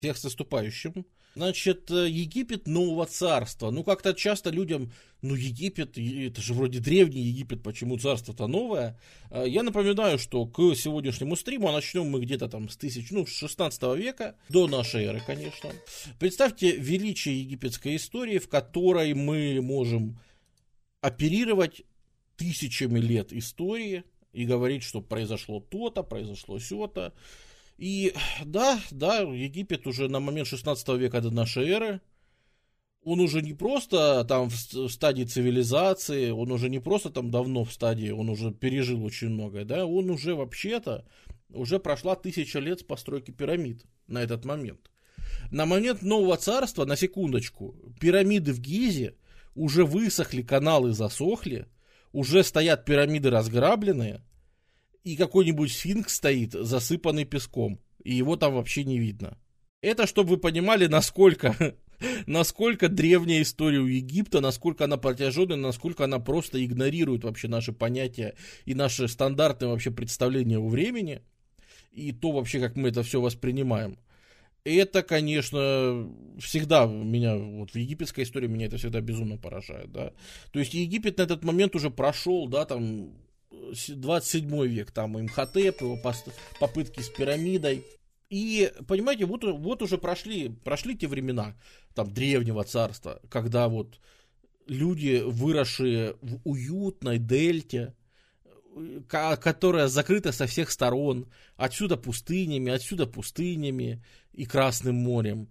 Всех с наступающим. Значит, Египет нового царства. Ну, как-то часто людям, ну, Египет, это же вроде древний Египет, почему царство-то новое? Я напоминаю, что к сегодняшнему стриму начнем мы где-то там с 16 века, до нашей эры, конечно. Представьте величие египетской истории, в которой мы можем оперировать тысячами лет истории и говорить, что произошло то-то, произошло сё-то. И да, Египет уже на момент 16 века до нашей эры, он уже не просто там в стадии цивилизации, он уже не просто там давно в стадии, он уже пережил очень многое, да, он уже вообще-то, уже прошла 1000 лет с постройки пирамид на этот момент. На момент нового царства, на секундочку, пирамиды в Гизе уже высохли, каналы засохли, уже стоят пирамиды разграбленные, и какой-нибудь сфинкс стоит, засыпанный песком, и его там вообще не видно. Это чтобы вы понимали, насколько древняя история у Египта, насколько она протяженная, насколько она просто игнорирует вообще наши понятия и наши стандартные вообще представления о времени, и то вообще, как мы это все воспринимаем. Это, конечно, всегда меня, вот в египетской истории меня это всегда безумно поражает, да. То есть Египет на этот момент уже прошел, да, там, 27 век, там Имхотеп, его попытки с пирамидой. И, понимаете, вот уже прошли те времена там древнего царства, когда вот люди, выросшие в уютной дельте, которая закрыта со всех сторон, отсюда пустынями и Красным морем.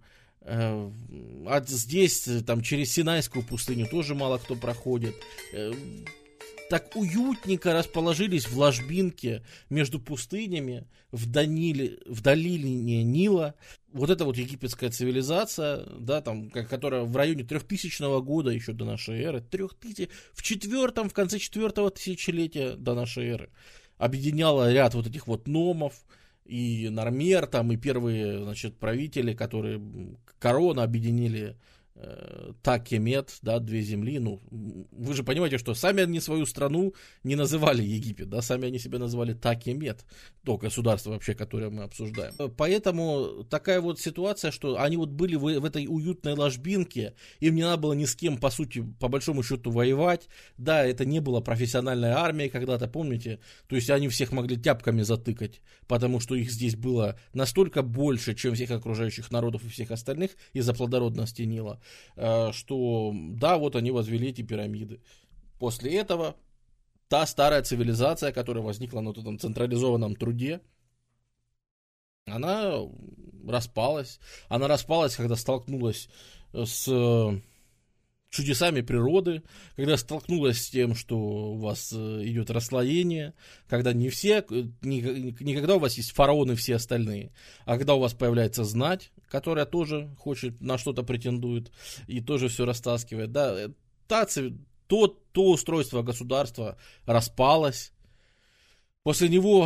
Здесь там через Синайскую пустыню тоже мало кто проходит. Так уютненько расположились в ложбинке между пустынями, в долине Нила. Вот эта вот египетская цивилизация, да, там, которая в районе 3000 года еще до нашей эры, в конце 4-го тысячелетия до нашей эры, объединяла ряд вот этих вот номов, и Нармер, там, и первые, значит, правители, которые корона объединили Такемет, да, 2 земли. Ну, вы же понимаете, что сами они свою страну не называли Египет, да, сами они себя называли Такемет, то государство вообще, которое мы обсуждаем. Поэтому такая вот ситуация, что они вот были в этой уютной ложбинке, им не надо было ни с кем, по сути, по большому счету воевать. Да, это не была профессиональная армия когда-то, помните? То есть они всех могли тяпками затыкать, потому что их здесь было настолько больше, чем всех окружающих народов и всех остальных из-за плодородности Нила, что, да, вот они возвели эти пирамиды. После этого та старая цивилизация, которая возникла на этом централизованном труде, она распалась. Она распалась, когда столкнулась с чудесами природы, когда столкнулась с тем, что у вас идет расслоение, когда не когда у вас есть фараоны все остальные, а когда у вас появляется знать, которая тоже хочет, на что-то претендует и тоже все растаскивает. Да, то устройство государства распалось. После него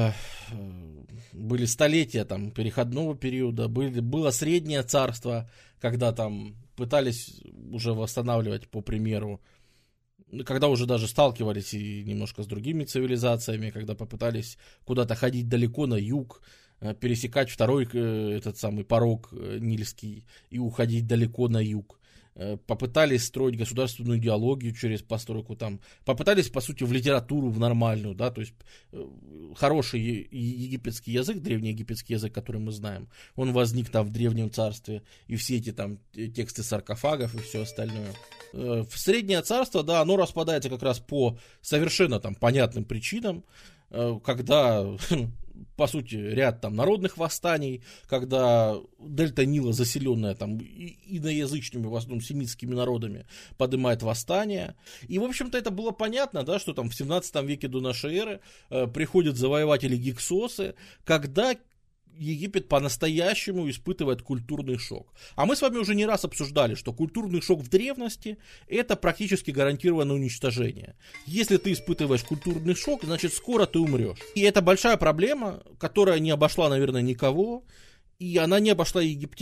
были столетия там, переходного периода, было среднее царство, когда там пытались уже восстанавливать, по примеру, когда уже даже сталкивались и немножко с другими цивилизациями, когда попытались куда-то ходить далеко на юг, пересекать второй этот самый порог Нильский и уходить далеко на юг. Попытались строить государственную идеологию через постройку там, попытались, по сути, в литературу, в нормальную, да, то есть хороший египетский язык, древнеегипетский язык, который мы знаем, он возник там в Древнем Царстве, и все эти там тексты саркофагов и все остальное. В Среднее Царство, да, оно распадается как раз по совершенно там понятным причинам, когда, по сути, ряд там народных восстаний, когда дельта Нила, заселенная там иноязычными, в основном семитскими народами, поднимает восстание. И, в общем-то, это было понятно, да, что там в 17 веке до нашей эры приходят завоеватели гиксосы, когда Египет по-настоящему испытывает культурный шок. А мы с вами уже не раз обсуждали, что культурный шок в древности – это практически гарантированное уничтожение. Если ты испытываешь культурный шок, значит скоро ты умрешь. И это большая проблема, которая не обошла, наверное, никого. И она не обошла египтян.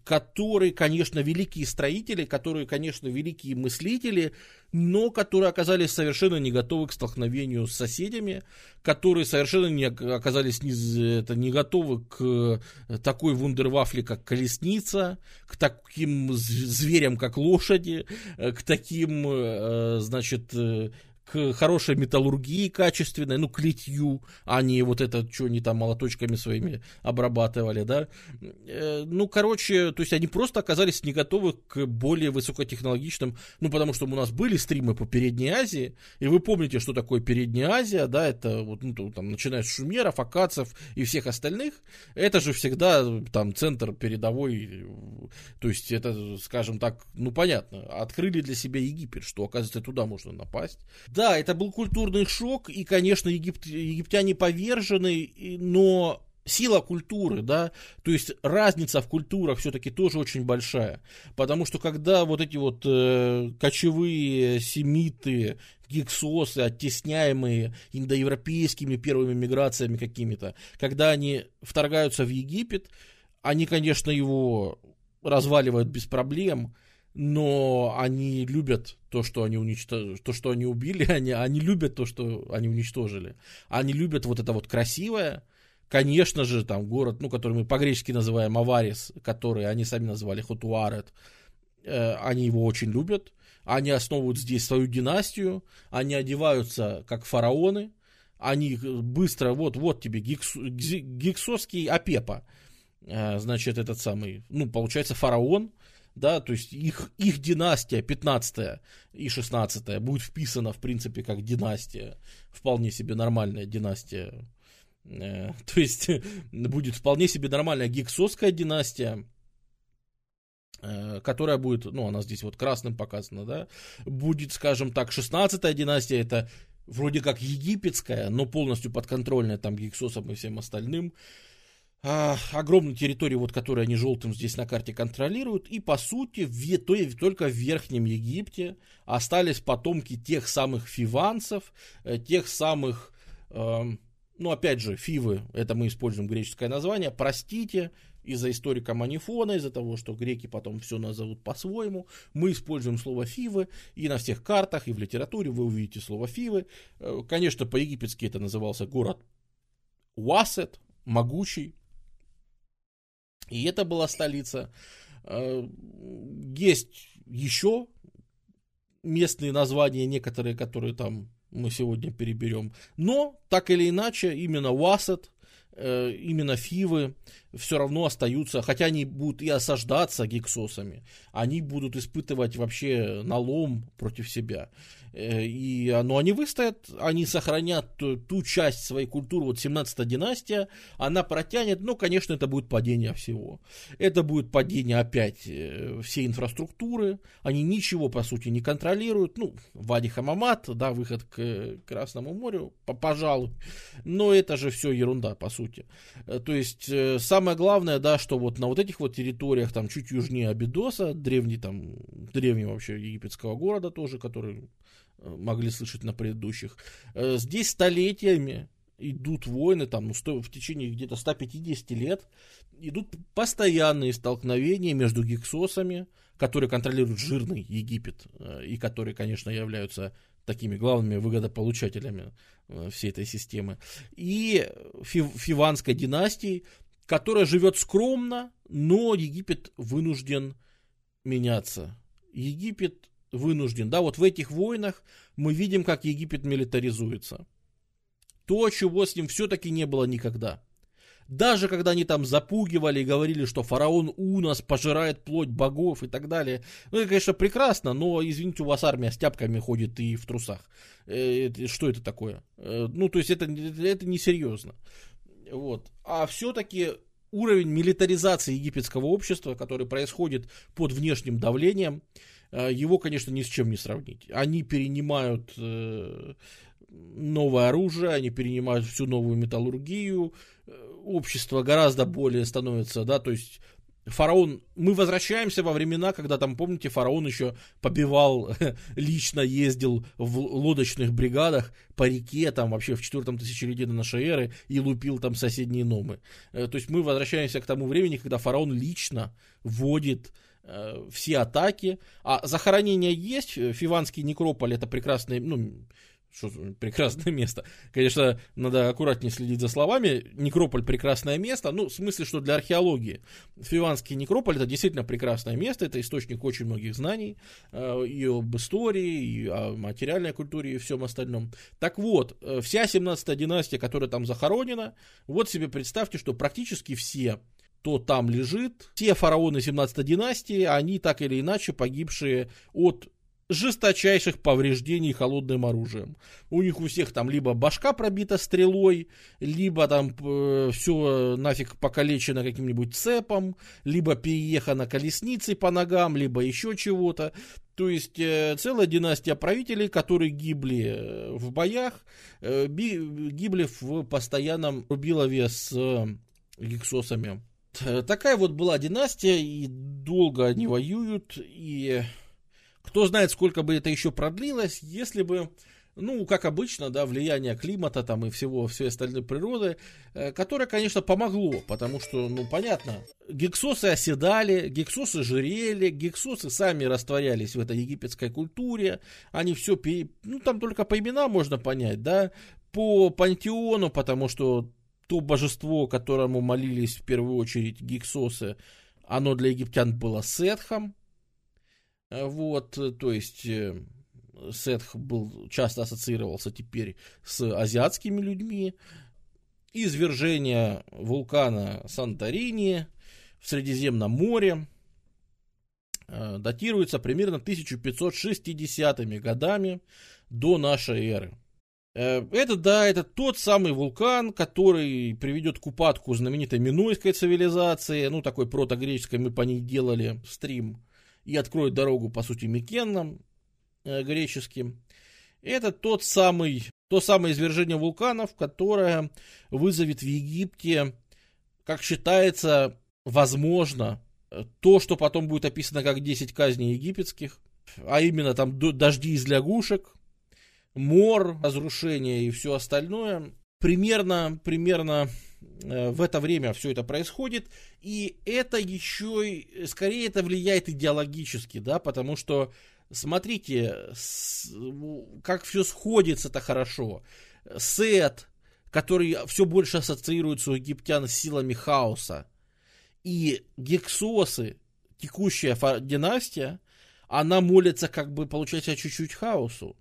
которые, конечно, великие строители, которые, конечно, великие мыслители, но которые оказались совершенно не готовы к столкновению с соседями, которые совершенно оказались не готовы к такой вундервафле, как колесница, к таким зверям, как лошади, к таким, значит, к хорошей металлургии качественной, ну, к литью, а не вот это, что они там молоточками своими обрабатывали, да. Ну, короче, то есть они просто оказались не готовы к более высокотехнологичным, ну, потому что у нас были стримы по Передней Азии, и вы помните, что такое Передняя Азия, да, это вот, ну, там, начиная с шумеров, аккадцев и всех остальных, это же всегда там центр передовой, то есть это, скажем так, ну, понятно, открыли для себя Египет, что, оказывается, туда можно напасть. Да, это был культурный шок, и, конечно, египтяне повержены, но сила культуры, да, то есть разница в культурах все-таки тоже очень большая, потому что когда вот эти вот кочевые семиты, гиксосы, оттесняемые индоевропейскими первыми миграциями какими-то, когда они вторгаются в Египет, они, конечно, его разваливают без проблем, но они любят то, что они уничтожили, то, что они убили, они любят то, что они уничтожили. Они любят вот это вот красивое. Конечно же, там город, ну, который мы по-гречески называем Аварис, который они сами называли Хотуарет, они его очень любят. Они основывают здесь свою династию, они одеваются как фараоны, они быстро, вот тебе гиксосский Апепа, значит, этот самый, ну, получается, фараон, да, то есть их династия 15 и 16 будет вписана, в принципе, как династия, вполне себе нормальная династия, то есть будет вполне себе нормальная гиксосская династия, которая будет, ну, она здесь вот красным показана, да, будет, скажем так, 16-я династия, это вроде как египетская, но полностью подконтрольная там гиксосам и всем остальным, огромную территорию, вот, которую они желтым здесь на карте контролируют, и по сути только в Верхнем Египте остались потомки тех самых фиванцев, тех самых, ну опять же, фивы, это мы используем греческое название, простите, из-за историка Манифона, из-за того, что греки потом все назовут по-своему, мы используем слово фивы, и на всех картах, и в литературе вы увидите слово фивы. Конечно, по-египетски это назывался город Уасет, могучий, и это была столица. Есть еще местные названия, некоторые, которые там мы сегодня переберем. Но, так или иначе, именно Уасет, именно фивы все равно остаются, хотя они будут и осаждаться гиксосами, они будут испытывать вообще налом против себя. Но они выстоят, они сохранят ту часть своей культуры, вот 17-я династия, она протянет, но, конечно, это будет падение всего. Это будет падение опять всей инфраструктуры, они ничего, по сути, не контролируют, ну, Вади Хамамат, да, выход к Красному морю, пожалуй, но это же все ерунда, по сути. То есть, самое главное, да, что вот на вот этих вот территориях, там, чуть южнее Абидоса, древнего вообще египетского города тоже, который могли слышать на предыдущих. Здесь столетиями идут войны, там, в течение где-то 150 лет идут постоянные столкновения между гиксосами, которые контролируют жирный Египет, и которые, конечно, являются такими главными выгодополучателями всей этой системы, и фиванской династией, которая живет скромно, но Египет вынужден меняться. Египет вынужден. Да, вот в этих войнах мы видим, как Египет милитаризуется. То, чего с ним все-таки не было никогда. Даже когда они там запугивали и говорили, что фараон Унос пожирает плоть богов и так далее. Ну, это, конечно, прекрасно, но, извините, у вас армия с тяпками ходит и в трусах. Что это такое? Ну, то есть, это несерьезно. Вот. А все-таки уровень милитаризации египетского общества, который происходит под внешним давлением, его, конечно, ни с чем не сравнить. Они перенимают новое оружие, они перенимают всю новую металлургию, общество гораздо более становится, да, то есть Фараон, мы возвращаемся во времена, когда там, помните, фараон еще побивал, лично ездил в лодочных бригадах по реке, там вообще в 4 тысячелетии до нашей эры и лупил там соседние номы. То есть мы возвращаемся к тому времени, когда фараон лично вводит все атаки. А захоронения есть, Фиванский некрополь, это прекрасное, что прекрасное место. Конечно, надо аккуратнее следить за словами. Некрополь — прекрасное место. В смысле, что для археологии. Фиванский некрополь — это действительно прекрасное место. Это источник очень многих знаний. И об истории, и о материальной культуре, и всем остальном. Так вот, вся 17-я династия, которая там захоронена, вот себе представьте, что практически все, кто там лежит, все фараоны 17-й династии, они так или иначе погибшие от жесточайших повреждений холодным оружием. У них у всех там либо башка пробита стрелой, либо там все нафиг покалечено каким-нибудь цепом, либо переехано колесницей по ногам, либо еще чего-то. То есть целая династия правителей, которые гибли в боях, гибли в постоянном рубилове с гиксосами. Такая вот была династия, и долго они воюют, и кто знает, сколько бы это еще продлилось, если бы, как обычно, да, влияние климата там и всей остальной природы, которое, конечно, помогло, потому что, понятно, гиксосы оседали, гиксосы жирели, гиксосы сами растворялись в этой египетской культуре, они все, там только по именам можно понять, да, по пантеону, потому что то божество, которому молились в первую очередь гиксосы, оно для египтян было Сетхом. Вот, то есть Сетх часто ассоциировался теперь с азиатскими людьми. Извержение вулкана Санторини в Средиземном море датируется примерно 1560-ми годами до нашей эры. Это тот самый вулкан, который приведет к упадку знаменитой минойской цивилизации, такой протогреческой, мы по ней делали стрим, и откроет дорогу, по сути, Микеннам греческим. Это то самое извержение вулканов, которое вызовет в Египте, как считается, возможно, то, что потом будет описано как 10 казней египетских, а именно там дожди из лягушек, мор, разрушение и все остальное. Примерно в это время все это происходит, и это еще, скорее, это влияет идеологически, да, потому что, смотрите, как все сходится-то хорошо. Сет, который все больше ассоциируется у египтян с силами хаоса, и гиксосы, текущая династия, она молится, получается, чуть-чуть хаосу.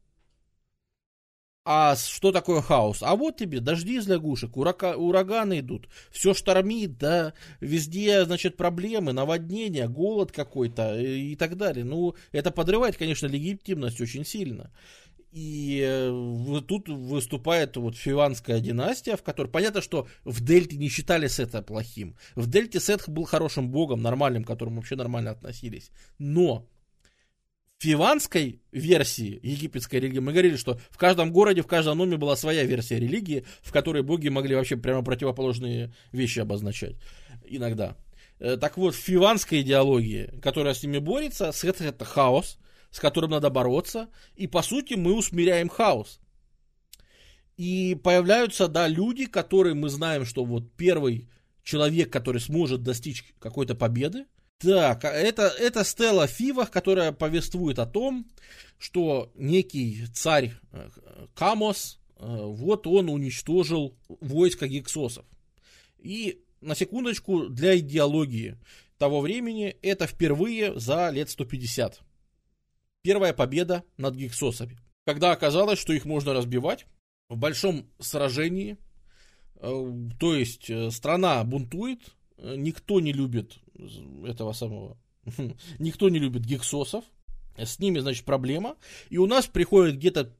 А что такое хаос? А вот тебе дожди из лягушек, ураганы идут, все штормит, да, везде, проблемы, наводнения, голод какой-то и так далее. Это подрывает, конечно, легитимность очень сильно. И тут выступает Фиванская династия, в которой понятно, что в Дельте не считали Сета плохим. В Дельте Сет был хорошим богом, нормальным, к которому вообще нормально относились. Но в фиванской версии египетской религии мы говорили, что в каждом городе, в каждом доме была своя версия религии, в которой боги могли вообще прямо противоположные вещи обозначать иногда. Так вот, в фиванской идеологии, которая с ними борется, Сет — это хаос, с которым надо бороться, и по сути мы усмиряем хаос. И появляются, да, люди, которые мы знаем, что первый человек, который сможет достичь какой-то победы. Так, это стела Фива, которая повествует о том, что некий царь Камос, он уничтожил войско гиксосов. И, на секундочку, для идеологии того времени это впервые за лет 150. Первая победа над гиксосами. Когда оказалось, что их можно разбивать в большом сражении, то есть страна бунтует, никто не любит этого самого, никто не любит гиксосов, с ними, проблема, и у нас приходит где-то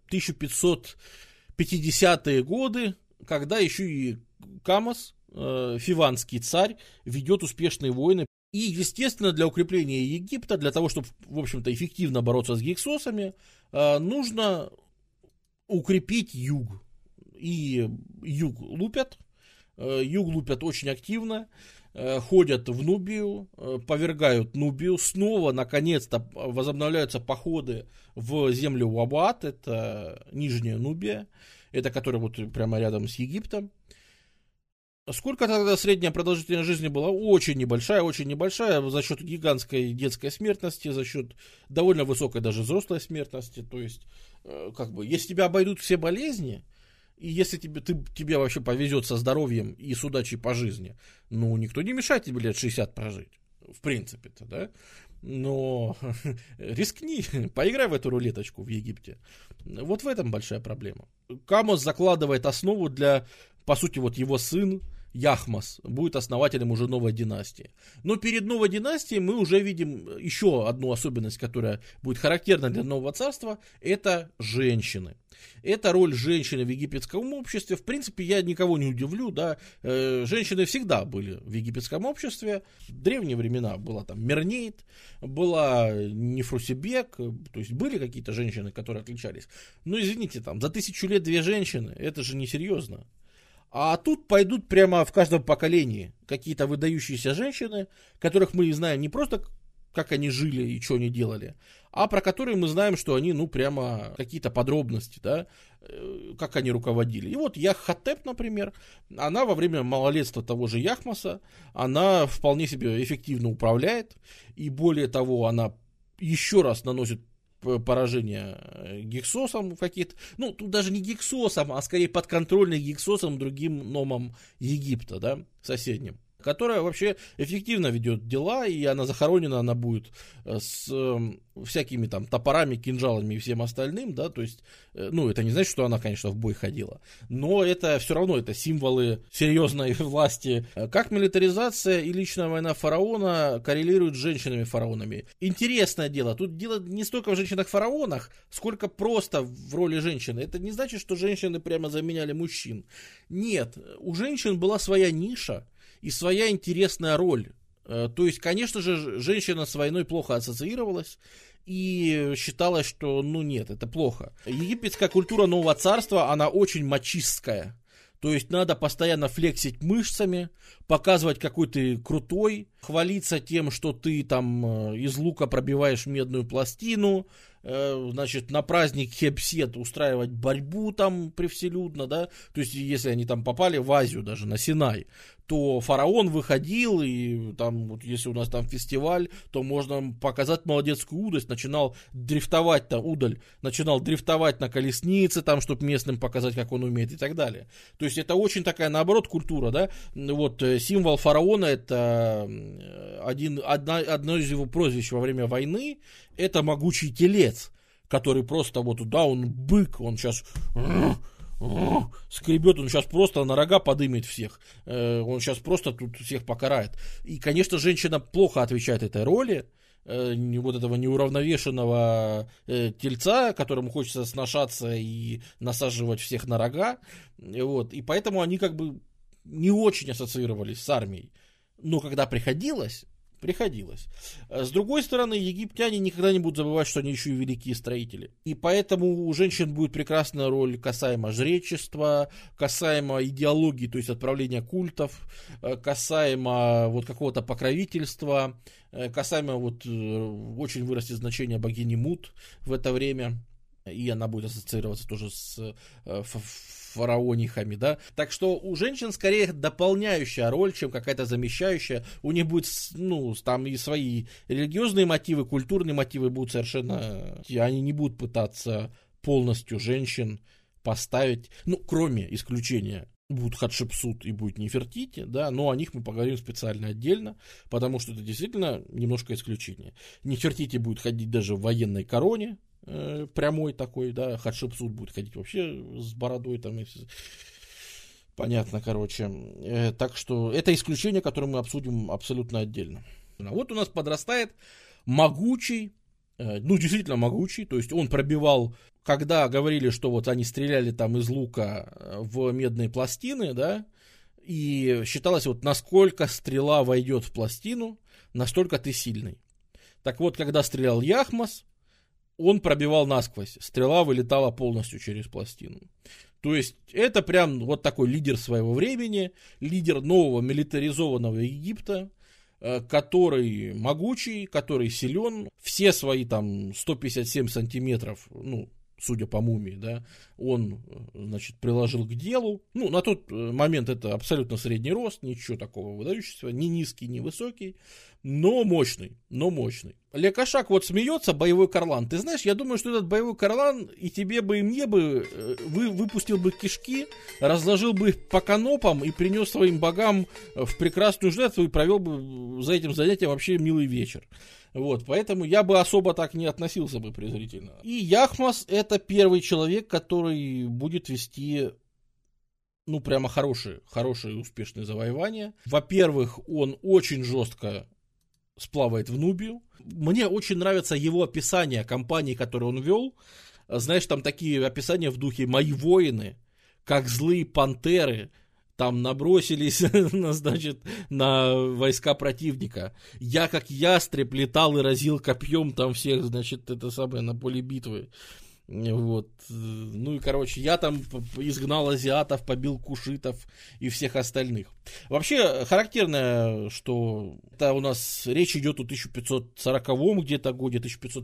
1550-е годы, когда еще и Камос, фиванский царь, ведет успешные войны. И, естественно, для укрепления Египта, для того, чтобы, в общем-то, эффективно бороться с гиксосами, нужно укрепить юг. И юг лупят очень активно. ходят в Нубию, повергают Нубию, снова, наконец-то, возобновляются походы в землю Уабат, это Нижняя Нубия, это которая вот прямо рядом с Египтом. Сколько тогда средняя продолжительность жизни была? Очень небольшая, за счет гигантской детской смертности, за счет довольно высокой даже взрослой смертности, то есть, как бы, если тебя обойдут все болезни, и если тебе вообще повезет со здоровьем и с удачей по жизни, ну, никто не мешает тебе лет 60 прожить, в принципе-то, да? Но рискни, поиграй в эту рулеточку в Египте. Вот в этом большая проблема. Камос закладывает основу для, по сути, вот его сын, Яхмос будет основателем уже новой династии. Но перед новой династией мы уже видим еще одну особенность, которая будет характерна для нового царства, это женщины. Это роль женщины в египетском обществе. В принципе, я никого не удивлю, да, женщины всегда были в египетском обществе. В древние времена была там Мернейт, была Нефрусибек, то есть были какие-то женщины, которые отличались. Но извините, там за 1000 лет 2 женщины, это же несерьезно. А тут пойдут прямо в каждом поколении какие-то выдающиеся женщины, которых мы знаем не просто, как они жили и что они делали, а про которые мы знаем, что они, ну, прямо какие-то подробности, да, как они руководили. И вот Яххотеп, например, она во время малолетства того же Яхмоса, она вполне себе эффективно управляет, и более того, она еще раз наносит поражение Гиксосом какие-то, ну, тут даже не Гиксосом, а скорее подконтрольный Гиксосом другим номом Египта, да, соседним, которая вообще эффективно ведет дела, и она захоронена, она будет с всякими там топорами, кинжалами и всем остальным, да, то есть, ну, это не значит, что она, конечно, в бой ходила, но это все равно, это символы серьезной власти. Как милитаризация и личная война фараона коррелируют с женщинами-фараонами? Интересное дело, тут дело не столько в женщинах-фараонах, сколько просто в роли женщины. Это не значит, что женщины прямо заменяли мужчин. Нет, у женщин была своя ниша и своя интересная роль. То есть, конечно же, женщина с войной плохо ассоциировалась и считалось, что, ну нет, это плохо. Египетская культура нового царства, она очень мачистская. То есть надо постоянно флексить мышцами, показывать, какой ты крутой, хвалиться тем, что ты там из лука пробиваешь медную пластину, значит, на праздник Хепсет устраивать борьбу там превселюдно, да, то есть если они там попали в Азию, даже на Синай, то фараон выходил, и там, вот, если у нас там фестиваль, то можно показать молодецкую удаль, начинал дрифтовать там, удаль, начинал дрифтовать на колеснице, там, чтобы местным показать, как он умеет и так далее. То есть это очень такая, наоборот, культура, да, вот символ фараона, это одно из его прозвищ во время войны, это могучий телец, который просто вот, да, он бык, он сейчас скребет, он сейчас просто на рога подымет всех, он сейчас просто тут всех покарает. И, конечно, женщина плохо отвечает этой роли, вот этого неуравновешенного тельца, которому хочется сношаться и насаживать всех на рога, вот, и поэтому они как бы не очень ассоциировались с армией. Но когда приходилось. С другой стороны, египтяне никогда не будут забывать, что они еще и великие строители. И поэтому у женщин будет прекрасная роль касаемо жречества, касаемо идеологии, то есть отправления культов, касаемо вот какого-то покровительства, касаемо вот очень вырастет значение богини Мут в это время. И она будет ассоциироваться тоже с фараонихами, да. Так что у женщин скорее дополняющая роль, чем какая-то замещающая. У них будет, ну, там и свои религиозные мотивы, культурные мотивы будут совершенно... Они не будут пытаться полностью женщин поставить, ну, кроме исключения. Будет Хатшепсут и будет Нефертити, да, но о них мы поговорим специально отдельно, потому что это действительно немножко исключение. Нефертити будет ходить даже в военной короне, прямой такой, да, Хатшепсут будет ходить вообще с бородой там, и... понятно, короче. Так что это исключение, которое мы обсудим абсолютно отдельно. Вот у нас подрастает могучий, ну, действительно могучий, то есть он пробивал, когда говорили, что вот они стреляли там из лука в медные пластины, да, и считалось, вот насколько стрела войдет в пластину, настолько ты сильный. Так вот, когда стрелял Яхмос, он пробивал насквозь, стрела вылетала полностью через пластину. То есть это прям вот такой лидер своего времени, лидер нового милитаризованного Египта, который могучий, который силен, все свои там 157 сантиметров, ну, судя по мумии, да, он, значит, приложил к делу. Ну, на тот момент это абсолютно средний рост, ничего такого выдающегося, ни низкий, ни высокий, но мощный, но мощный. Лекашак вот смеется, боевой карлан. Ты знаешь, я думаю, что этот боевой карлан и тебе бы, и мне бы выпустил бы кишки, разложил бы их по канопам и принес своим богам в прекрасную жертву и провел бы за этим занятием вообще милый вечер. Вот, поэтому я бы особо так не относился бы презрительно. И Яхмос — это первый человек, который будет вести, ну, прямо хорошие и успешные завоевания. Во-первых, он очень жестко сплавает в Нубию. Мне очень нравится его описание компании, которую он вел. Знаешь, там такие описания в духе «Мои воины, как злые пантеры, там набросились, значит, на войска противника. Я, как ястреб, летал и разил копьем там всех, значит, это самое, на поле битвы. Вот. Ну и, короче, я там изгнал азиатов, побил кушитов и всех остальных. Вообще, характерно, что это у нас речь идет о 1540 где-то годе,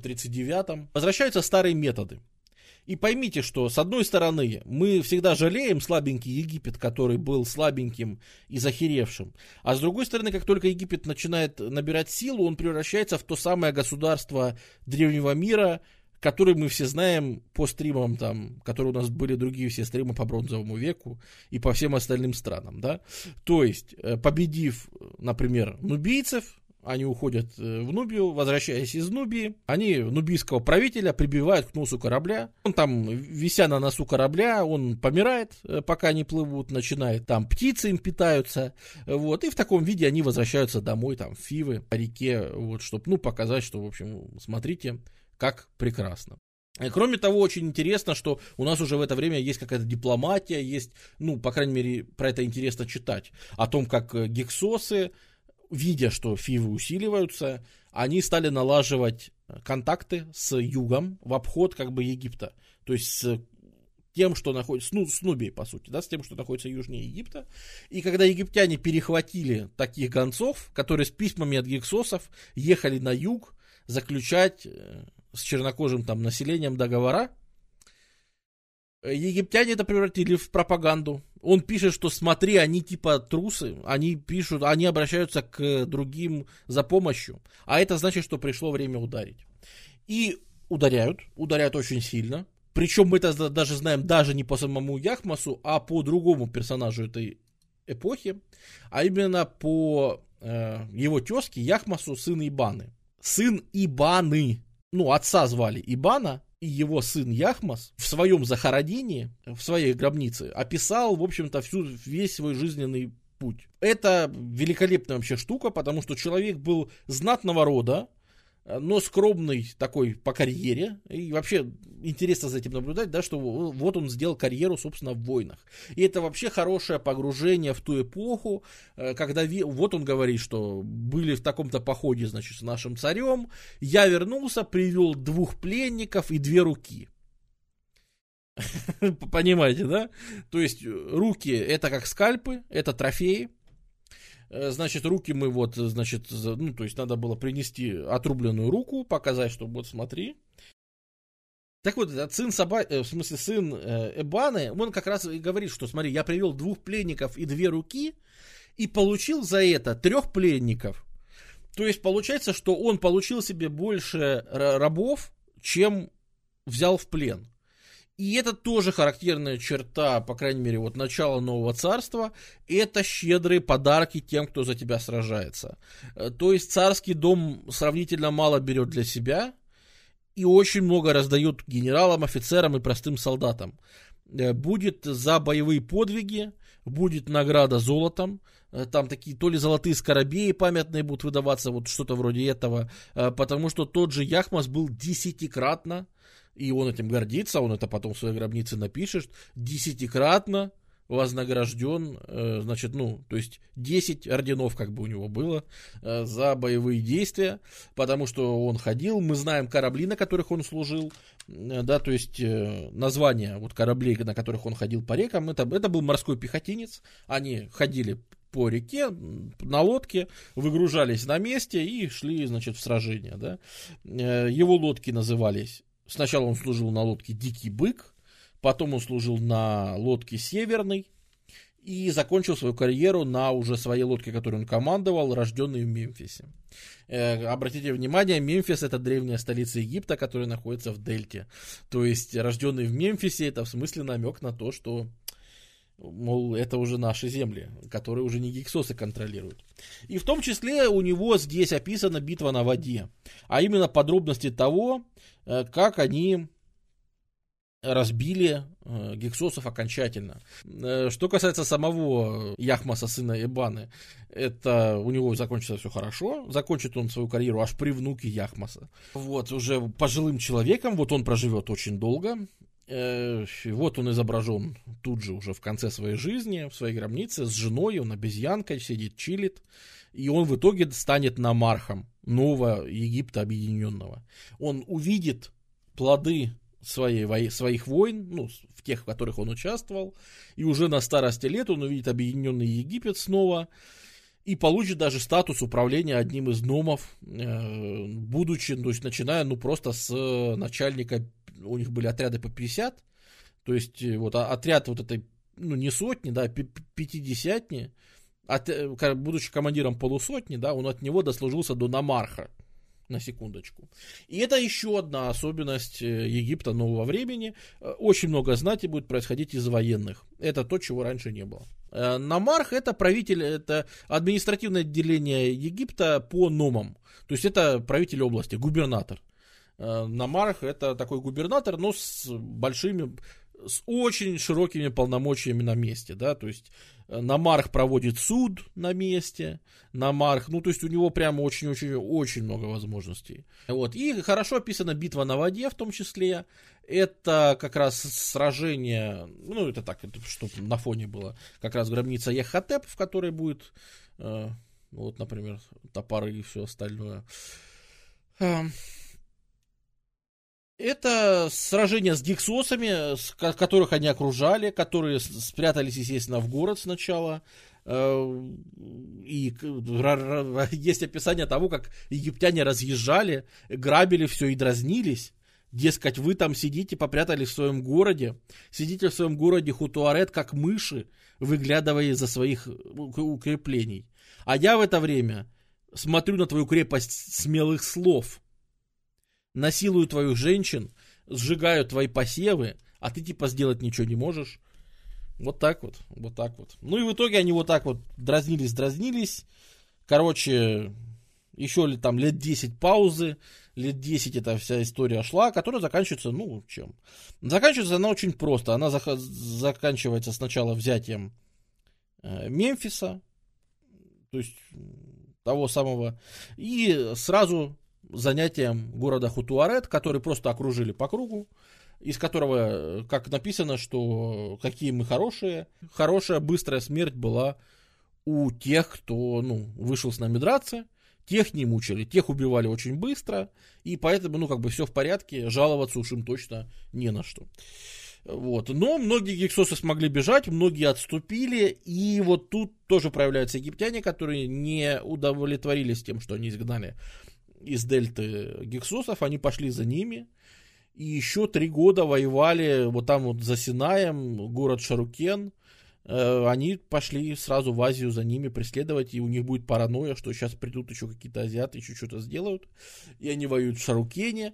1539. Возвращаются старые методы. И поймите, что с одной стороны мы всегда жалеем слабенький Египет, который был слабеньким и захеревшим, а с другой стороны, как только Египет начинает набирать силу, он превращается в то самое государство древнего мира, которое мы все знаем по стримам, там, которые у нас были другие все стримы по Бронзовому веку и по всем остальным странам. Да? То есть, победив, например, нубийцев, они уходят в Нубию, возвращаясь из Нубии, они нубийского правителя прибивают к носу корабля. Он там, вися на носу корабля, он помирает, пока они плывут, начинает там птицы им питаются, вот, и в таком виде они возвращаются домой, там, в Фивы, по реке, вот, чтобы, ну, показать, что, в общем, смотрите, как прекрасно. Кроме того, очень интересно, что у нас уже в это время есть какая-то дипломатия, есть, ну, по крайней мере, про это интересно читать, о том, как гиксосы, видя, что Фивы усиливаются, они стали налаживать контакты с югом в обход как бы Египта. То есть с тем, что находится, ну, с Нубией, по сути, да, с тем, что находится южнее Египта. И когда египтяне перехватили таких гонцов, которые с письмами от гиксосов ехали на юг заключать с чернокожим там населением договора, египтяне это превратили в пропаганду. Он пишет, что смотри, они типа трусы, они пишут, они обращаются к другим за помощью, а это значит, что пришло время ударить. И ударяют очень сильно. Причем мы это даже знаем даже не по самому Яхмосу, а по другому персонажу этой эпохи, а именно по его тезке Яхмосу, сыну Ибаны. Сын Ибаны, ну, отца звали Ибана, и его сын Яхмос в своем захоронении, в своей гробнице, описал, в общем-то, весь свой жизненный путь. Это великолепная вообще штука, потому что человек был знатного рода, но скромный такой по карьере. И вообще интересно за этим наблюдать, да, что вот он сделал карьеру, собственно, в войнах. И это вообще хорошее погружение в ту эпоху, когда вот он говорит, что были в таком-то походе, значит, с нашим царем. Я вернулся, привел 2 пленников и 2 руки. Понимаете, да? То есть руки это как скальпы, это трофеи. Значит, руки мы вот, значит, ну, то есть надо было принести отрубленную руку, показать, что вот смотри. Так вот, этот сын сын Эбаны, он как раз и говорит, что смотри, я привел 2 пленников и 2 руки, и получил за это 3 пленников. То есть получается, что он получил себе больше рабов, чем взял в плен. И это тоже характерная черта, по крайней мере, вот начала нового царства, это щедрые подарки тем, кто за тебя сражается. То есть царский дом сравнительно мало берет для себя и очень много раздает генералам, офицерам и простым солдатам. Будет за боевые подвиги, будет награда золотом, там такие то ли золотые скоробеи памятные будут выдаваться, вот что-то вроде этого, потому что тот же Яхмос был 10-кратно, и он этим гордится, он это потом в своей гробнице напишет, 10-кратно вознагражден, значит, ну, то есть 10 орденов как бы у него было за боевые действия, потому что он ходил, мы знаем корабли, на которых он служил, да, то есть название вот кораблей, на которых он ходил по рекам, это был морской пехотинец, они ходили по реке на лодке, выгружались на месте и шли, значит, в сражение, да. Его лодки назывались, сначала он служил на лодке «Дикий бык», потом он служил на лодке «Северный» и закончил свою карьеру на уже своей лодке, которой он командовал, рожденной в Мемфисе. Обратите внимание, Мемфис — это древняя столица Египта, которая находится в Дельте. То есть рожденный в Мемфисе — это в смысле намек на то, что, мол, это уже наши земли, которые уже не гиксосы контролируют. И в том числе у него здесь описана битва на воде, а именно подробности того, как они разбили гиксосов окончательно. Что касается самого Яхмаса, сына Эбаны, это у него закончится все хорошо. Закончит он свою карьеру аж при внуке Яхмаса. Вот, уже пожилым человеком, вот он проживет очень долго. Вот он изображен тут же уже в конце своей жизни, в своей гробнице, с женой, он обезьянкой сидит, чилит. И он в итоге станет намархом нового Египта объединенного. Он увидит плоды своих войн, ну, в тех, в которых он участвовал, и уже на старости лет он увидит объединенный Египет снова и получит даже статус управления одним из номов, будучи, то есть начиная, ну, просто с начальника, у них были отряды по 50, то есть вот отряд вот этой, ну, не сотни, да, 50-ни, будучи командиром полусотни, да, он от него дослужился до намарха. На секундочку. И это еще одна особенность Египта нового времени. Очень много знати будет происходить из военных. Это то, чего раньше не было. Намарх — это правитель, это административное отделение Египта по номам. То есть это правитель области, губернатор. Намарх — это такой губернатор, но с очень широкими полномочиями на месте, да, то есть намарх проводит суд на месте, намарх, ну, то есть у него прямо очень-очень-очень много возможностей. Вот, и хорошо описана битва на воде в том числе, это как раз сражение, ну, это так, чтобы на фоне было, как раз гробница Ехотеп, в которой будет, вот, например, топоры и все остальное. Это сражение с гиксосами, которых они окружали, которые спрятались, естественно, в город сначала. И есть описание того, как египтяне разъезжали, грабили все и дразнились. Дескать, вы там сидите, попрятались в своем городе, сидите в своем городе Хутуарет, как мыши, выглядывая из-за своих укреплений. А я в это время смотрю на твою крепость смелых слов, насилую твоих женщин, сжигаю твои посевы, а ты типа сделать ничего не можешь. Вот так вот, вот так вот. Ну и в итоге они вот так вот дразнились. Короче, еще там лет 10 паузы, лет 10 эта вся история шла, которая заканчивается, ну, чем? Заканчивается она очень просто. Она заканчивается сначала взятием Мемфиса, то есть того самого, и сразу занятием города Хутуарет, который просто окружили по кругу, из которого, как написано, что какие мы хорошие. Хорошая, быстрая смерть была у тех, кто, ну, вышел с нами драться, тех не мучили, тех убивали очень быстро, и поэтому, ну, как бы все в порядке, жаловаться уж им точно не на что. Вот. Но многие гиксосы смогли бежать, многие отступили, и вот тут тоже проявляются египтяне, которые не удовлетворились тем, что они изгнали из дельты гиксосов, они пошли за ними, и еще 3 года воевали вот там вот за Синаем, город Шарукен. Они пошли сразу в Азию за ними преследовать, и у них будет паранойя, что сейчас придут еще какие-то азиаты, еще что-то сделают, и они воюют в Шарукене.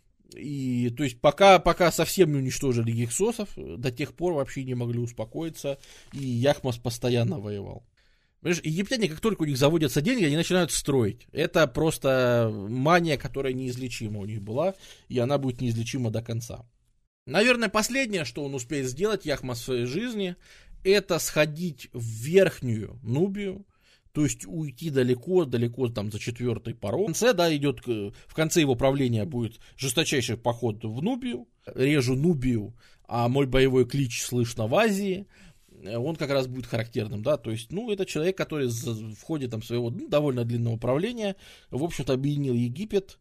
И то есть пока совсем не уничтожили гиксосов, до тех пор вообще не могли успокоиться, и Яхмас постоянно воевал. Понимаешь, египтяне, как только у них заводятся деньги, они начинают строить. Это просто мания, которая неизлечима у них была, и она будет неизлечима до конца. Наверное, последнее, что он успеет сделать, Яхмас, в своей жизни, это сходить в Верхнюю Нубию, то есть уйти далеко там за 4-й порог. В конце, да, в конце его правления будет жесточайший поход в Нубию. Режу Нубию, а мой боевой клич слышно в Азии. он как раз будет характерным, да, то есть, ну, это человек, который в ходе там своего довольно длинного правления, в общем-то, объединил Египет.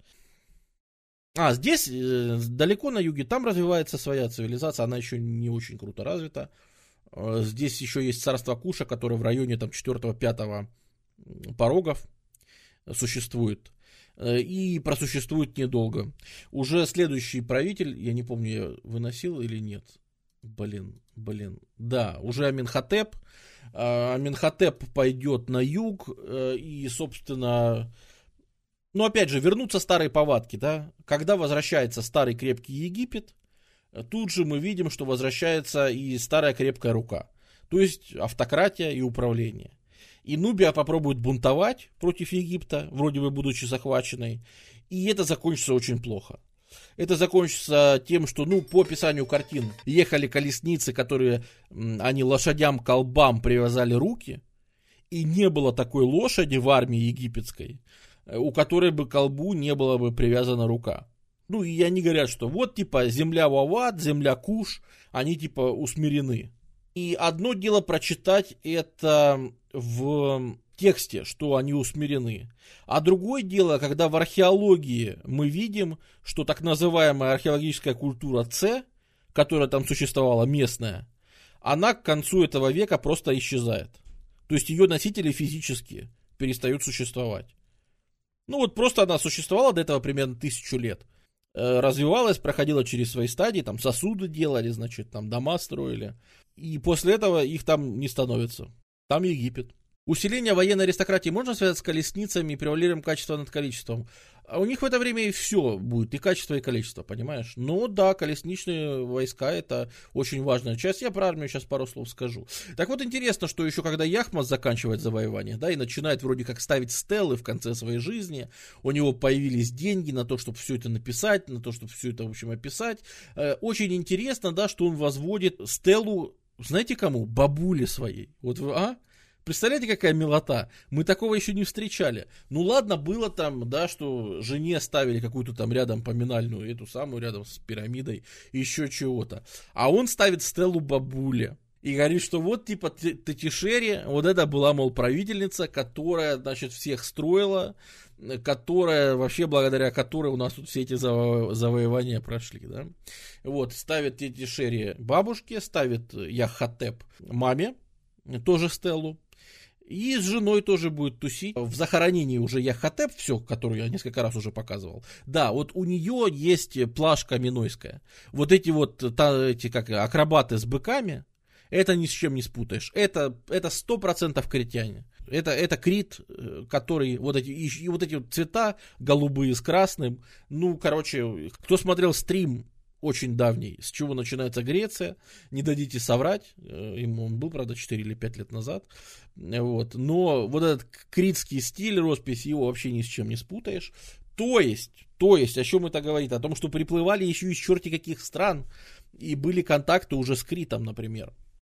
Здесь, далеко на юге, там развивается своя цивилизация, она еще не очень круто развита. Здесь еще есть царство Куша, которое в районе там 4-5 порогов существует. И просуществует недолго. Уже следующий правитель, я не помню, я выносил или нет. Блин. Да, уже Аменхотеп. Аменхотеп пойдет на юг. И, собственно, ну, опять же, вернутся старые повадки, да. Когда возвращается старый крепкий Египет, тут же мы видим, что возвращается и старая крепкая рука. То есть автократия и управление. И Нубия попробует бунтовать против Египта, вроде бы будучи захваченной. И это закончится очень плохо. Это закончится тем, что, ну, по описанию картин, ехали колесницы, которые они лошадям к колбам привязали руки. И не было такой лошади в армии египетской, у которой бы к колбу не была бы привязана рука. Ну, и они говорят, что вот, типа, земля Вават, земля Куш, они, типа, усмирены. И одно дело прочитать это в тексте, что они усмирены. А другое дело, когда в археологии мы видим, что так называемая археологическая культура С, которая там существовала, местная, она к концу этого века просто исчезает. То есть ее носители физически перестают существовать. Ну вот просто она существовала до этого примерно 1000 лет. Развивалась, проходила через свои стадии, там сосуды делали, значит, там дома строили. И после этого их там не становится. Там Египет. Усиление военной аристократии можно связать с колесницами и превалируем качество над количеством. А у них в это время и все будет, и качество, и количество, понимаешь? Ну да, колесничные войска — это очень важная часть. Я про армию сейчас пару слов скажу. Так вот, интересно, что еще когда Яхмас заканчивает завоевание, да, и начинает вроде как ставить стелы в конце своей жизни, у него появились деньги на то, чтобы все это написать, на то, чтобы все это, в общем, описать. Очень интересно, да, что он возводит стелу, знаете кому? Бабуле своей. Вот, Представляете, какая милота? Мы такого еще не встречали. Ну ладно, было там, да, что жене ставили какую-то там рядом поминальную, эту самую рядом с пирамидой, еще чего-то. А он ставит стелу бабуле. И говорит, что вот типа Тетишери, вот это была, мол, правительница, которая, значит, всех строила, которая, вообще благодаря которой у нас тут все эти завоевания прошли, да. Вот, ставит Тетишери бабушке, ставит Яххотеп маме, тоже стелу. И с женой тоже будет тусить. В захоронении уже Яххотеп, все, которую я несколько раз уже показывал. Да, вот у нее есть плашка минойская. Вот эти как акробаты с быками, это ни с чем не спутаешь. Это 100% критяне. Это крит, который вот эти цвета голубые с красным. Ну, короче, кто смотрел стрим очень давний, с чего начинается Греция, не дадите соврать, ему он был, правда, 4 или 5 лет назад, вот. Но вот этот критский стиль, роспись, его вообще ни с чем не спутаешь. То есть, о чем это говорит? О том, что приплывали еще из черти каких стран, и были контакты уже с Критом, например.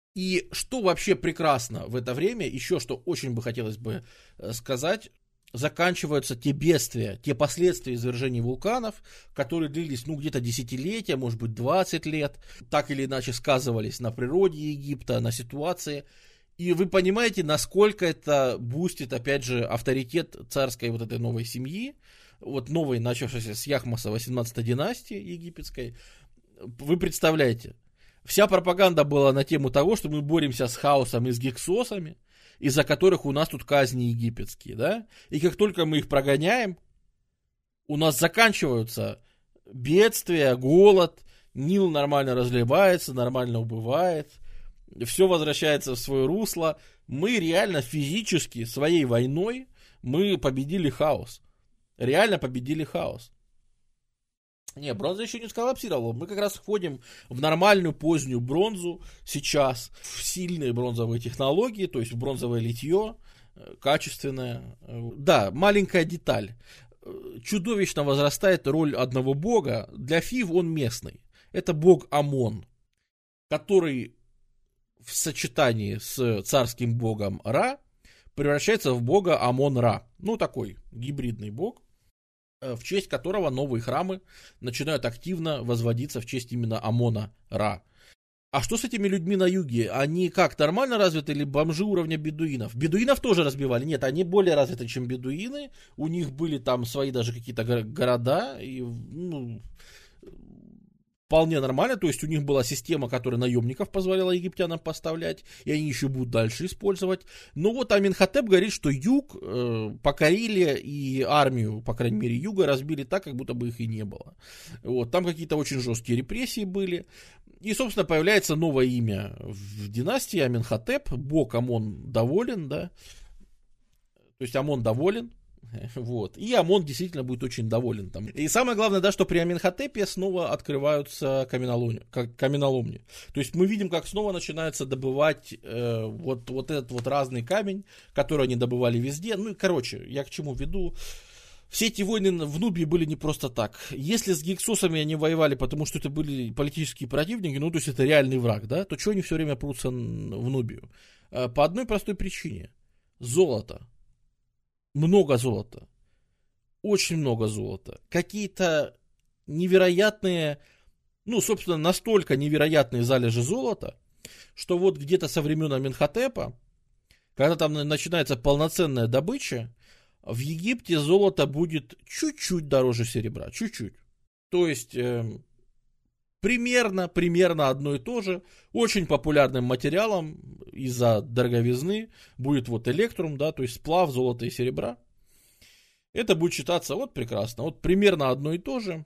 И что вообще прекрасно в это время, еще что очень бы хотелось бы сказать, заканчиваются те бедствия, те последствия извержений вулканов, которые длились, где-то десятилетия, может быть, 20 лет, так или иначе сказывались на природе Египта, на ситуации. И вы понимаете, насколько это бустит, опять же, авторитет царской вот этой новой семьи, вот новой, начавшейся с Яхмаса 18-й династии египетской. Вы представляете, вся пропаганда была на тему того, что мы боремся с хаосом и с гиксосами, из-за которых у нас тут казни египетские, да? И как только мы их прогоняем, у нас заканчиваются бедствия, голод, Нил нормально разливается, нормально убывает, все возвращается в свое русло. Мы реально физически своей войной мы победили хаос. Реально победили хаос. Не, бронза еще не сколлапсировала. Мы как раз входим в нормальную позднюю бронзу сейчас, в сильные бронзовые технологии, то есть в бронзовое литье, качественное. Да, маленькая деталь. Чудовищно возрастает роль одного бога. Для Фив он местный. Это бог Амон, который в сочетании с царским богом Ра превращается в бога Амон-Ра. Ну, такой гибридный бог, в честь которого новые храмы начинают активно возводиться в честь именно Амона-Ра. А что с этими людьми на юге? Они как, нормально развиты или бомжи уровня бедуинов? Бедуинов тоже разбивали. Нет, они более развиты, чем бедуины. У них были там свои даже какие-то города. И, ну, вполне нормально. То есть у них была система, которая наемников позволяла египтянам поставлять. И они еще будут дальше использовать. Но вот Аменхотеп говорит, что юг покорили и армию, по крайней мере, юга разбили так, как будто бы их и не было. Вот, там какие-то очень жесткие репрессии были. И, собственно, появляется новое имя в династии Аменхотеп. Бог Амон доволен, да. То есть Амон доволен. Вот. И Амон действительно будет очень доволен там. И самое главное, да, что при Аменхотепе снова открываются каменоломни. То есть мы видим, как снова начинается добывать вот этот вот разный камень, который они добывали везде. Ну и, короче, я к чему веду. Все эти войны в Нубии были не просто так. Если с гиксосами они воевали, потому что это были политические противники, ну, то есть это реальный враг, да, то чего они все время прутся в Нубию? По одной простой причине. Золото. Много золота. Очень много золота. Какие-то невероятные, ну, собственно, настолько невероятные залежи золота, что вот где-то со времен Аменхотепа, когда там начинается полноценная добыча, в Египте золото будет чуть-чуть дороже серебра, чуть-чуть. То есть примерно одно и то же. Очень популярным материалом из-за дороговизны будет вот электрум, да, то есть сплав золота и серебра. Это будет считаться вот прекрасно, вот примерно одно и то же.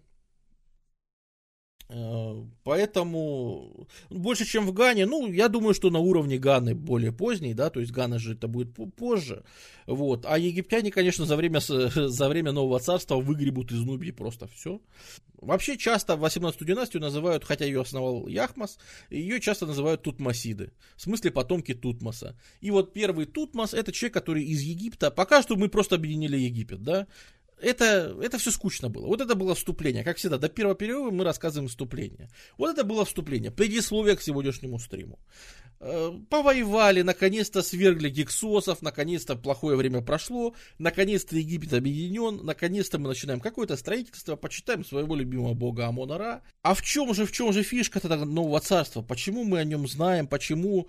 Поэтому больше, чем в Гане, ну, я думаю, что на уровне Ганы более поздний, да, то есть Гана же это будет позже, вот, а египтяне, конечно, за время Нового Царства выгребут из Нубии просто все. Вообще часто 18-ю династию называют, хотя ее основал Яхмос, ее часто называют Тутмосиды, в смысле потомки Тутмоса. И вот первый Тутмос — это человек, который из Египта, пока что мы просто объединили Египет, да. Это все скучно было. Вот это было вступление. Как всегда, до первого перерыва мы рассказываем вступление. Вот это было вступление. Предисловие к сегодняшнему стриму. Повоевали, наконец-то свергли гиксосов, наконец-то плохое время прошло, наконец-то Египет объединен, наконец-то мы начинаем какое-то строительство, почитаем своего любимого бога Амон-Ра. А в чем же фишка тогда нового царства? Почему мы о нем знаем? Почему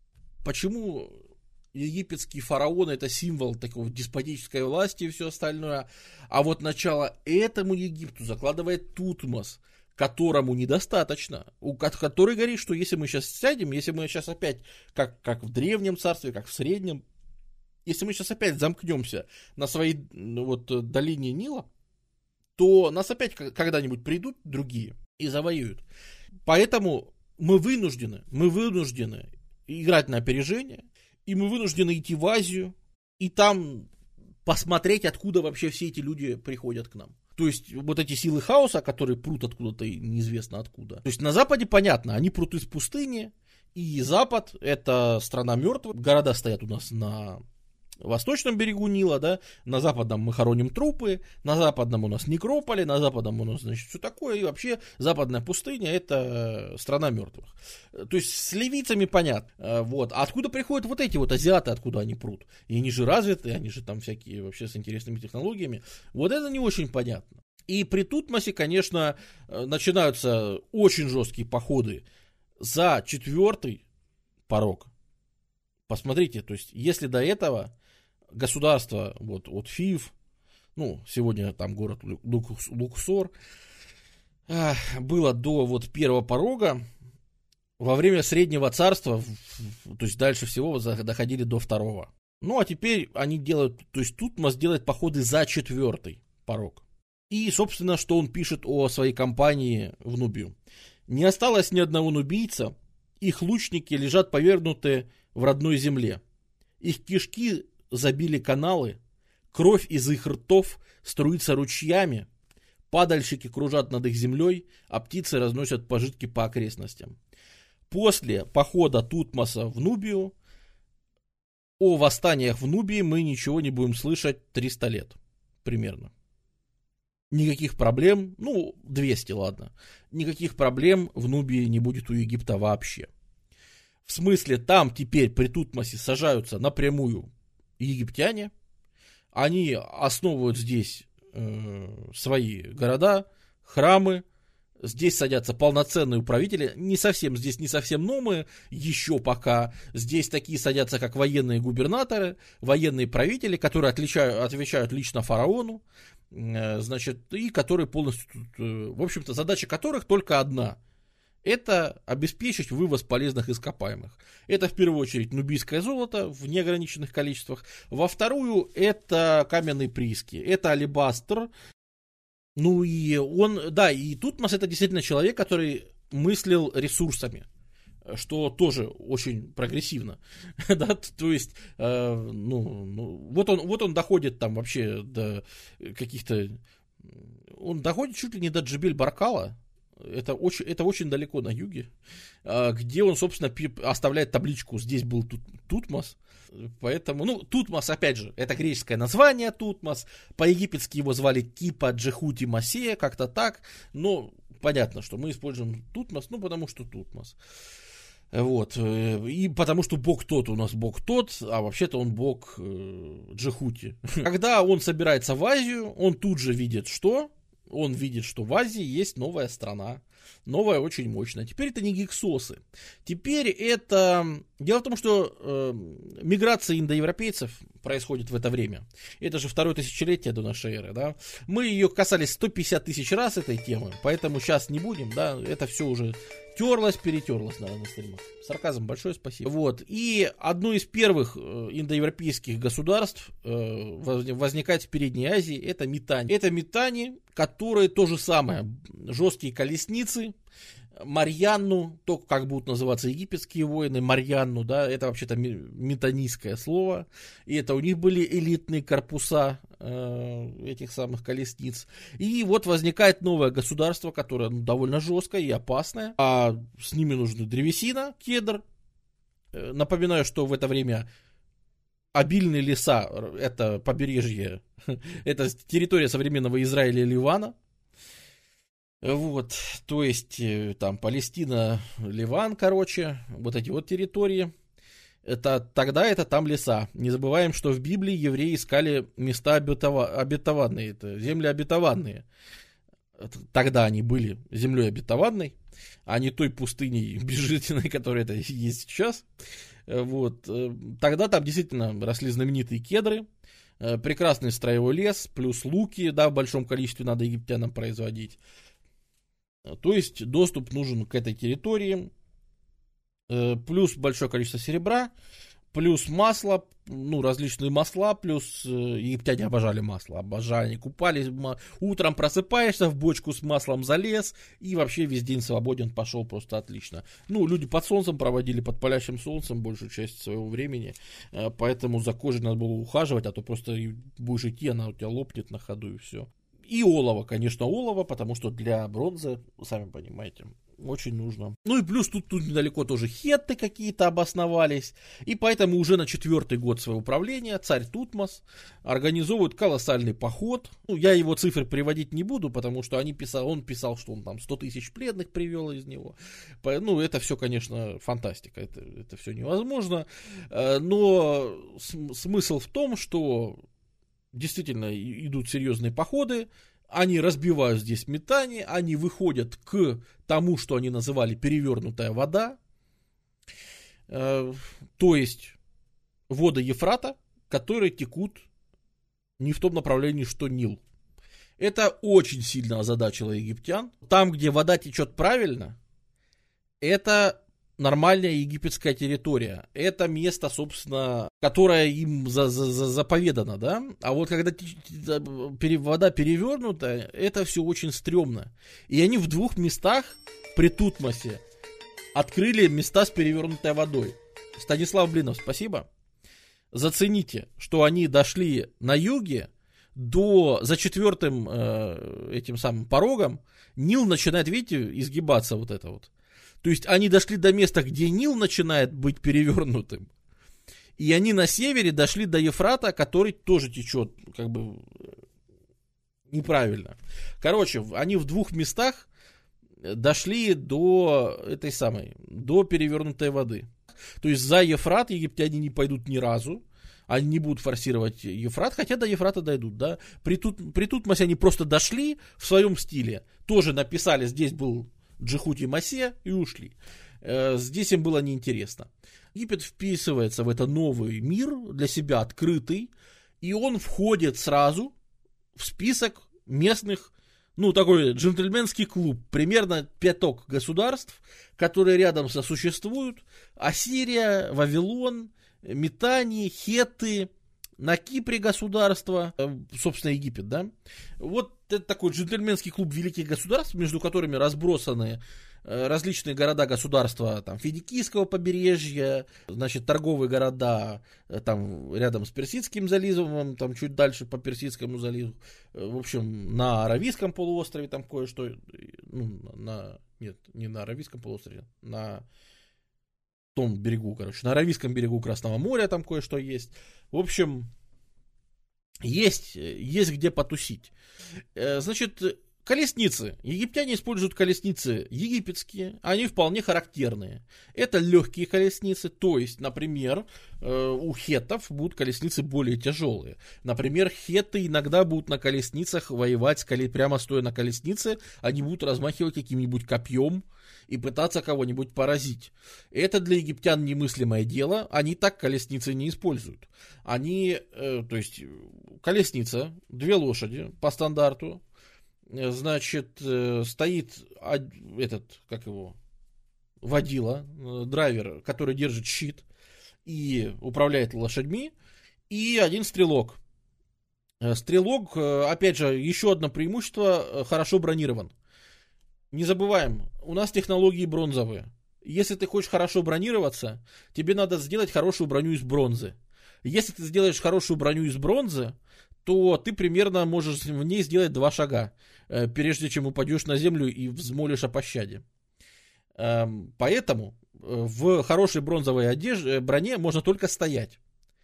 египетский фараон — это символ такой деспотической власти и все остальное. А вот начало этому Египту закладывает Тутмос, которому недостаточно. Который говорит, что если мы сейчас сядем, если мы сейчас опять, как в древнем царстве, как в среднем, если мы сейчас опять замкнемся на своей вот долине Нила, то нас опять когда-нибудь придут другие и завоюют. Поэтому мы вынуждены играть на опережение. И мы вынуждены идти в Азию, и там посмотреть, откуда вообще все эти люди приходят к нам. То есть вот эти силы хаоса, которые прут откуда-то неизвестно откуда. То есть на Западе понятно, они прут из пустыни, и Запад — это страна мертвых. Города стоят у нас на восточном берегу Нила, да, на западном мы хороним трупы, на западном у нас некрополи, на западном у нас, значит, все такое, и вообще западная пустыня — это страна мертвых. То есть с ливийцами понятно, вот. А откуда приходят вот эти вот азиаты, откуда они прут? И они же развиты, они же там всякие вообще с интересными технологиями. Вот это не очень понятно. И при Тутмосе, конечно, начинаются очень жесткие походы за 4-й порог. Посмотрите, то есть если до этого государство, вот от Фив, ну, сегодня там город Луксор, было до вот первого порога, во время Среднего Царства, то есть дальше всего доходили до 2-го. Ну, а теперь они делают, то есть Тутмос делает походы за 4-й порог. И, собственно, что он пишет о своей кампании в Нубию. Не осталось ни одного нубийца, их лучники лежат повергнутые в родной земле. Их кишки забили каналы, кровь из их ртов струится ручьями, падальщики кружат над их землей, а птицы разносят пожитки по окрестностям. После похода Тутмоса в Нубию о восстаниях в Нубии мы ничего не будем слышать 300 лет, примерно. Никаких проблем, 200, ладно, никаких проблем в Нубии не будет у Египта вообще. В смысле, там теперь при Тутмосе сажаются напрямую египтяне, они основывают здесь свои города, храмы, Здесь садятся полноценные управители, не совсем номы, еще пока. Здесь такие садятся, как военные губернаторы, военные правители, которые отвечают лично фараону, значит, и которые полностью, в общем-то, задача которых только одна. Это обеспечить вывоз полезных ископаемых. Это в первую очередь нубийское золото в неограниченных количествах. Во вторую это каменные прииски, это алебастр. Ну и и Тутмос это действительно человек, который мыслил ресурсами, что тоже очень прогрессивно. Да, то есть, вот он доходит там вообще до каких-то, он доходит чуть ли не до Джебель-Баркала. Это очень далеко на юге, где он, собственно, оставляет табличку «Здесь был Тутмос». Поэтому, Тутмос, опять же, это греческое название Тутмос. По-египетски его звали Кипа Джехути Масея, как-то так. Но понятно, что мы используем Тутмос, потому что Тутмос. Вот. И потому что бог тот у нас бог тот, а вообще-то он бог Джехути. Когда он собирается в Азию, он тут же видит, что... Он видит, что в Азии есть новая страна, новая, очень мощная. Теперь это не гиксосы. Теперь это... Дело в том, что миграция индоевропейцев происходит в это время. Это же второе тысячелетие до нашей эры, да. Мы ее касались 150 тысяч раз, этой темы, поэтому сейчас не будем, да. Это все уже перетерлось, наверное, на стримах. Сарказм большое спасибо. Вот. И одно из первых индоевропейских государств возникает в Передней Азии, это Митани. Это Митани, которые то же самое. Жесткие колесницы, Марьянну, то, как будут называться египетские воины, Марьянну, да, это вообще-то митанийское слово, и это у них были элитные корпуса этих самых колесниц. И вот возникает новое государство, которое довольно жесткое и опасное, а с ними нужны древесина, кедр. Напоминаю, что в это время обильные леса, это побережье, это территория современного Израиля и Ливана. Вот, то есть там Палестина, Ливан, вот эти вот территории. Тогда это там леса. Не забываем, что в Библии евреи искали места обетованные, это земли обетованные. Тогда они были землей обетованной, а не той пустыней безжизненной, которая это есть сейчас. Вот. Тогда там действительно росли знаменитые кедры, прекрасный строевой лес, плюс луки, да, в большом количестве надо египтянам производить. То есть доступ нужен к этой территории, плюс большое количество серебра, плюс масло, различные масла, плюс египтяне обожали масло, обожали, купались, утром просыпаешься, в бочку с маслом залез, и вообще весь день свободен, пошел просто отлично. Люди под солнцем проводили, под палящим солнцем большую часть своего времени, поэтому за кожей надо было ухаживать, а то просто будешь идти, она у тебя лопнет на ходу и все. И олово, конечно, потому что для бронзы, сами понимаете, очень нужно. И плюс тут недалеко тоже хетты какие-то обосновались, и поэтому уже на 4-й год своего правления царь Тутмос организовывает колоссальный поход. Я его цифры приводить не буду, потому что он писал, что он там 100 тысяч пленных привел из него. Это все, конечно, фантастика, это все невозможно. Но смысл в том, что действительно идут серьезные походы, они разбивают здесь Митани, они выходят к тому, что они называли перевернутая вода, то есть воды Ефрата, которые текут не в том направлении, что Нил. Это очень сильно озадачило египтян. Там, где вода течет правильно, это нормальная египетская территория. Это место, собственно, которое им заповедано, да? А вот когда вода перевернутая, это все очень стрёмно. И они в 2 местах при Тутмосе открыли места с перевернутой водой. Станислав Блинов, спасибо. Зацените, что они дошли на юге за 4-м этим самым порогом. Нил начинает, видите, изгибаться вот это вот. То есть они дошли до места, где Нил начинает быть перевернутым. И они на севере дошли до Ефрата, который тоже течет как бы неправильно. Короче, они в 2 местах дошли до перевернутой воды. То есть за Ефрат египтяне не пойдут ни разу. Они не будут форсировать Ефрат, хотя до Ефрата дойдут, да. При Тутмосе они просто дошли в своем стиле. тоже написали, здесь был Джихути Масе и ушли. Здесь им было неинтересно. Египет вписывается в этот новый мир, для себя открытый, и он входит сразу в список местных, ну, такой джентльменский клуб, примерно 5 государств, которые рядом сосуществуют: Ассирия, Вавилон, Митани, Хетты, на Кипре государство, собственно, Египет, да. Вот это такой джентльменский клуб великих государств, между которыми разбросаны различные города-государства, там, Финикийского побережья, значит, торговые города, там, рядом с Персидским заливом, там, чуть дальше по Персидскому заливу, в общем, на Аравийском полуострове там кое-что, ну, нет, не на Аравийском полуострове, на том берегу, короче, на Аравийском берегу Красного моря там кое-что есть. В общем, есть где потусить. Значит, колесницы. Египтяне используют колесницы египетские, они вполне характерные. Это легкие колесницы, то есть, например, у хеттов будут колесницы более тяжелые. Например, хетты иногда будут на колесницах воевать, прямо стоя на колеснице, они будут размахивать каким-нибудь копьем и пытаться кого-нибудь поразить. Это для египтян немыслимое дело, они так колесницы не используют. Они, то есть, колесница, 2 лошади по стандарту, значит, стоит этот, как его, водила, драйвер, который держит щит и управляет лошадьми, и 1 стрелок. Стрелок, опять же, еще одно преимущество, хорошо бронирован. Не забываем, у нас технологии бронзовые. Если ты хочешь хорошо бронироваться, тебе надо сделать хорошую броню из бронзы. Если ты сделаешь хорошую броню из бронзы, то ты примерно можешь в ней сделать 2 шага, прежде чем упадешь на землю и взмолишь о пощаде. Поэтому в хорошей бронзовой броне можно только стоять.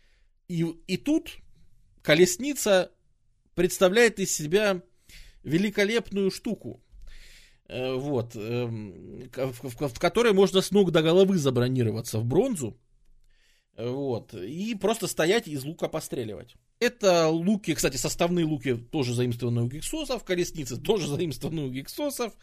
И тут колесница представляет из себя великолепную штуку, вот, в которой можно с ног до головы забронироваться в бронзу. Вот, и просто стоять и из лука постреливать. Это луки, кстати, составные луки тоже заимствованные у гиксосов, колесницы тоже заимствованные у гиксосов.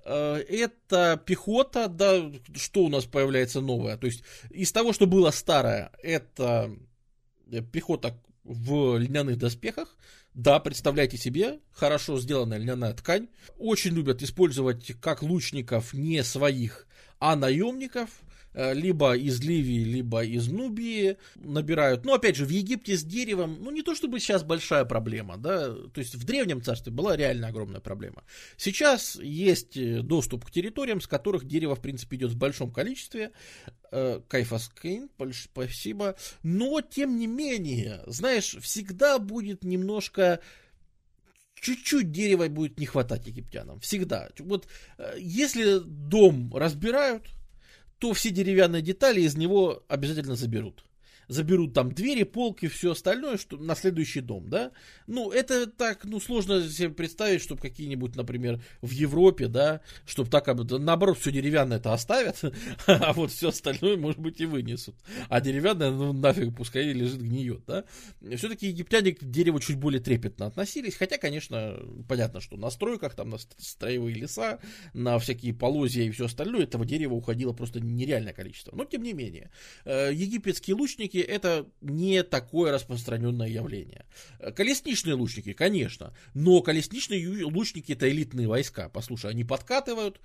Это пехота, да, что у нас появляется новое. То есть из того, что было старое, это пехота в льняных доспехах. Да, представляйте себе, хорошо сделанная льняная ткань. Очень любят использовать как лучников не своих, а наемников. Либо из Ливии, либо из Нубии набирают. Но, опять же, в Египте с деревом, ну, не то чтобы сейчас большая проблема, да, то есть в Древнем Царстве была реально огромная проблема. Сейчас есть доступ к территориям, с которых дерево, в принципе, идет в большом количестве. Кайфаскейн, спасибо. Но, тем не менее, знаешь, всегда будет немножко... Чуть-чуть дерева будет не хватать египтянам. Всегда. Вот если дом разбирают, то все деревянные детали из него обязательно заберут. Заберут там двери, полки, все остальное, что на следующий дом, да. Ну, это так, ну, сложно себе представить, чтобы какие-нибудь, например, в Европе, да, чтобы так, наоборот, все деревянное это оставят, а вот все остальное, может быть, и вынесут. А деревянное, ну, нафиг, пускай лежит, гниет, да. Все-таки египтяне к дереву чуть более трепетно относились, хотя, конечно, понятно, что на стройках, там, на строевые леса, на всякие полозья и все остальное, этого дерева уходило просто нереальное количество. Но, тем не менее, египетские лучники это не такое распространенное явление. Колесничные лучники, конечно, но колесничные лучники это элитные войска. Послушай, они подкатывают,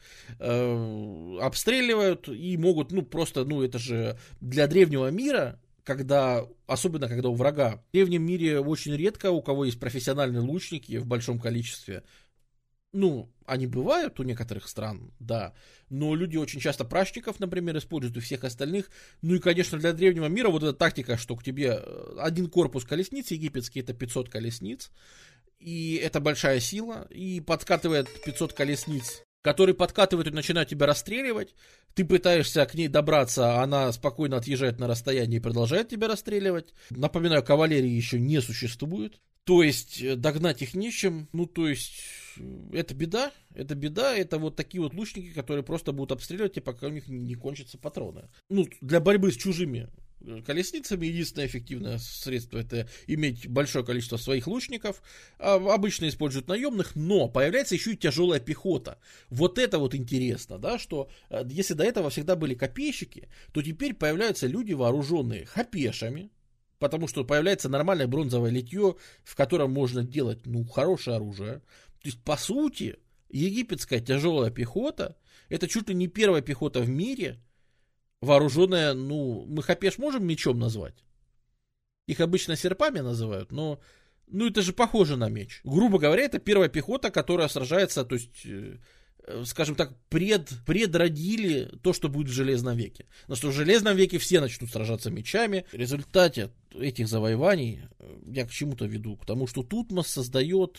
обстреливают и могут, ну, просто, ну, это же для древнего мира, особенно когда у врага. В древнем мире очень редко у кого есть профессиональные лучники в большом количестве. Ну, они бывают у некоторых стран, да, но люди очень часто пращиков, например, используют, и всех остальных. Ну и, конечно, для древнего мира вот эта тактика, что к тебе 1 корпус колесниц, египетский это 500 колесниц, и это большая сила, и подкатывает 500 колесниц, которые подкатывают и начинают тебя расстреливать. Ты пытаешься к ней добраться, а она спокойно отъезжает на расстояние и продолжает тебя расстреливать. Напоминаю, кавалерии еще не существует. То есть догнать их нечем, ну то есть это беда, это вот такие вот лучники, которые просто будут обстреливать тебя, пока у них не кончатся патроны. Ну, для борьбы с чужими колесницами. Единственное эффективное средство — это иметь большое количество своих лучников. Обычно используют наемных, но появляется еще и тяжелая пехота. Вот это вот интересно, да, что если до этого всегда были копейщики, то теперь появляются люди, вооруженные хапешами, потому что появляется нормальное бронзовое литье, в котором можно делать, хорошее оружие. То есть, по сути, египетская тяжелая пехота — это чуть ли не первая пехота в мире, вооруженная, мы хапеш можем мечом назвать? Их обычно серпами называют, но это же похоже на меч. Грубо говоря, это первая пехота, которая сражается, то есть, скажем так, предродили то, что будет в Железном веке. Но что в Железном веке все начнут сражаться мечами. В результате этих завоеваний я к чему-то веду, к тому, что Тутмос создает...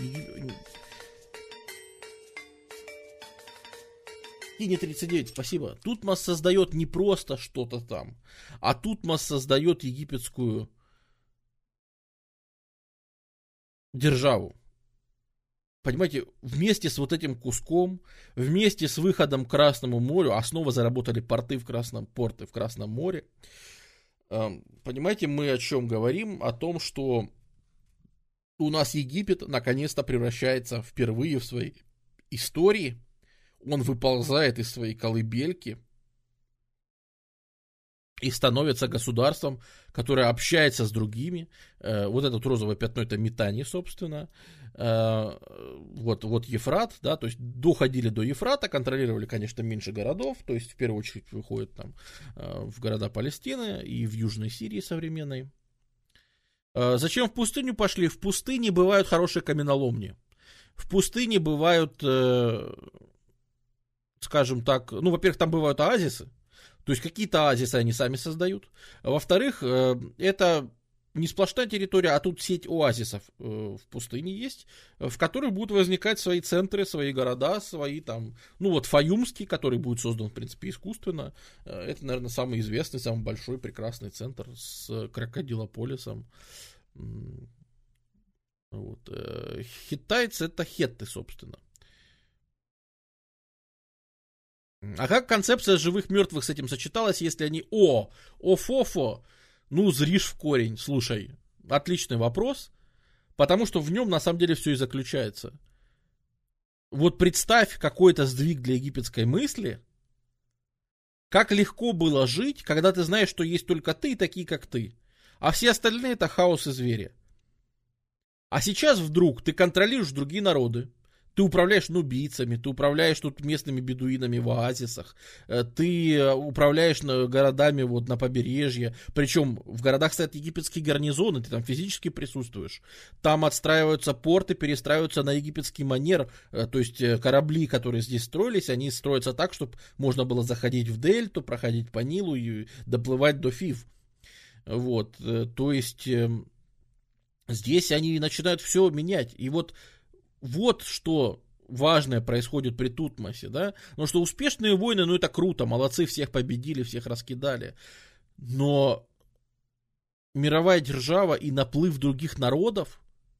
И не 39, спасибо. Тутмос создает не просто что-то там, а Тутмос создает египетскую державу. Понимаете, вместе с вот этим куском, вместе с выходом к Красному морю, а снова заработали порты в Красном море. Понимаете, мы о чем говорим? О том, что у нас Египет наконец-то превращается впервые в своей истории. Он выползает из своей колыбельки и становится государством, которое общается с другими. Вот это розовое пятно — это Митани, собственно. Вот Ефрат, да, то есть доходили до Ефрата, контролировали, конечно, меньше городов, то есть в первую очередь выходят там в города Палестины и в Южной Сирии современной. Зачем в пустыню пошли? В пустыне бывают хорошие каменоломни. В пустыне бывают... скажем так, во-первых, там бывают оазисы, то есть какие-то оазисы они сами создают. Во-вторых, это не сплошная территория, а тут сеть оазисов в пустыне есть, в которых будут возникать свои центры, свои города, свои там, Фаюмский, который будет создан, в принципе, искусственно. Это, наверное, самый известный, самый большой, прекрасный центр с крокодилополисом. Хиттайцы — это хетты, собственно. А как концепция живых мертвых с этим сочеталась, если они офофо, зришь в корень? Слушай, отличный вопрос, потому что в нем на самом деле все и заключается. Вот представь какой-то сдвиг для египетской мысли, как легко было жить, когда ты знаешь, что есть только ты и такие, как ты, а все остальные — это хаос и звери. А сейчас вдруг ты контролируешь другие народы. Ты управляешь нубийцами, ты управляешь тут местными бедуинами в оазисах, ты управляешь городами вот на побережье, причем в городах стоят египетские гарнизоны, ты там физически присутствуешь, там отстраиваются порты, перестраиваются на египетский манер, то есть корабли, которые здесь строились, они строятся так, чтобы можно было заходить в дельту, проходить по Нилу и доплывать до Фив. Вот, то есть здесь они начинают все менять, и вот что важное происходит при Тутмосе, да, потому что успешные войны, это круто, молодцы, всех победили, всех раскидали, но мировая держава и наплыв других народов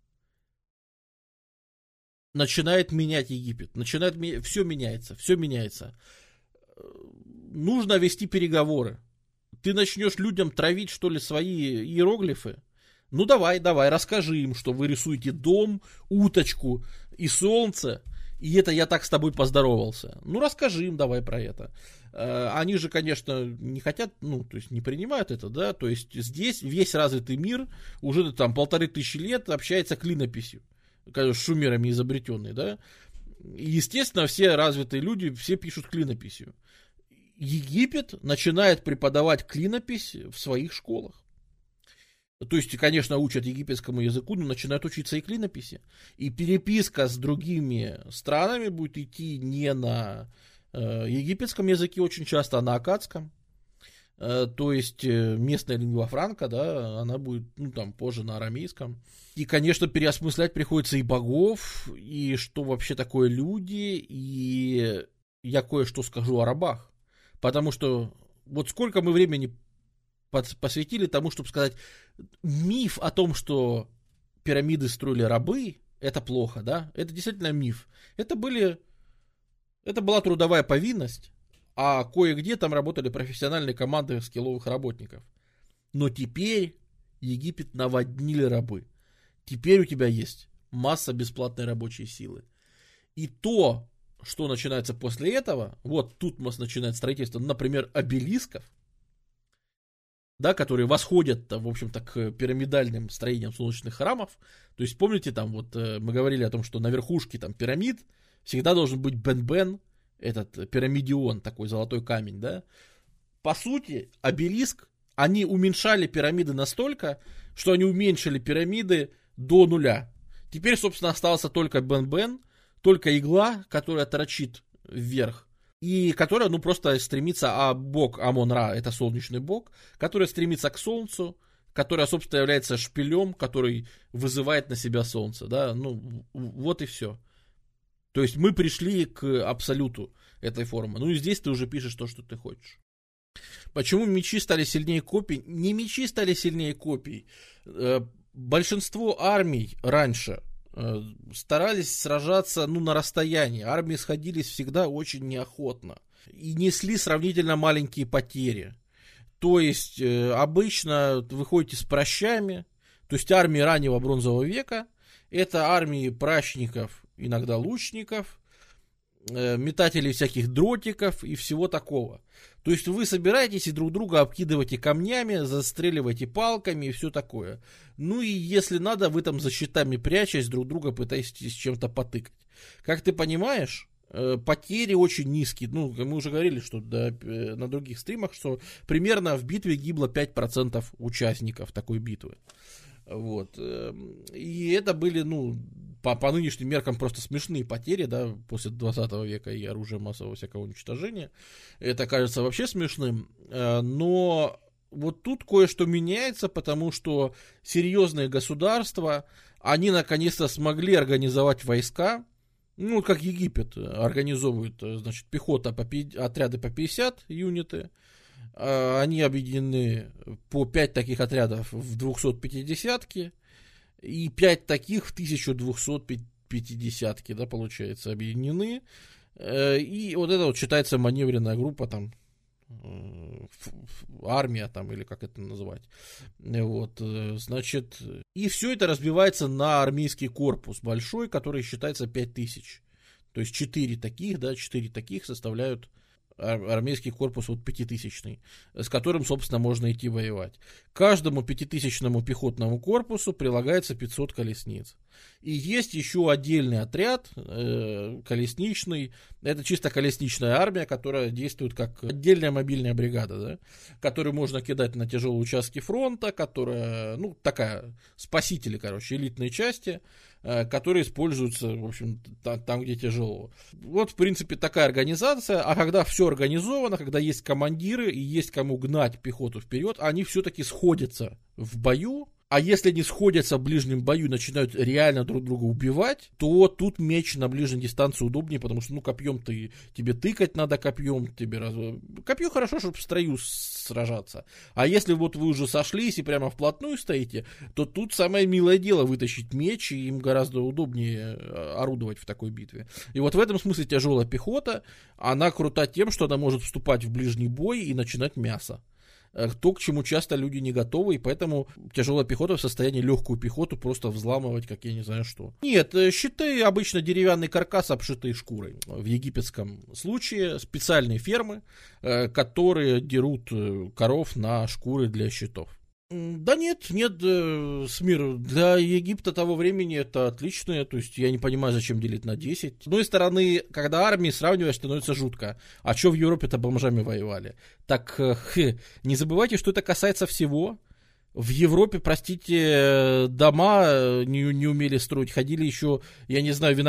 начинает менять Египет, все меняется. Нужно вести переговоры. Ты начнешь людям травить, что ли, свои иероглифы? Давай, расскажи им, что вы рисуете дом, уточку и солнце, и это я так с тобой поздоровался. Расскажи им давай про это. Они же, конечно, не хотят, то есть не принимают это, да, то есть здесь весь развитый мир уже там 1500 лет общается клинописью, шумерами изобретенной, да. И, естественно, все развитые люди, все пишут клинописью. Египет начинает преподавать клинопись в своих школах. То есть, конечно, учат египетскому языку, но начинают учиться и клинописи. И переписка с другими странами будет идти не на египетском языке очень часто, а на аккадском. То есть, местная лингва франка, да, она будет, позже на арамейском. И, конечно, переосмыслять приходится и богов, и что вообще такое люди, и я кое-что скажу о рабах. Потому что вот сколько мы времени посвятили тому, чтобы сказать, миф о том, что пирамиды строили рабы, это плохо, да? Это действительно миф. Это была трудовая повинность, а кое-где там работали профессиональные команды скилловых работников. Но теперь Египет наводнили рабы. Теперь у тебя есть масса бесплатной рабочей силы. И то, что начинается после этого, вот Тутмос начинает строительство, например, обелисков, да, которые восходят, в общем-то, к пирамидальным строениям солнечных храмов. То есть, помните, там вот мы говорили о том, что на верхушке там пирамид всегда должен быть бен-бен, этот пирамидион, такой золотой камень, да. По сути, обелиск, они уменьшали пирамиды настолько, что они уменьшили пирамиды до нуля. Теперь, собственно, остался только бен-бен, только игла, которая торчит вверх, и которая, ну, просто стремится, а бог Амон-Ра, это солнечный бог, который стремится к солнцу, которая, собственно, является шпилем, который вызывает на себя солнце, да, ну, вот и все. То есть мы пришли к абсолюту этой формы. Ну и здесь ты уже пишешь то, что ты хочешь. Почему мечи стали сильнее копий? Не мечи стали сильнее копий. Большинство армий раньше старались сражаться, ну, на расстоянии. Армии сходились всегда очень неохотно и несли сравнительно маленькие потери. То есть обычно вы ходите с пращами. То есть армии раннего бронзового века это армии пращников, иногда лучников, метателей всяких дротиков и всего такого. То есть вы собираетесь и друг друга обкидываете камнями, застреливаете палками и все такое. Ну и если надо, вы там за щитами прячась друг друга пытаетесь чем-то потыкать. Как ты понимаешь, потери очень низкие. Ну, мы уже говорили, что на других стримах, что примерно в битве гибло 5% участников такой битвы. Вот. И это были, ну, по нынешним меркам просто смешные потери, да, после 20 века и оружия массового всякого уничтожения. Это кажется вообще смешным. Но вот тут кое-что меняется, потому что серьезные государства, они наконец-то смогли организовать войска. Ну, как Египет организовывает, значит, пехота, отряды по 50 юниты. Они объединены по 5 таких отрядов в 250-ки и 5 таких в 1250-ки, да, получается, объединены. И вот это вот считается маневренная группа, там, армия, там, или как это называть. Вот, значит, и все это разбивается на армейский корпус большой, который считается 5000. То есть 4 таких, да, 4 таких составляют армейский корпус вот 5000-й, с которым, собственно, можно идти воевать. К каждому 5000-му пехотному корпусу прилагается 500 колесниц. И есть еще отдельный отряд колесничный. Это чисто колесничная армия, которая действует как отдельная мобильная бригада, да, которую можно кидать на тяжелые участки фронта, которая, ну, такая, спасители, короче, элитные части, которые используются, в общем, там, где тяжело. Вот, в принципе, такая организация. А когда все организовано, когда есть командиры и есть кому гнать пехоту вперед, они все-таки сходятся в бою. А если они сходятся в ближнем бою и начинают реально друг друга убивать, то тут меч на ближней дистанции удобнее, потому что, ну, копьем тебе тыкать надо копьем, копье хорошо, чтобы в строю сражаться. А если вот вы уже сошлись и прямо вплотную стоите, то тут самое милое дело вытащить меч, и им гораздо удобнее орудовать в такой битве. И вот в этом смысле тяжелая пехота, она крута тем, что она может вступать в ближний бой и начинать мясо. То, к чему часто люди не готовы, и поэтому тяжелая пехота в состоянии легкую пехоту просто взламывать, как я не знаю что. Нет, щиты обычно деревянный каркас, обшитый шкурой. В египетском случае специальные фермы, которые дерут коров на шкуры для щитов. Да нет, Смир, для Египта того времени это отличное, то есть я не понимаю, зачем делить на 10. С одной стороны, когда армии сравниваешь, становится жутко. А что в Европе-то бомжами воевали? Так, не забывайте, что это касается всего. В Европе, простите, дома не умели строить, ходили еще, я не знаю,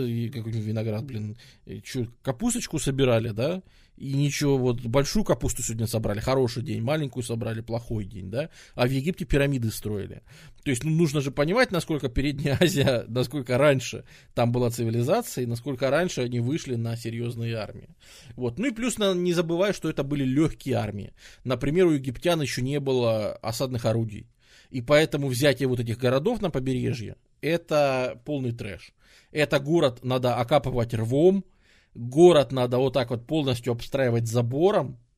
капусточку собирали, да, и ничего, вот большую капусту сегодня собрали, хороший день, маленькую собрали, плохой день, да, а в Египте пирамиды строили. То есть, ну, нужно же понимать, насколько Передняя Азия, насколько раньше там была цивилизация, и насколько раньше они вышли на серьезные армии. Вот, ну и плюс не забывай, что это были легкие армии. Например, у египтян еще не было осадных орудий, и поэтому взятие вот этих городов на побережье, это полный трэш. Это город надо окапывать рвом, город надо вот так вот полностью обстраивать забором,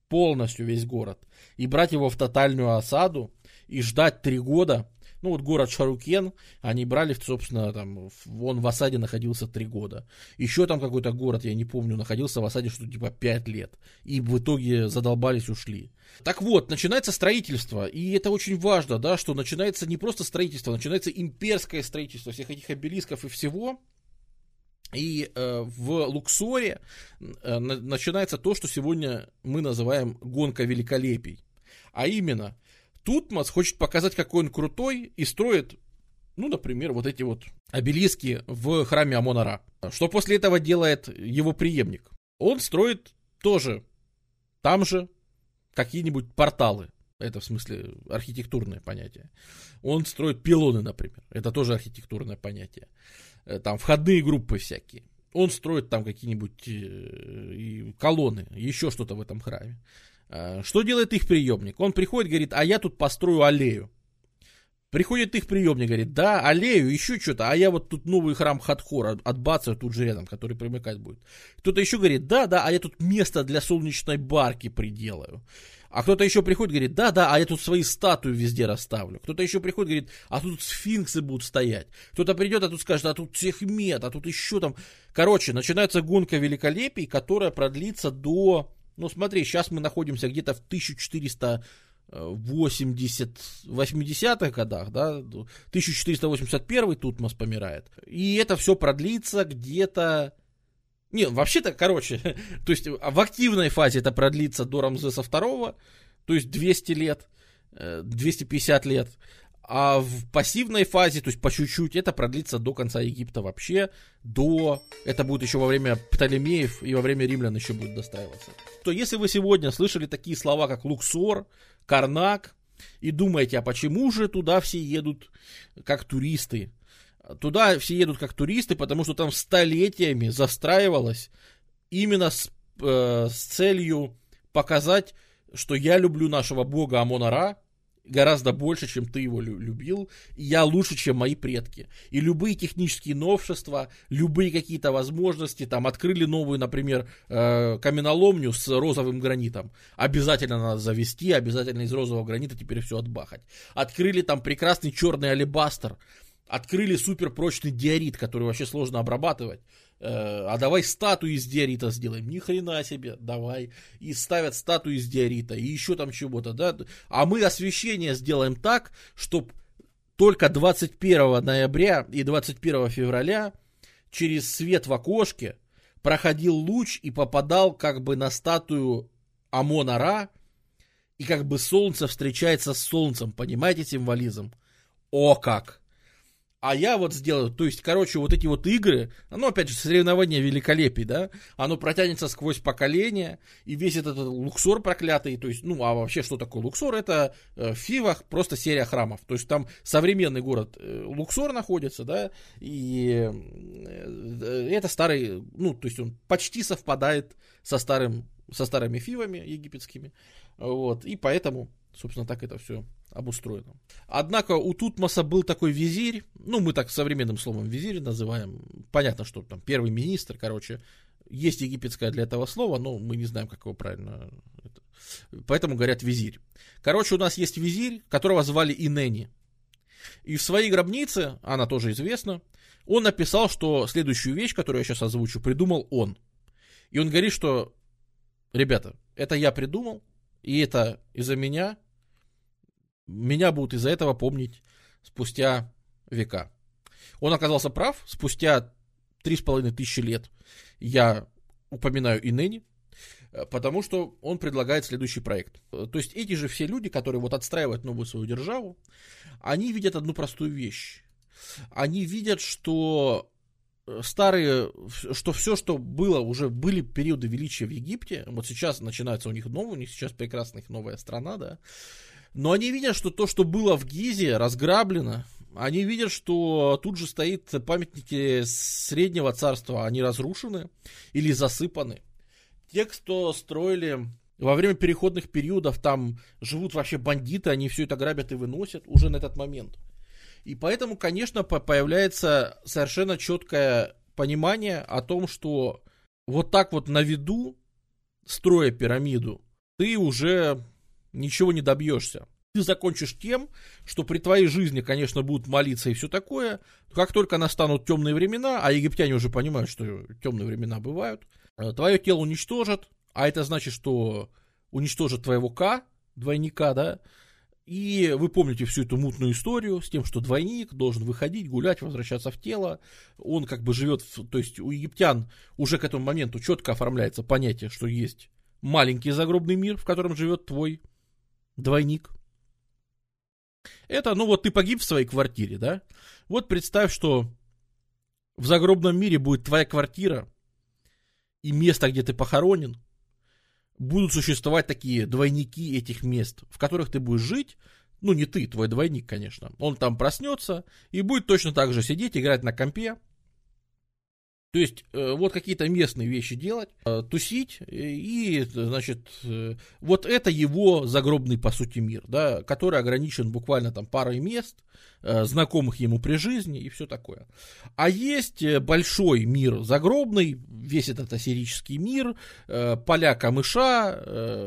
полностью весь город, и брать его в тотальную осаду, и ждать 3 года. Ну, вот город Шарукен, они брали, собственно, там, он в осаде находился 3 года. Еще там какой-то город, я не помню, находился в осаде что-то типа 5 лет. И в итоге задолбались, ушли. Так вот, начинается строительство, и это очень важно, да, что начинается не просто строительство, начинается имперское строительство всех этих обелисков и всего. И в Луксоре начинается то, что сегодня мы называем гонка великолепий. А именно, Тутмос хочет показать, какой он крутой, и строит, ну, например, вот эти вот обелиски в храме Амон-Ра. Что после этого делает его преемник? Он строит тоже там же какие-нибудь порталы. Это в смысле архитектурное понятие. Он строит пилоны, например. Это тоже архитектурное понятие. Там входные группы всякие. Он строит там какие-нибудь колонны, еще что-то в этом храме. Что делает их преемник? Он приходит, говорит, а я тут построю аллею. Приходит их приемник, говорит, да, аллею, еще что-то, а я вот тут новый храм Хатхора отбацаю тут же рядом, который примыкать будет. Кто-то еще говорит, да, а я тут место для солнечной барки приделаю. А кто-то еще приходит, говорит, да, а я тут свои статуи везде расставлю. Кто-то еще приходит, говорит, а тут сфинксы будут стоять. Кто-то придет, а тут скажет, а тут Сехмет, а тут еще там. Короче, начинается гонка великолепий, которая продлится до... Ну смотри, сейчас мы находимся где-то в 1480-80-х годах, да, 1481 Тутмос помирает. И это все продлится где-то... Не, вообще-то, короче, то есть в активной фазе это продлится до Рамзеса II, то есть 200 лет, 250 лет, а в пассивной фазе, то есть по чуть-чуть, это продлится до конца Египта вообще, это будет еще во время Птолемеев и во время римлян еще будет достраиваться. То если вы сегодня слышали такие слова, как Луксор, Карнак, и думаете, а почему же туда все едут как туристы? Туда все едут как туристы, потому что там столетиями застраивалось именно с целью показать, что я люблю нашего бога Амон-Ра гораздо больше, чем ты его любил, и я лучше, чем мои предки. И любые технические новшества, любые какие-то возможности, там открыли новую, например, каменоломню с розовым гранитом. Обязательно надо завести, обязательно из розового гранита теперь все отбахать. Открыли там прекрасный черный алебастр. Открыли суперпрочный диорит, который вообще сложно обрабатывать. А давай статую из диорита сделаем. Ни хрена себе, давай. И ставят статую из диорита, и еще там чего-то, да. А мы освещение сделаем так, чтобы только 21 ноября и 21 февраля через свет в окошке проходил луч и попадал как бы на статую Амон-Ра, и как бы солнце встречается с солнцем. Понимаете символизм? О как! А я вот сделаю, то есть, короче, вот эти вот игры, оно, опять же, соревнование великолепий, да, оно протянется сквозь поколения, и весь этот Луксор проклятый, то есть, ну, а вообще, что такое Луксор? Это в Фивах просто серия храмов, то есть, там современный город Луксор находится, да, и это старый, ну, то есть, он почти совпадает со старыми Фивами египетскими, вот, и поэтому, собственно, так это все обустроено. Однако у Тутмоса был такой визирь, ну, мы так современным словом визирь называем, понятно, что там первый министр, короче, есть египетское для этого слова, но мы не знаем, как его правильно, поэтому говорят визирь. Короче, у нас есть визирь, которого звали Инени, и в своей гробнице, она тоже известна, он написал, что следующую вещь, которую я сейчас озвучу, придумал он. И он говорит, что, ребята, это я придумал, и это из-за меня будут из-за этого помнить спустя века. Он оказался прав. Спустя 3500 лет я упоминаю Инени, потому что он предлагает следующий проект. То есть эти же все люди, которые вот отстраивают новую свою державу, они видят одну простую вещь. Они видят, что все, что было, уже были периоды величия в Египте, вот сейчас начинается у них сейчас прекрасная их новая страна, да, но они видят, что то, что было в Гизе, разграблено. Они видят, что тут же стоит памятники Среднего Царства, они разрушены или засыпаны. Те, кто строили во время переходных периодов, там живут вообще бандиты, они все это грабят и выносят уже на этот момент. И поэтому, конечно, появляется совершенно четкое понимание о том, что вот так вот на виду, строя пирамиду, ты уже ничего не добьешься. Ты закончишь тем, что при твоей жизни, конечно, будут молиться и все такое. Как только настанут темные времена, а египтяне уже понимают, что темные времена бывают, твое тело уничтожат, а это значит, что уничтожат твоего двойника, да, и вы помните всю эту мутную историю с тем, что двойник должен выходить, гулять, возвращаться в тело, он как бы живет, то есть у египтян уже к этому моменту четко оформляется понятие, что есть маленький загробный мир, в котором живет твой двойник. Это, ну вот ты погиб в своей квартире, да? Вот представь, что в загробном мире будет твоя квартира и место, где ты похоронен. Будут существовать такие двойники этих мест, в которых ты будешь жить. Ну, не ты, твой двойник, конечно. Он там проснется и будет точно так же сидеть, играть на компе. То есть, вот какие-то местные вещи делать, тусить, и, значит, вот это его загробный, по сути, мир, да, который ограничен буквально там парой мест, знакомых ему при жизни и все такое. А есть большой мир загробный, весь этот ассирийский мир, поля камыша,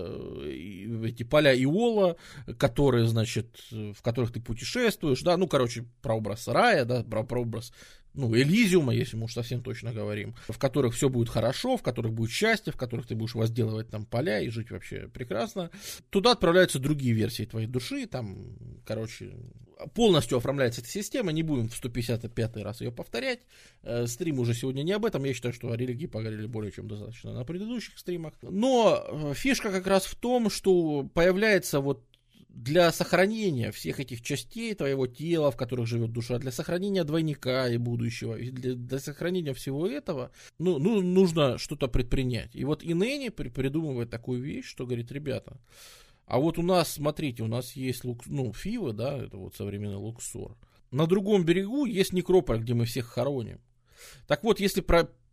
эти поля Иола, которые, значит, в которых ты путешествуешь, да, ну, короче, прообраз рая, да, прообраз, ну, Элизиума, если мы уж совсем точно говорим, в которых все будет хорошо, в которых будет счастье, в которых ты будешь возделывать там поля и жить вообще прекрасно. Туда отправляются другие версии твоей души, там, короче, полностью оформляется эта система, не будем в 155-й раз ее повторять. Стрим уже сегодня не об этом, я считаю, что о религии поговорили более чем достаточно на предыдущих стримах. Но фишка как раз в том, что появляется вот для сохранения всех этих частей твоего тела, в которых живет душа, для сохранения двойника и будущего, и для сохранения всего этого, ну, нужно что-то предпринять. И вот Инени придумывает такую вещь, что говорит: ребята, а вот у нас, смотрите, у нас есть Фивы, да, это вот современный Луксор. На другом берегу есть некрополь, где мы всех хороним. Так вот, если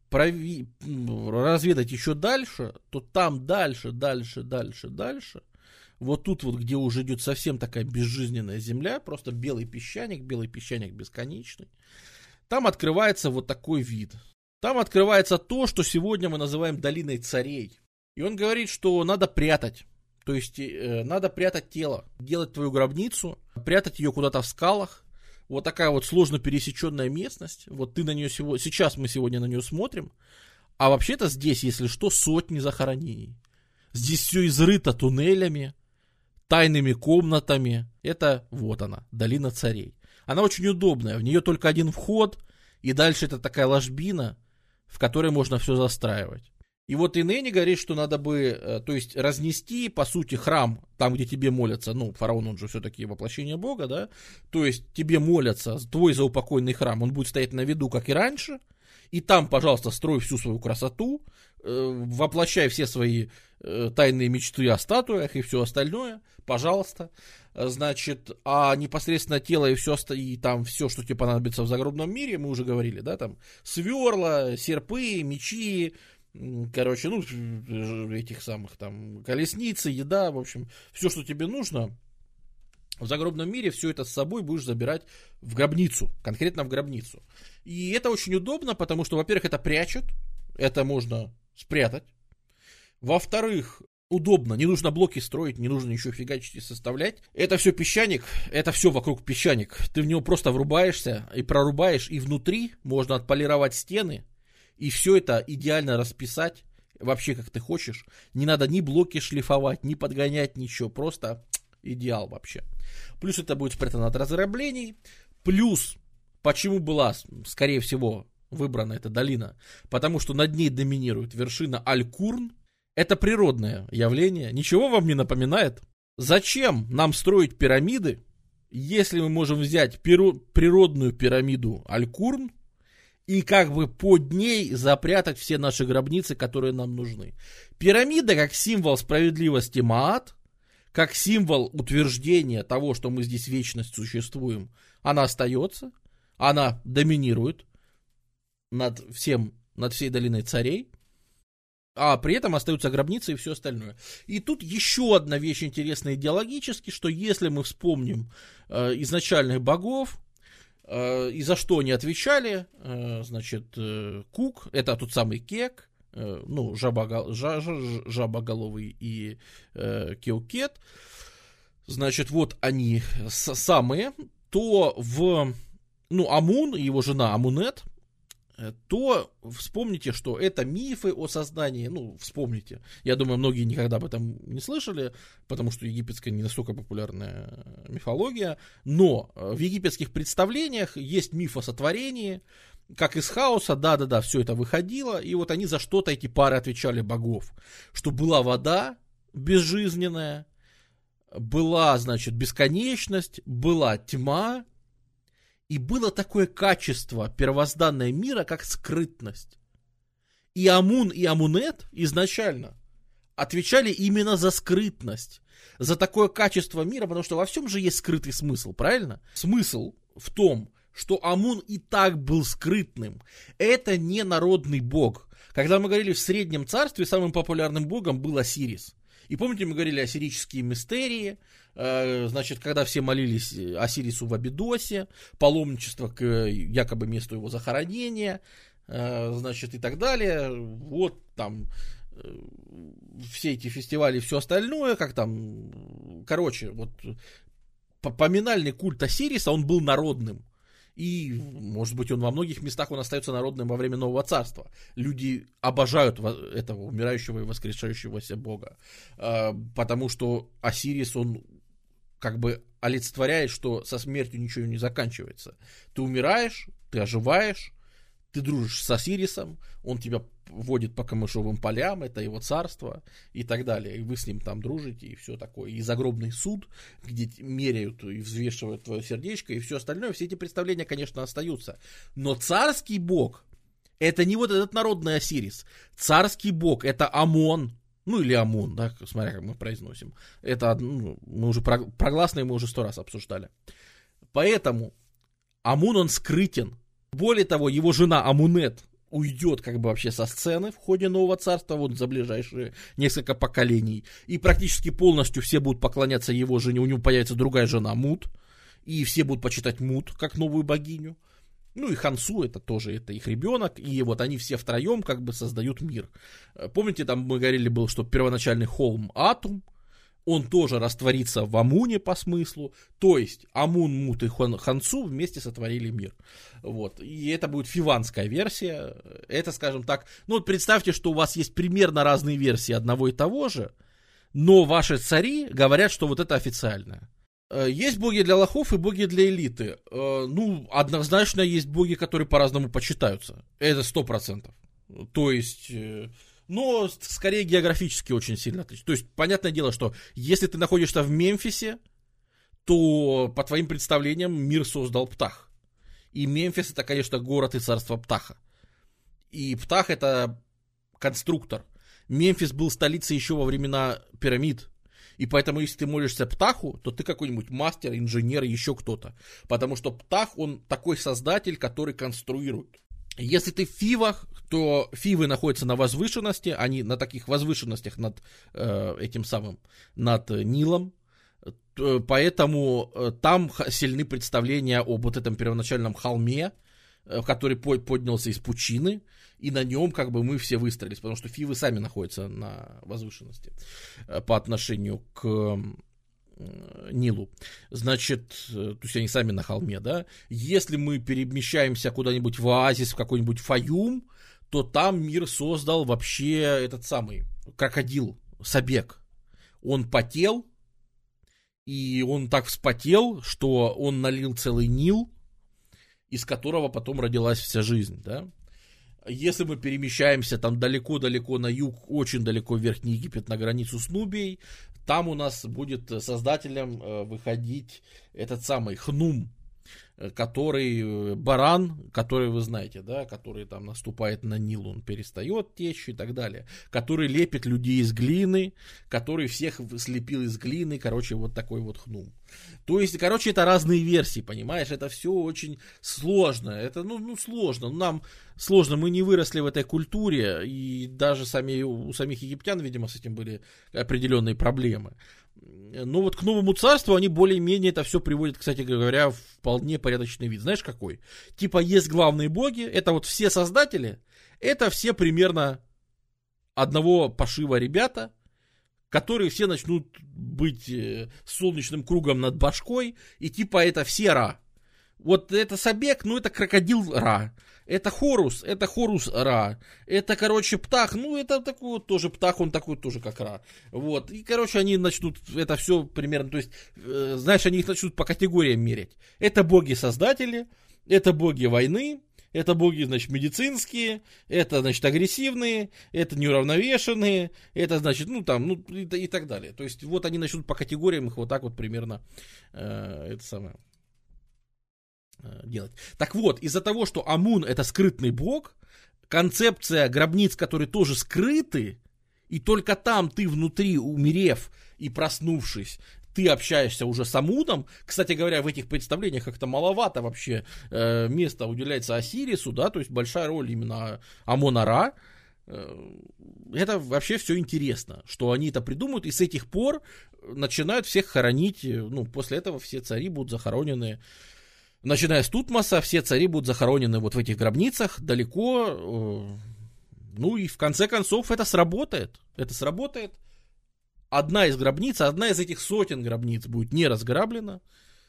разведать еще дальше, то там дальше, вот тут вот, где уже идет совсем такая безжизненная земля, просто белый песчаник бесконечный, там открывается вот такой вид. Там открывается то, что сегодня мы называем долиной царей. И он говорит, что надо прятать. То есть надо прятать тело, делать твою гробницу, прятать ее куда-то в скалах. Вот такая вот сложно пересеченная местность. Вот ты на нее сейчас мы сегодня на нее смотрим. А вообще-то здесь, если что, сотни захоронений. Здесь все изрыто туннелями, тайными комнатами. Это вот она, долина царей. Она очень удобная, в нее только один вход, и дальше это такая ложбина, в которой можно все застраивать. И вот Инени говорит, что надо бы, то есть разнести, по сути, храм, там, где тебе молятся, ну, фараон, он же все-таки воплощение Бога, да, то есть тебе молятся, твой заупокойный храм, он будет стоять на виду, как и раньше, и там, пожалуйста, строй всю свою красоту, воплощай все свои тайные мечты о статуях и все остальное, пожалуйста. Значит, а непосредственно тело и все, и там все, что тебе понадобится в загробном мире, мы уже говорили, да, там сверла, серпы, мечи, короче, ну, этих самых там колесницы, еда, в общем, все, что тебе нужно в загробном мире, все это с собой будешь забирать в гробницу, конкретно в гробницу. И это очень удобно, потому что, во-первых, это прячет, это можно спрятать. Во-вторых, удобно, не нужно блоки строить, не нужно ничего фигачить и составлять. Это все песчаник, это все вокруг песчаник. Ты в него просто врубаешься и прорубаешь, и внутри можно отполировать стены, и все это идеально расписать, вообще как ты хочешь. Не надо ни блоки шлифовать, ни подгонять, ничего, просто идеал вообще. Плюс это будет спрятано от разграблений. Плюс, почему была, скорее всего, выбрана эта долина? Потому что над ней доминирует вершина Аль-Курн. Это природное явление. Ничего вам не напоминает? Зачем нам строить пирамиды, если мы можем взять природную пирамиду Аль-Курн и как бы под ней запрятать все наши гробницы, которые нам нужны? Пирамида как символ справедливости Маат, как символ утверждения того, что мы здесь вечность существуем, она остается, она доминирует над всей долиной царей, а при этом остаются гробницы и все остальное. И тут еще одна вещь интересная идеологически, что если мы вспомним изначальных богов, и за что они отвечали, значит, Кук, это тот самый Кек, ну, жабоголовый и Кеукет, значит, вот они самые, то Амун и его жена Амунет, то вспомните, что это мифы о создании, вспомните. Я думаю, многие никогда об этом не слышали, потому что египетская не настолько популярная мифология, но в египетских представлениях есть миф о сотворении, как из хаоса, да, все это выходило, и вот они за что-то, эти пары, отвечали богов, что была вода безжизненная, была, значит, бесконечность, была тьма, и было такое качество первозданное мира, как скрытность. И Амун, и Амунет изначально отвечали именно за скрытность, за такое качество мира, потому что во всем же есть скрытый смысл, правильно? Смысл в том, что Амун и так был скрытным. Это не народный бог. Когда мы говорили в Среднем Царстве, самым популярным богом был Осирис. И помните, мы говорили осирические мистерии, значит, когда все молились Осирису в Абидосе, паломничество к якобы месту его захоронения, значит, и так далее. Вот там все эти фестивали и все остальное, как там, короче, вот поминальный культ Осириса, он был народным. И, может быть, он во многих местах он остается народным во время Нового Царства. Люди обожают этого умирающего и воскрешающегося бога. Потому что Осирис, он как бы олицетворяет, что со смертью ничего не заканчивается. Ты умираешь, ты оживаешь, ты дружишь с Осирисом, он тебя водит по камышовым полям, это его царство и так далее. И вы с ним там дружите, и все такое. И загробный суд, где меряют и взвешивают твое сердечко, и все остальное. Все эти представления, конечно, остаются. Но царский бог, это не вот этот народный Осирис. Царский бог, это Амон. Ну, или Амун, да, смотря как мы произносим. Это, мы уже прогласные мы уже 100 раз обсуждали. Поэтому Амун, он скрытен. Более того, его жена Амунет уйдет как бы вообще со сцены в ходе Нового Царства, вот за ближайшие несколько поколений. И практически полностью все будут поклоняться его жене. У него появится другая жена Мут. И все будут почитать Мут как новую богиню. Ну и Хансу, это тоже это их ребенок. И вот они все втроем как бы создают мир. Помните, там мы говорили, был, что первоначальный холм Атум, он тоже растворится в Амуне по смыслу. То есть Амун, Мут и Хансу вместе сотворили мир. Вот. И это будет фиванская версия. Это, скажем так, вот представьте, что у вас есть примерно разные версии одного и того же, но ваши цари говорят, что вот это официальное. Есть боги для лохов и боги для элиты. Однозначно есть боги, которые по-разному почитаются. Это 100%. То есть... Но скорее географически очень сильно отличается. То есть, понятное дело, что если ты находишься в Мемфисе, то, по твоим представлениям, мир создал Птах. И Мемфис — это, конечно, город и царство Птаха. И Птах — это конструктор. Мемфис был столицей еще во времена пирамид. И поэтому, если ты молишься Птаху, то ты какой-нибудь мастер, инженер, еще кто-то. Потому что Птах, он такой создатель, который конструирует. Если ты в Фивах, то Фивы находятся на возвышенности, они на таких возвышенностях над над Нилом, поэтому там сильны представления об вот этом первоначальном холме, который поднялся из пучины, и на нем как бы мы все выстроились, потому что Фивы сами находятся на возвышенности по отношению к Нилу. Значит, то есть они сами на холме, да. Если мы перемещаемся куда-нибудь в оазис, в какой-нибудь Фаюм, то там мир создал вообще этот самый крокодил Сабек. Он потел, и он так вспотел, что он налил целый Нил, из которого потом родилась вся жизнь, да. Если мы перемещаемся там далеко-далеко на юг, очень далеко в Верхний Египет, на границу с Нубией, там у нас будет создателем выходить этот самый Хнум, который баран, который вы знаете, да, который там наступает на Нил, он перестает течь и так далее, который лепит людей из глины, который всех слепил из глины, короче, вот такой вот Хнум. То есть, короче, это разные версии, понимаешь, это все очень сложно, это, сложно, нам сложно, мы не выросли в этой культуре, и даже у самих египтян, видимо, с этим были определенные проблемы. Но вот к Новому Царству они более-менее это все приводят, кстати говоря, в вполне порядочный вид. Знаешь, какой? Типа есть главные боги, это вот все создатели, это все примерно одного пошива ребята, которые все начнут быть солнечным кругом над башкой, и типа это все Ра. Вот это Собек, ну это крокодил Ра. Это Хорус Ра. Это, короче, Птах, ну это такой вот тоже Птах, он такой тоже как Ра. Вот, и, короче, они начнут это все примерно, то есть, знаешь, они их начнут по категориям мерять. Это боги-создатели, это боги войны, это боги, значит, медицинские, это, значит, агрессивные, это неуравновешенные, это, значит, ну, там, ну, и так далее. То есть, вот они начнут по категориям их вот так вот примерно, это самое, делать. Так вот, из-за того, что Амун это скрытный бог, концепция гробниц, которые тоже скрыты, и только там ты внутри, умерев и проснувшись, ты общаешься уже с Амуном. Кстати говоря, в этих представлениях как-то маловато вообще места уделяется Осирису, да, то есть большая роль именно Амон-Ра. Это вообще все интересно, что они это придумают, и с этих пор начинают всех хоронить, ну, после этого все цари будут захоронены. Начиная с Тутмоса, все цари будут захоронены вот в этих гробницах далеко. Ну и в конце концов это сработает. Это сработает. Одна из гробниц, одна из этих сотен гробниц будет не разграблена.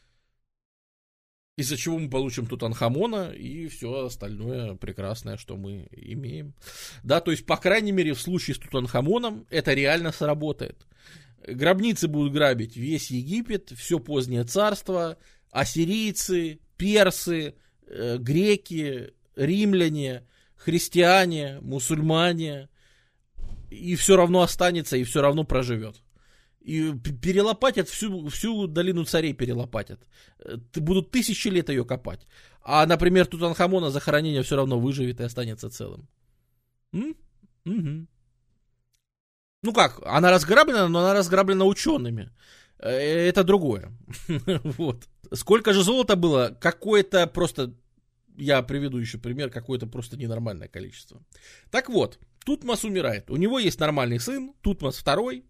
Из-за чего мы получим Тутанхамона и все остальное прекрасное, что мы имеем. Да, то есть, по крайней мере, в случае с Тутанхамоном это реально сработает. Гробницы будут грабить весь Египет, все позднее царство, ассирийцы, персы, греки, римляне, христиане, мусульмане, и все равно останется, и все равно проживет. И перелопатят всю долину царей, перелопатят. Будут 1000 лет ее копать. А, например, Тутанхамона захоронение все равно выживет и останется целым. Угу. Ну как, она разграблена, но она разграблена учеными. Это другое. Вот. Сколько же золота было? Какое-то просто, я приведу еще пример, какое-то просто ненормальное количество. Так вот, Тутмос умирает. У него есть нормальный сын, Тутмос II,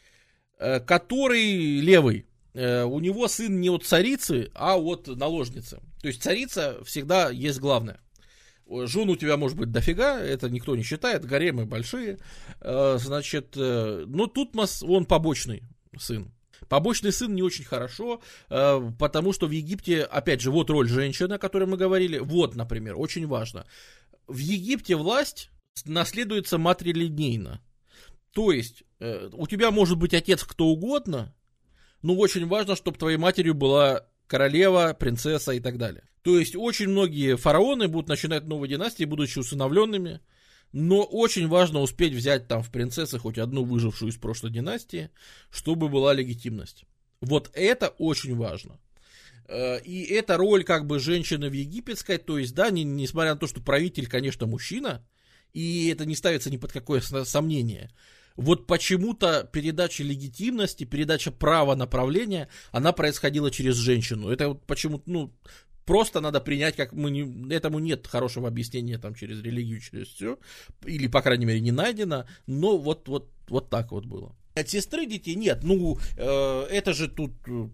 который левый. У него сын не от царицы, а от наложницы. То есть царица всегда есть главное. Жен у тебя может быть дофига, это никто не считает, гаремы большие. Значит, но Тутмос, он побочный сын. Побочный сын не очень хорошо, потому что в Египте, опять же, вот роль женщины, о которой мы говорили. Вот, например, очень важно. В Египте власть наследуется матрилинейно. То есть, у тебя может быть отец кто угодно, но очень важно, чтобы твоей матерью была королева, принцесса и так далее. То есть, очень многие фараоны будут начинать новые династии, будучи усыновленными. Но очень важно успеть взять там в принцессы хоть одну выжившую из прошлой династии, чтобы была легитимность. Вот это очень важно. И эта роль как бы женщины в египетской, то есть, да, несмотря на то, что правитель, конечно, мужчина, и это не ставится ни под какое сомнение, вот почему-то передача легитимности, передача права на правление, она происходила через женщину. Это вот почему-то, ну, просто надо принять, как этому нет хорошего объяснения там через религию, через все, или, по крайней мере, не найдено, но вот так вот было. От сестры детей нет, ну, это же тут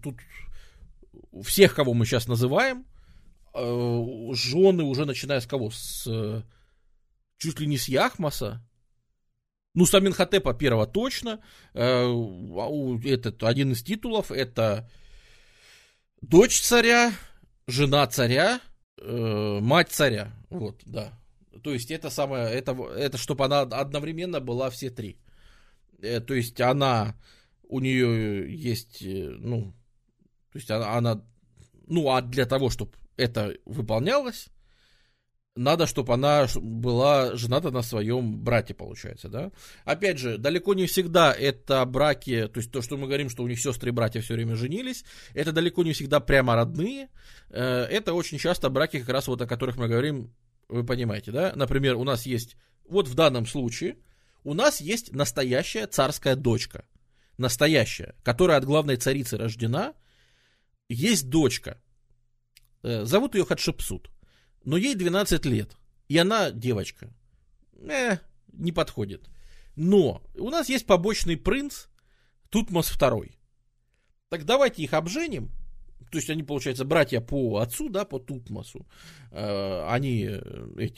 всех, кого мы сейчас называем, жены уже начиная с кого? Чуть ли не с Яхмоса. Ну, с Аменхотепа первого точно. Один из титулов это дочь царя, жена царя, мать царя. Вот, да. То есть это самое, это чтобы она одновременно была все три. То есть у нее есть, ну, то есть она, ну, а для того, чтобы это выполнялось, надо, чтобы она была жената на своем брате, получается, да. Опять же, далеко не всегда это браки, то есть то, что мы говорим, что у них сестры и братья все время женились, это далеко не всегда прямо родные, это очень часто браки, как раз вот о которых мы говорим, вы понимаете, да. Например, у нас есть, вот в данном случае, у нас есть настоящая царская дочка, настоящая, которая от главной царицы рождена, есть дочка, зовут ее Хатшепсут. Но ей 12 лет, и она девочка. Не подходит. Но у нас есть побочный принц Тутмос II. Так давайте их обженим. То есть они, получается, братья по отцу, да, по Тутмосу. Они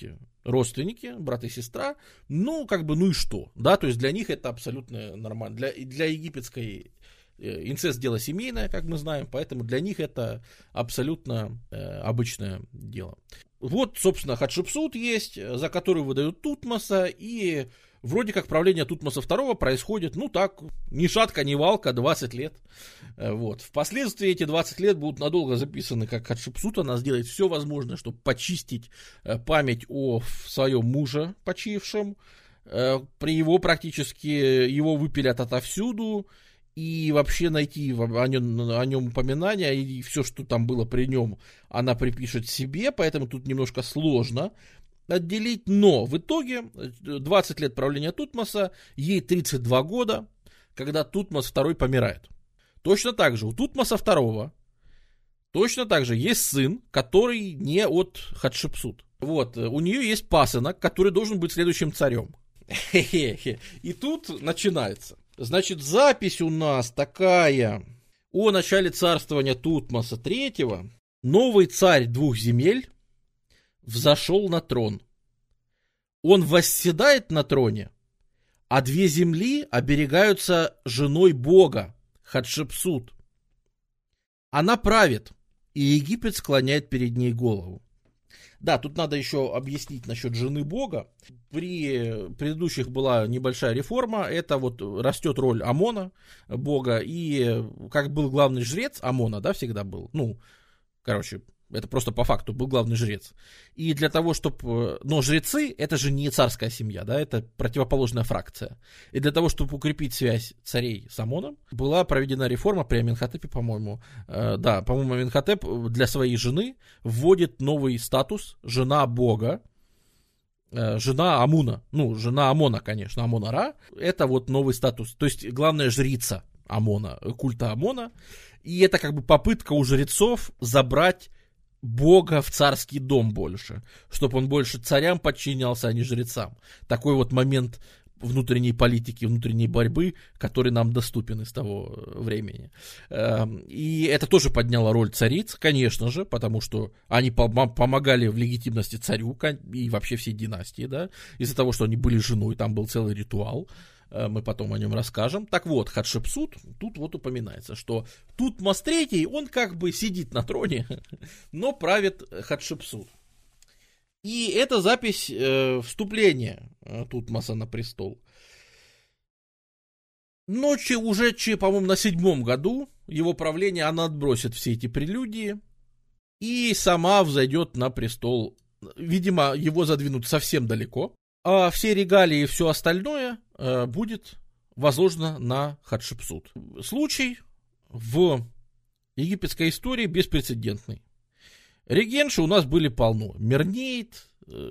родственники, брат и сестра, ну, как бы, ну и что, да, то есть для них это абсолютно нормально, для египетской инцест дело семейное, как мы знаем, поэтому для них это абсолютно обычное дело. Вот, собственно, Хатшепсут есть, за которую выдают Тутмоса, и вроде как правление Тутмоса II происходит, ну так, ни шатка, ни валка, 20 лет. Вот. Впоследствии эти 20 лет будут надолго записаны, как Хатшепсут, она сделает все возможное, чтобы почистить память о своем муже почившем. При его практически, его выпилят отовсюду, и вообще найти о нем упоминания, и все, что там было при нем, она припишет себе, поэтому тут немножко сложно отделить, но в итоге 20 лет правления Тутмоса, ей 32 года, когда Тутмос II помирает. Точно так же у Тутмоса II точно так же есть сын, который не от Хатшепсут. Вот, у нее есть пасынок, который должен быть следующим царем. И тут начинается. Значит, запись у нас такая. О начале царствования Тутмоса III новый царь 2 земель взошел на трон. Он восседает на троне, а 2 земли оберегаются женой Бога, Хатшепсут. Она правит, и Египет склоняет перед ней голову. Да, тут надо еще объяснить насчет жены Бога. При предыдущих была небольшая реформа. Это вот растет роль Амона, Бога. И как был главный жрец Амона, да, всегда был. Ну, короче, это просто по факту был главный жрец. И для того, чтобы... Но жрецы, это же не царская семья, да, это противоположная фракция. И для того, чтобы укрепить связь царей с Амоном, была проведена реформа при Аменхотепе, по-моему. Да, по-моему, Аменхотеп для своей жены вводит новый статус «жена Бога», жена Амуна. Ну, жена Амона, конечно, Амона-Ра. Это вот новый статус. То есть, главная жрица Амона, культа Амона. И это как бы попытка у жрецов забрать Бога в царский дом больше, чтобы он больше царям подчинялся, а не жрецам. Такой вот момент внутренней политики, внутренней борьбы, который нам доступен из того времени. И это тоже подняло роль цариц, конечно же, потому что они помогали в легитимности царю и вообще всей династии, да, из-за того, что они были женой, там был целый ритуал. Мы потом о нем расскажем. Так вот, Хатшепсут, тут вот упоминается, что Тутмос III, он как бы сидит на троне, но правит Хатшепсут. И это запись вступления Тутмоса на престол. Но уже, по-моему, на 7-м году его правления она отбросит все эти прелюдии и сама взойдет на престол. Видимо, его задвинут совсем далеко. А все регалии и все остальное будет возложено на Хатшепсут. Случай в египетской истории беспрецедентный. Регенши у нас были полно. Мернейт,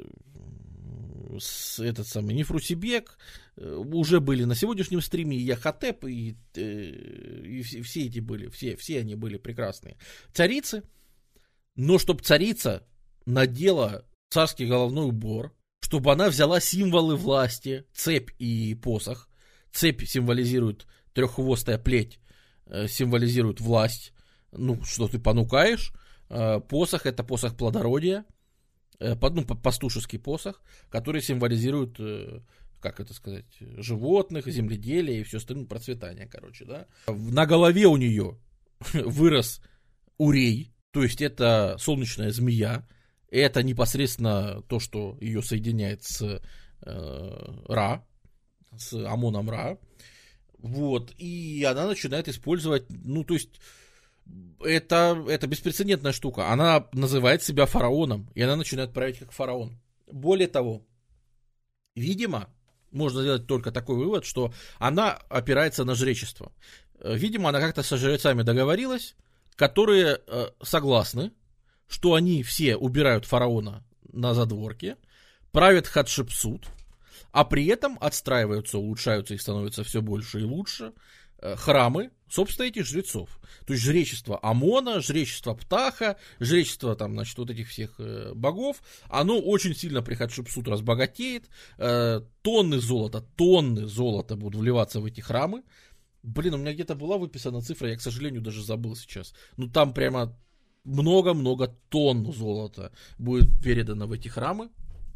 Нефрусибек, уже были на сегодняшнем стриме, и Яхотеп, и все эти были, все они были прекрасные. Царицы, но чтобы царица надела царский головной убор, чтобы она взяла символы власти, цепь и посох. Цепь символизирует треххвостая плеть, символизирует власть, ну, что ты понукаешь. Посох — это посох плодородия, пастушеский посох, который символизирует, как это сказать, животных, земледелие и все остальное, процветание, короче, да. На голове у нее вырос урей, то есть это солнечная змея. Это непосредственно то, что ее соединяет с Ра, с Амоном Ра. Вот. И она начинает использовать, ну, то есть, это беспрецедентная штука. Она называет себя фараоном, и она начинает править как фараон. Более того, видимо, можно сделать только такой вывод, что она опирается на жречество. Видимо, она как-то со жрецами договорилась, которые согласны, что они все убирают фараона на задворке, правят Хатшепсут, а при этом отстраиваются, улучшаются и становятся все больше и лучше храмы, собственно, этих жрецов. То есть жречество Амона, жречество Птаха, жречество там, значит, вот этих всех богов, оно очень сильно при Хатшепсут разбогатеет, тонны золота будут вливаться в эти храмы. Блин, у меня где-то была выписана цифра, я, к сожалению, даже забыл сейчас. Ну, там прямо много-много тонн золота будет передано в эти храмы.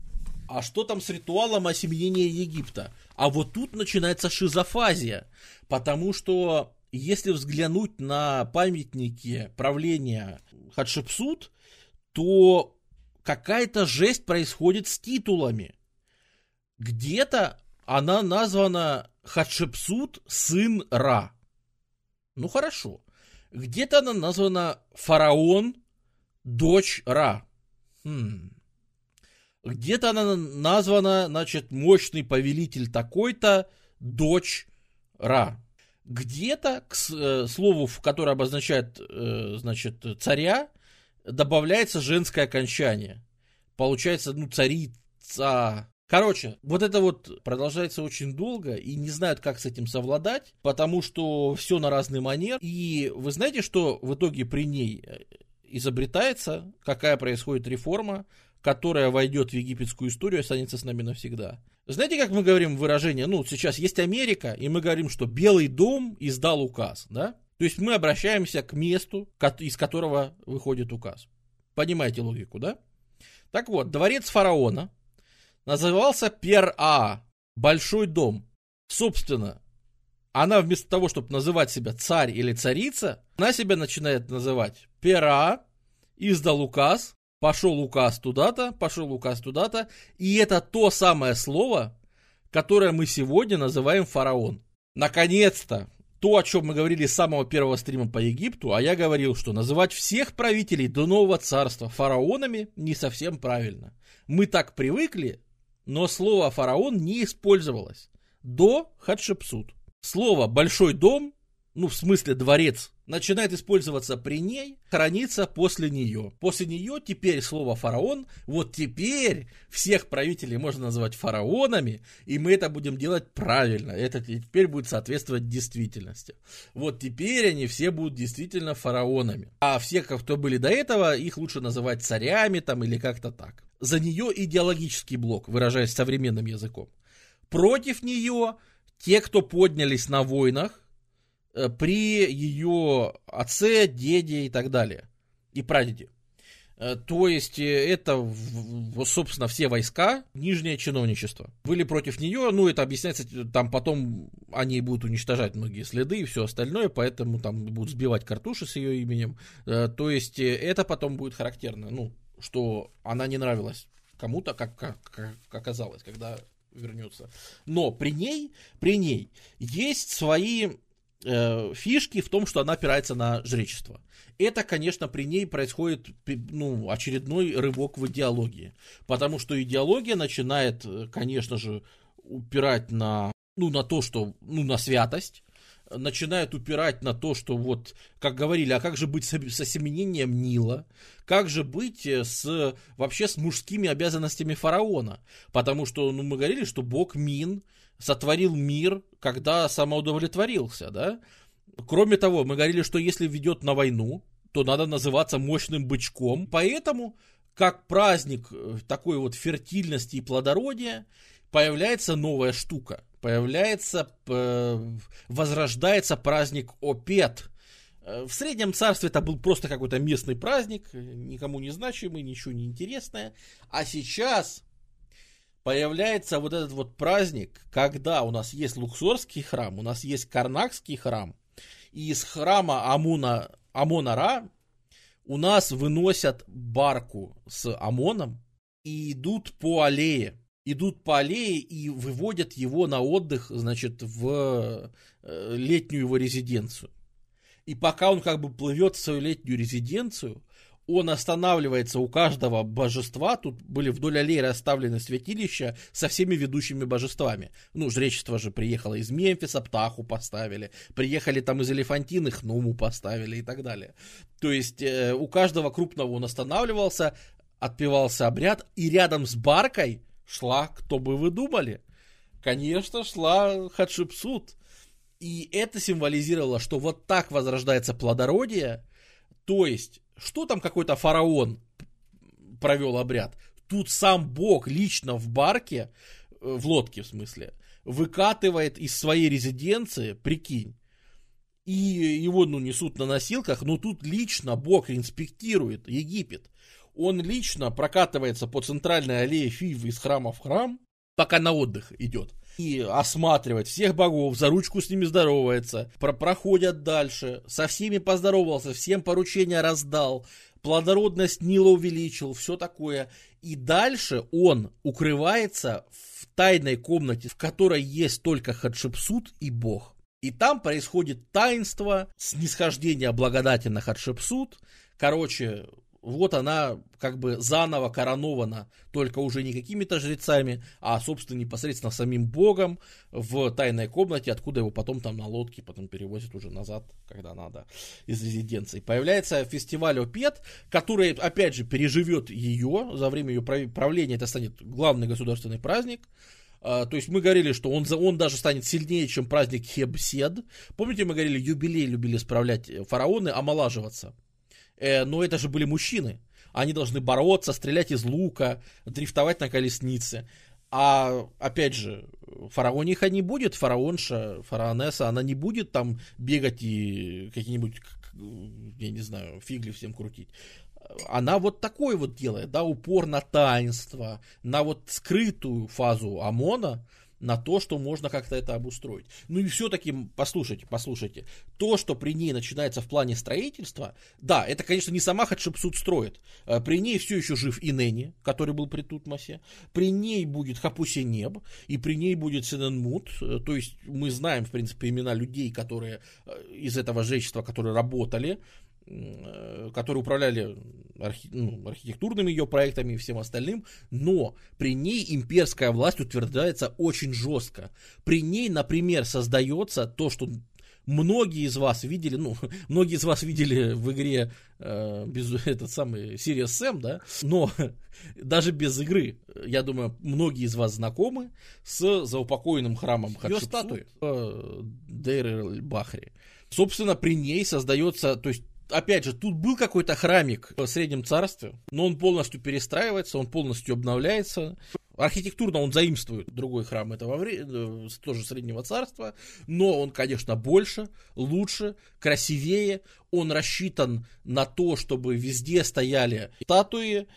А что там с ритуалом осеменения Египта? А вот тут начинается шизофазия, потому что если взглянуть на памятники правления Хатшепсут, то какая-то жесть происходит с титулами. Где-то она названа Хатшепсут, сын Ра. Ну хорошо. Где-то она названа фараон, дочь Ра. Где-то она названа, значит, мощный повелитель такой-то, дочь Ра. Где-то к слову, которое обозначает, значит, царя, добавляется женское окончание. Получается, ну, царица. Короче, вот это вот продолжается очень долго, и не знают, как с этим совладать, потому что все на разный манер. И вы знаете, что в итоге при ней изобретается, какая происходит реформа, которая войдет в египетскую историю и останется с нами навсегда. Знаете, как мы говорим выражение, ну, сейчас есть Америка, и мы говорим, что Белый дом издал указ, да? То есть мы обращаемся к месту, из которого выходит указ. Понимаете логику, да? Так вот, дворец фараона назывался Пер-А, Большой дом. Собственно, она вместо того, чтобы называть себя царь или царица, она себя начинает называть Пер-А, издал указ, пошел указ туда-то, и это то самое слово, которое мы сегодня называем фараон. Наконец-то, то, о чем мы говорили с самого первого стрима по Египту, а я говорил, что называть всех правителей до нового царства фараонами не совсем правильно. Мы так привыкли, но слово фараон не использовалось до Хатшепсут. Слово большой дом, ну в смысле дворец, начинает использоваться при ней, хранится после нее. После нее теперь слово фараон, вот теперь всех правителей можно называть фараонами, и мы это будем делать правильно. Это теперь будет соответствовать действительности. Вот теперь они все будут действительно фараонами. А все, кто были до этого, их лучше называть царями там или как-то так. За нее идеологический блок, выражаясь современным языком. Против нее те, кто поднялись на войнах, при ее отце, деде и так далее, и прадеде. То есть это, собственно, все войска, нижнее чиновничество были против нее, ну это объясняется, там потом они будут уничтожать многие следы и все остальное, поэтому там будут сбивать картуши с ее именем, то есть это потом будет характерно, ну, что она не нравилась кому-то, как оказалось, когда вернется. Но при ней есть свои фишки в том, что она опирается на жречество. Это, конечно, при ней происходит, ну, очередной рывок в идеологии. Потому что идеология начинает, конечно же, упирать на то, что, на святость. Начинает упирать на то, что вот, как говорили, а как же быть с осеменением Нила? Как же быть вообще с мужскими обязанностями фараона? Потому что, мы говорили, что бог Мин сотворил мир, когда самоудовлетворился, да? Кроме того, мы говорили, что если ведет на войну, то надо называться мощным бычком. Поэтому, как праздник такой вот фертильности и плодородия, появляется новая штука. Возрождается праздник Опет. В Среднем Царстве это был просто какой-то местный праздник, никому не значимый, ничего не интересное. А сейчас появляется вот этот вот праздник, когда у нас есть Луксорский храм, у нас есть Карнакский храм, и из храма Амона-Ра у нас выносят барку с Амоном и идут по аллее и выводят его на отдых, значит, в летнюю его резиденцию. И пока он как бы плывет в свою летнюю резиденцию, он останавливается у каждого божества. Тут были вдоль аллеи расставлены святилища со всеми ведущими божествами. Жречество же приехало из Мемфиса, Птаху поставили. Приехали там из Элефантины, Хнуму поставили и так далее. То есть у каждого крупного он останавливался, отпевался обряд, и рядом с баркой шла, кто бы вы думали? Конечно, шла Хатшепсут. И это символизировало, что вот так возрождается плодородие. То есть, что там какой-то фараон провел обряд? Тут сам Бог лично в барке, в лодке в смысле, выкатывает из своей резиденции, прикинь, и его, несут на носилках, но тут лично Бог инспектирует Египет. Он лично прокатывается по центральной аллее Фивы из храма в храм, пока на отдых идет. И осматривает всех богов, за ручку с ними здоровается, проходят дальше, со всеми поздоровался, всем поручения раздал, плодородность Нила увеличил, все такое. И дальше он укрывается в тайной комнате, в которой есть только Хатшепсут и Бог. И там происходит таинство, снисхождения благодати на Хатшепсут. Короче, вот она как бы заново коронована, только уже не какими-то жрецами, а, собственно, непосредственно самим Богом в тайной комнате, откуда его потом там на лодке потом перевозят уже назад, когда надо, из резиденции. Появляется фестиваль Опет, который, опять же, переживет ее, за время ее правления это станет главный государственный праздник. То есть мы говорили, что он даже станет сильнее, чем праздник Хебсед. Помните, мы говорили, юбилей любили справлять фараоны, омолаживаться. Но это же были мужчины. Они должны бороться, стрелять из лука, дрифтовать на колеснице. А, опять же, фараониха не будет, фараонесса, она не будет там бегать и какие-нибудь, я не знаю, фигли всем крутить. Она вот такой вот делает, да, упор на таинство, на вот скрытую фазу Амона, на то, что можно как-то это обустроить. Ну и все-таки, послушайте, то, что при ней начинается в плане строительства, да, это, конечно, не сама Хатшепсут строит. При ней все еще жив Инени, который был при Тутмосе, при ней будет Хапусенеб, и при ней будет Сененмут, то есть мы знаем, в принципе, имена людей, которые из этого жречества, которые работали, которые управляли архитектурными ее проектами и всем остальным, но при ней имперская власть утверждается очень жестко. При ней, например, создается то, что многие из вас видели в игре этот самый Serious Sam, да, но даже без игры, я думаю, многие из вас знакомы с заупокоенным храмом Хатшепсут в Дейр-эль-Бахри. Собственно, при ней создается, то есть, опять же, тут был какой-то храмик в Среднем Царстве, но он полностью перестраивается, он полностью обновляется. Архитектурно он заимствует другой храм этого тоже Среднего Царства, но он, конечно, больше, лучше, красивее. Он рассчитан на то, чтобы везде стояли статуи,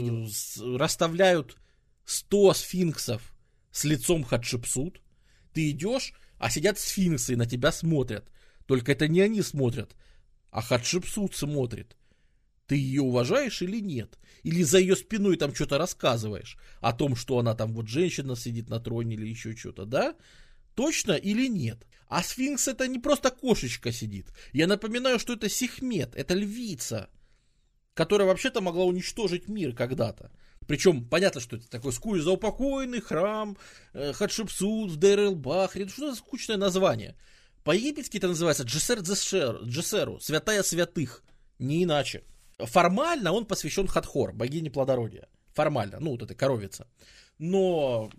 расставляют 100 сфинксов с лицом Хатшепсут. Ты идешь, а сидят сфинксы и на тебя смотрят. Только это не они смотрят, а Хатшепсут смотрит. Ты ее уважаешь или нет? Или за ее спиной там что-то рассказываешь о том, что она там вот женщина сидит на троне или еще что-то, да? Точно или нет? А сфинкс это не просто кошечка сидит. Я напоминаю, что это Сихмет, это львица, которая вообще-то могла уничтожить мир когда-то. Причем понятно, что это такой заупокоенный храм Хатшепсут в Дейр-эль-Бахри. Что за скучное название? По-египетски это называется Джесеру, святая святых, не иначе. Формально он посвящен Хатхор, богине плодородия. Формально, вот эта коровица. Но,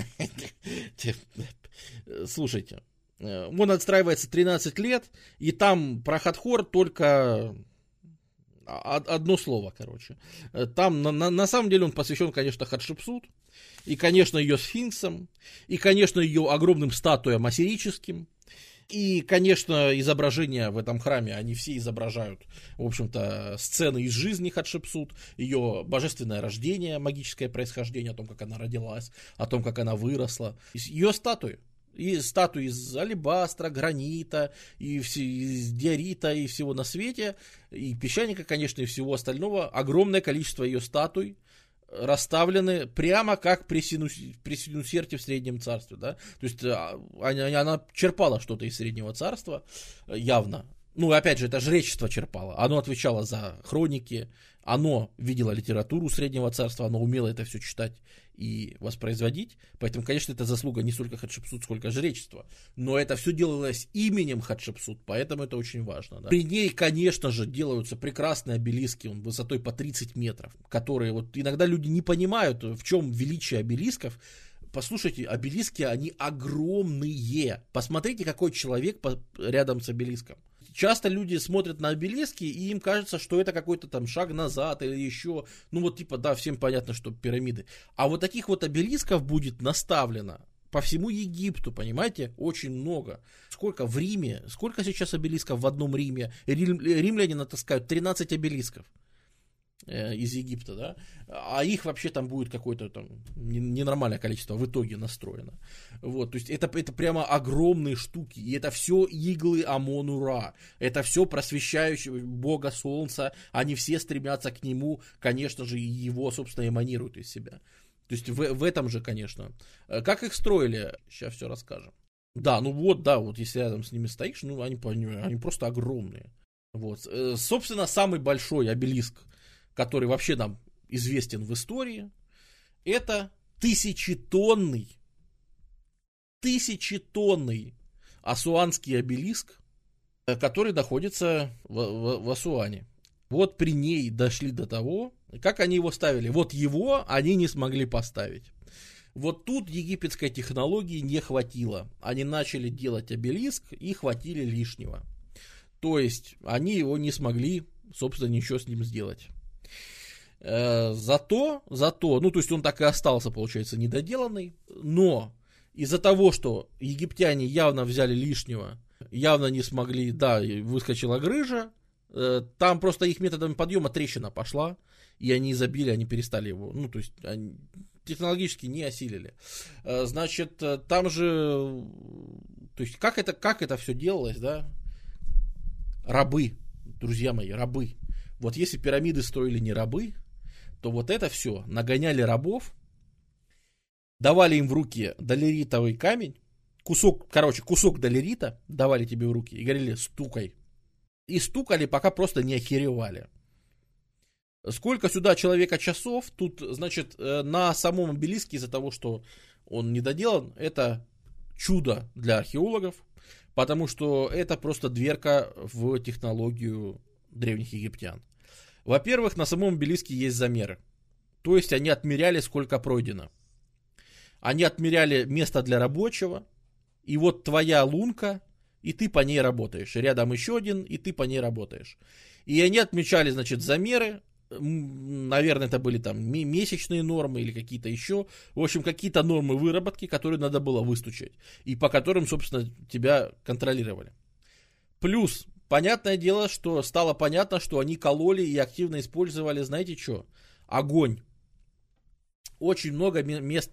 слушайте, он отстраивается 13 лет, и там про Хатхор только одно слово, короче. Там на самом деле он посвящен, конечно, Хатшепсут, и, конечно, ее сфинксам, и, конечно, ее огромным статуям ассирическим. И, конечно, изображения в этом храме, они все изображают, в общем-то, сцены из жизни Хатшепсут, ее божественное рождение, магическое происхождение, о том, как она родилась, о том, как она выросла. Ее статуи. И статуи из алебастра, гранита, и из диорита, и всего на свете, и песчаника, конечно, и всего остального. Огромное количество ее статуй расставлены прямо как при Синусерте в Среднем Царстве, да, то есть она черпала что-то из Среднего Царства, явно, опять же, это жречество черпало, оно отвечало за хроники, оно видело литературу Среднего Царства, оно умело это все читать и воспроизводить, поэтому, конечно, это заслуга не столько Хатшепсут, сколько жречества, но это все делалось именем Хатшепсут, поэтому это очень важно. Да. При ней, конечно же, делаются прекрасные обелиски высотой по 30 метров, которые вот иногда люди не понимают, в чем величие обелисков. Послушайте, обелиски, они огромные. Посмотрите, какой человек рядом с обелиском. Часто люди смотрят на обелиски, и им кажется, что это какой-то там шаг назад или еще, всем понятно, что пирамиды. А вот таких вот обелисков будет наставлено по всему Египту, понимаете, очень много. Сколько в Риме, сколько сейчас обелисков в одном Риме? Римляне натаскают 13 обелисков. из Египта, да, а их вообще там будет какое-то там ненормальное количество в итоге настроено. Вот, то есть это прямо огромные штуки, и это все иглы Амон-Ура, это все просвещающие бога солнца, они все стремятся к нему, конечно же, и его, собственно, эманируют из себя. То есть в этом же, конечно. Как их строили, сейчас все расскажем. Да, вот если рядом с ними стоишь, они просто огромные. Вот, собственно, самый большой обелиск, который вообще нам известен в истории, это тысячетонный Асуанский обелиск, который находится в Асуане. Вот при ней дошли до того, как они его ставили. Вот его они не смогли поставить. Вот тут египетской технологии не хватило. Они начали делать обелиск и хватили лишнего. То есть они его не смогли, собственно, ничего с ним сделать. Зато, то есть он так и остался, получается, недоделанный, но из-за того, что египтяне явно взяли лишнего, явно не смогли, выскочила грыжа, там просто их методом подъема трещина пошла, и они забили, они перестали его, то есть они технологически не осилили. Значит, там же, то есть как это все делалось, да? Рабы, друзья мои, рабы. Вот если пирамиды строили не рабы, то вот это все, нагоняли рабов, давали им в руки долеритовый камень, кусок долерита давали тебе в руки и говорили, стукай. И стукали, пока просто не охеревали. Сколько сюда человека часов, тут, значит, на самом обелиске из-за того, что он недоделан, это чудо для археологов, потому что это просто дверка в технологию древних египтян. Во-первых, на самом обелиске есть замеры. То есть они отмеряли, сколько пройдено. Они отмеряли место для рабочего, и вот твоя лунка, и ты по ней работаешь. Рядом еще один, и ты по ней работаешь. И они отмечали, значит, замеры. Наверное, это были там месячные нормы или какие-то еще. В общем, какие-то нормы выработки, которые надо было выстучать. И по которым, собственно, тебя контролировали. Плюс, понятное дело, что стало понятно, что они кололи и активно использовали, знаете что? Огонь. Очень много мест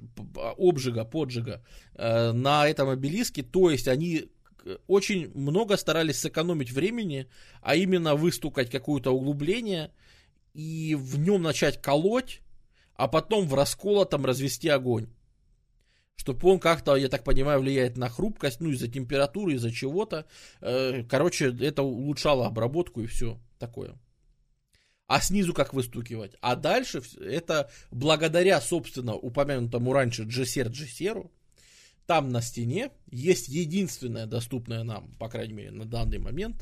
поджига на этом обелиске. То есть они очень много старались сэкономить времени, а именно выстукать какое-то углубление и в нем начать колоть, а потом в расколотом развести огонь. Чтобы он как-то, я так понимаю, влияет на хрупкость, из-за температуры, из-за чего-то. Короче, это улучшало обработку и все такое. А снизу как выстукивать? А дальше это благодаря, собственно, упомянутому раньше Джесеру, там на стене есть единственная доступная нам, по крайней мере, на данный момент,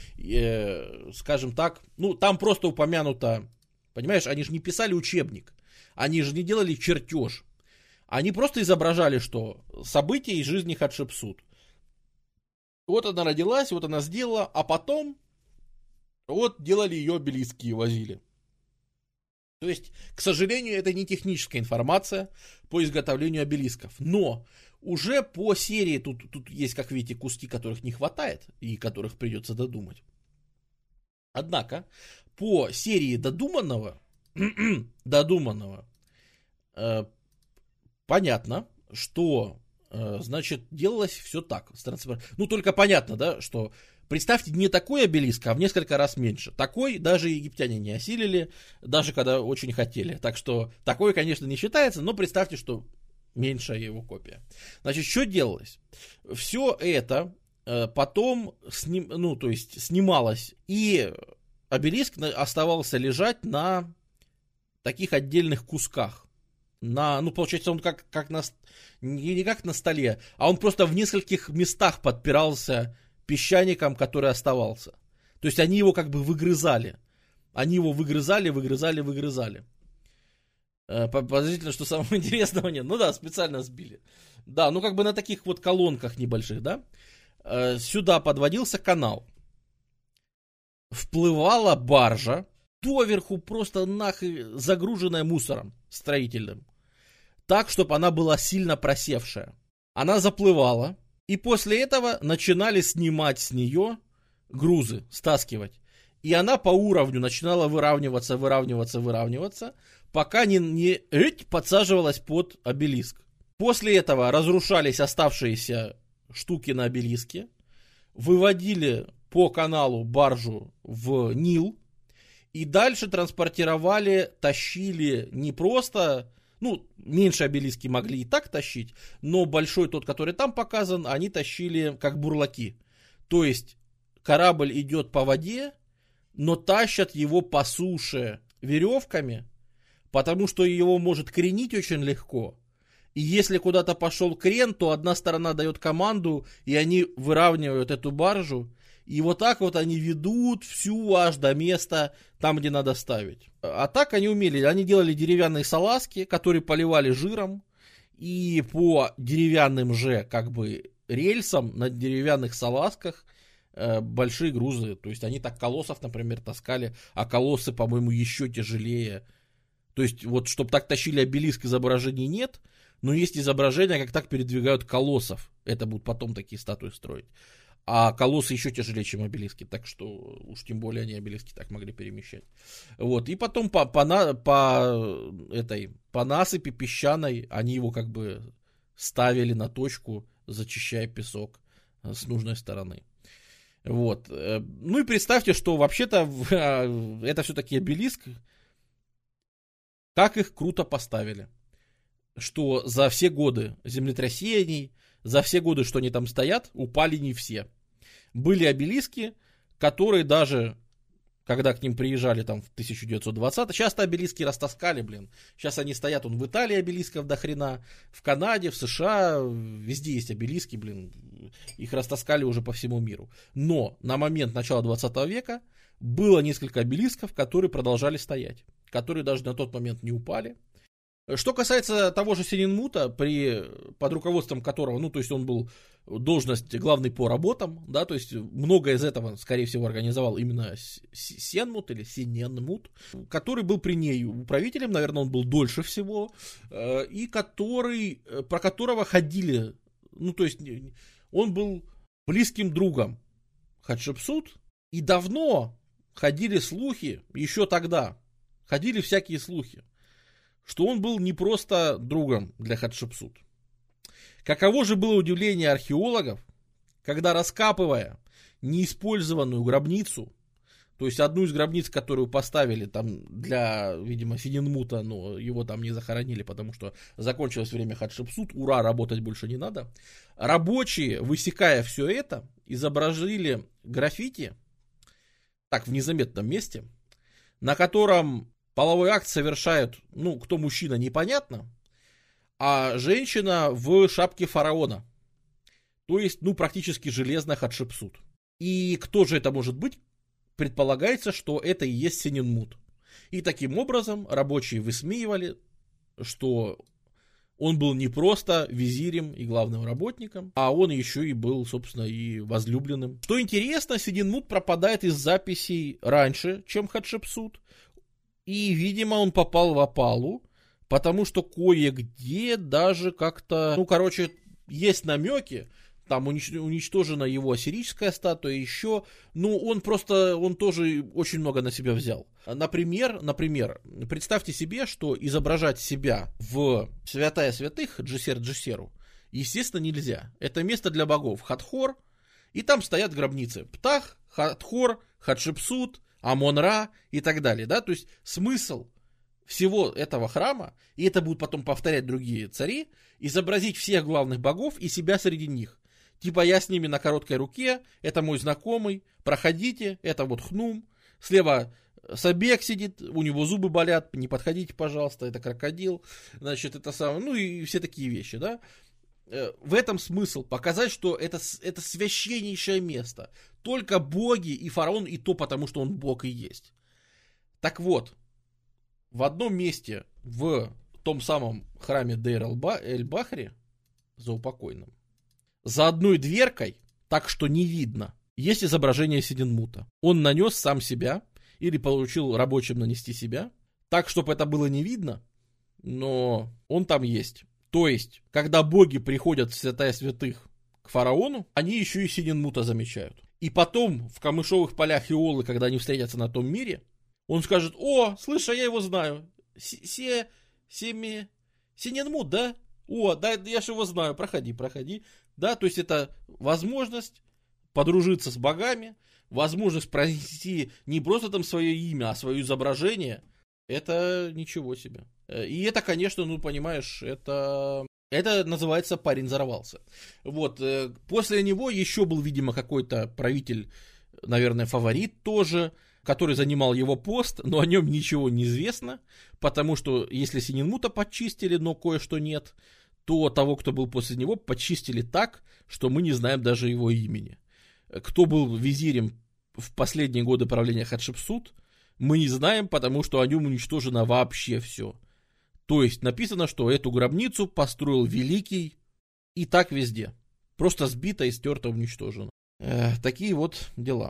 скажем так, там просто упомянуто, понимаешь, они же не писали учебник, они же не делали чертеж, они просто изображали, что события из жизни Хатшепсут. Вот она родилась, вот она сделала, а потом вот делали ее обелиски и возили. То есть, к сожалению, это не техническая информация по изготовлению обелисков. Но уже по серии, тут есть, как видите, куски, которых не хватает и которых придется додумать. Однако, по серии додуманного, понятно, что, значит, делалось все так. Только понятно, да, что представьте, не такой обелиск, а в несколько раз меньше. Такой даже египтяне не осилили, даже когда очень хотели. Так что такой, конечно, не считается, но представьте, что меньшая его копия. Значит, что делалось? Все это потом снималось, и обелиск оставался лежать на таких отдельных кусках. Получается, он не как на столе, а он просто в нескольких местах подпирался песчаником, который оставался. То есть они его как бы выгрызали. Они его выгрызали. Подозрительно, что самого интересного нет. Специально сбили. Да, на таких вот колонках небольших, да. Сюда подводился канал. Вплывала баржа, доверху просто нахрен загруженная мусором строительным. Так, чтобы она была сильно просевшая. Она заплывала. И после этого начинали снимать с нее грузы, стаскивать. И она по уровню начинала выравниваться, пока не подсаживалась под обелиск. После этого разрушались оставшиеся штуки на обелиске, выводили по каналу баржу в Нил, и дальше транспортировали, тащили не просто, меньше обелиски могли и так тащить, но большой тот, который там показан, они тащили как бурлаки. То есть корабль идет по воде, но тащат его по суше веревками, потому что его может кренить очень легко. И если куда-то пошел крен, то одна сторона дает команду, и они выравнивают эту баржу. И вот так вот они ведут всю аж до места, там, где надо ставить. А так они умели. Они делали деревянные салазки, которые поливали жиром. И по деревянным же, рельсам на деревянных салазках большие грузы. То есть они так колоссов, например, таскали, а колоссы, по-моему, еще тяжелее. То есть вот, чтобы так тащили обелиск, изображений нет. Но есть изображения, как так передвигают колоссов. Это будут потом такие статуи строить. А колоссы еще тяжелее, чем обелиски. Так что уж тем более они обелиски так могли перемещать. Вот. И потом по насыпи песчаной они его ставили на точку, зачищая песок с нужной стороны. Вот. Ну и представьте, что вообще-то это все-таки обелиск. Как их круто поставили. Что за все годы землетрясений, за все годы, что они там стоят, упали не все. Были обелиски, которые даже, когда к ним приезжали там в 1920, часто обелиски растаскали, Сейчас они стоят, в Италии обелисков до хрена, в Канаде, в США, везде есть обелиски, Их растаскали уже по всему миру. Но на момент начала 20 века было несколько обелисков, которые продолжали стоять, которые даже на тот момент не упали. Что касается того же Синенмута, под руководством которого, то есть он был должность главный по работам, да, то есть многое из этого, скорее всего, организовал именно Сенмут или Синенмут, который был при ней управителем, наверное, он был дольше всего, и про которого ходили, то есть он был близким другом Хатшепсут, и давно ходили слухи, еще тогда, ходили всякие слухи, что он был не просто другом для Хатшепсут. Каково же было удивление археологов, когда, раскапывая неиспользованную гробницу, то есть одну из гробниц, которую поставили там для, видимо, Синенмута, но его там не захоронили, потому что закончилось время Хатшепсут, ура, работать больше не надо, рабочие, высекая все это, изобразили граффити, так, в незаметном месте, на котором половой акт совершает, кто мужчина, непонятно, а женщина в шапке фараона. То есть, практически железная Хатшепсут. И кто же это может быть? Предполагается, что это и есть Синенмут. И таким образом рабочие высмеивали, что он был не просто визирем и главным работником, а он еще и был, собственно, и возлюбленным. Что интересно, Синенмут пропадает из записей раньше, чем Хатшепсут. И, видимо, он попал в опалу, потому что кое-где даже как-то, есть намеки, там уничтожена его ассирийская статуя, еще, он тоже очень много на себя взял. Например, представьте себе, что изображать себя в святая святых, Джисер-Джисеру, естественно, нельзя. Это место для богов Хатхор, и там стоят гробницы Птах, Хатхор, Хатшепсут, Амон-Ра и так далее, да, то есть смысл всего этого храма, и это будут потом повторять другие цари, изобразить всех главных богов и себя среди них. Типа я с ними на короткой руке, это мой знакомый, проходите, это вот Хнум, слева Сабек сидит, у него зубы болят, не подходите, пожалуйста, это крокодил, значит, это самое, и все такие вещи, да. В этом смысл, показать, что это священнейшее место. Только боги и фараон, и то потому, что он бог и есть. Так вот, в одном месте, в том самом храме Дейр-эль-Бахри, заупокойном, за одной дверкой, так что не видно, есть изображение Синенмута. Он нанес сам себя, или поручил рабочим нанести себя, так, чтобы это было не видно, но он там есть. То есть, когда боги приходят в святая святых к фараону, они еще и Синенмута замечают. И потом в камышовых полях Иоллы, когда они встретятся на том мире, он скажет: о, слышь, а я его знаю. Синенмут, да? О, да, я же его знаю, проходи. Да, то есть это возможность подружиться с богами, возможность произнести не просто там свое имя, а свое изображение. Это ничего себе. И это, конечно, ну, понимаешь, это называется «парень взорвался». Вот, после него еще был, видимо, какой-то правитель, наверное, фаворит тоже, который занимал его пост, но о нем ничего не известно, потому что если Синенмута подчистили, но кое-что нет, то того, кто был после него, подчистили так, что мы не знаем даже его имени. Кто был визирем в последние годы правления Хатшепсут, мы не знаем, потому что о нем уничтожено вообще все. То есть написано, что эту гробницу построил Великий, и так везде. Просто сбито, истерто, уничтожено. Такие вот дела.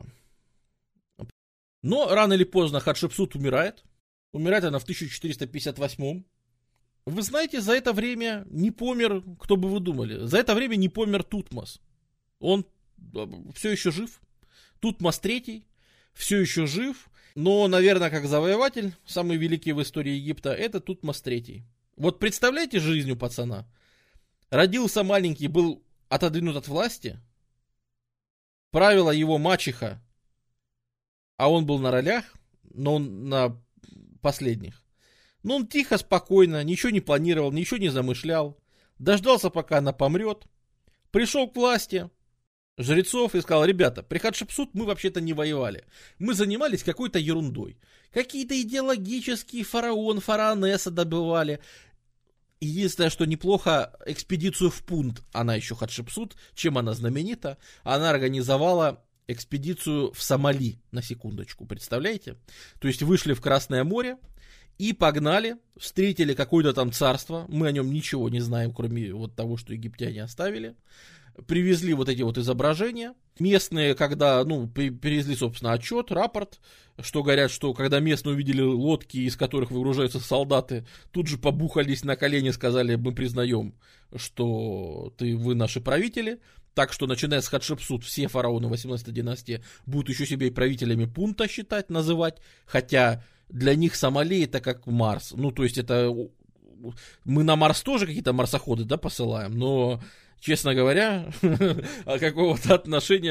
Но рано или поздно Хатшепсут умирает. Умирает она в 1458. Вы знаете, за это время не помер, кто бы вы думали, за это время не помер Тутмос. Он все еще жив. Тутмос III все еще жив. Но, наверное, как завоеватель, самый великий в истории Египта, это Тутмос III. Вот представляете жизнь у пацана? Родился маленький, был отодвинут от власти. Правила его мачеха, а он был на ролях, но он на последних. Но он тихо, спокойно, ничего не планировал, ничего не замышлял. Дождался, пока она помрет. Пришел к власти жрецов и сказал: ребята, при Хатшепсут мы вообще-то не воевали. Мы занимались какой-то ерундой. Какие-то идеологические фараонесса добывали. Единственное, что неплохо, экспедицию в Пунт, она еще Хатшепсут, чем она знаменита, она организовала экспедицию в Сомали, на секундочку, представляете? То есть вышли в Красное море и погнали, встретили какое-то там царство, мы о нем ничего не знаем, кроме вот того, что египтяне оставили. Привезли вот эти вот изображения. Местные, когда, привезли, собственно, отчет, рапорт, что говорят, что когда местные увидели лодки, из которых выгружаются солдаты, тут же побухались на колени, сказали: мы признаем, что вы наши правители. Так что, начиная с Хатшепсут, все фараоны 18 династии будут еще себе и правителями Пунта считать, называть. Хотя для них Сомали это как Марс. Ну, то есть это... Мы на Марс тоже какие-то марсоходы, да, посылаем, но... Честно говоря, какого-то отношения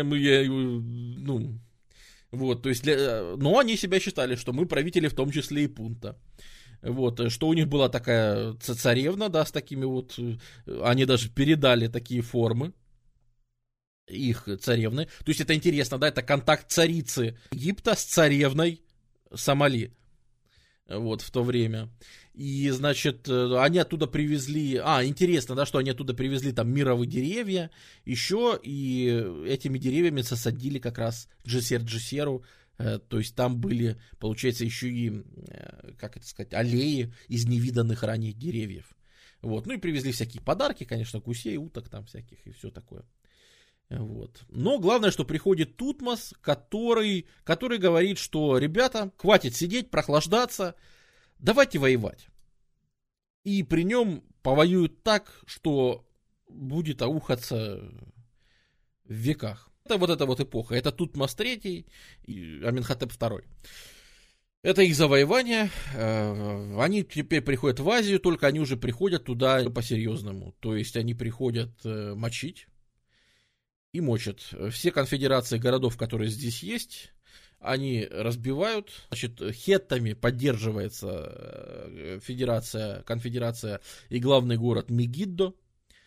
вот, то есть, но они себя считали, что мы правители, в том числе и Пунта. Вот, что у них была такая царевна, да, с такими вот, они даже передали такие формы их царевны. То есть это интересно, да, это контакт царицы Египта с царевной Сомали. Вот, в то время. И, значит, они оттуда привезли... интересно, да, что они оттуда привезли там мировые деревья еще, и этими деревьями засадили как раз Джесер-Джесеру, то есть там были, получается, еще и, аллеи из невиданных ранее деревьев. Вот, и привезли всякие подарки, конечно, гусей, уток там всяких и все такое. Вот. Но главное, что приходит Тутмос, который говорит, что: ребята, хватит сидеть, прохлаждаться, давайте воевать. И при нем повоюют так, что будет аухаться в веках. Это вот эта вот эпоха. Это Тутмос III и Аменхотеп II. Это их завоевание. Они теперь приходят в Азию, только они уже приходят туда по-серьезному. То есть они приходят мочить. И мочат. Все конфедерации городов, которые здесь есть, они разбивают. Значит, хеттами поддерживается конфедерация и главный город Мегиддо.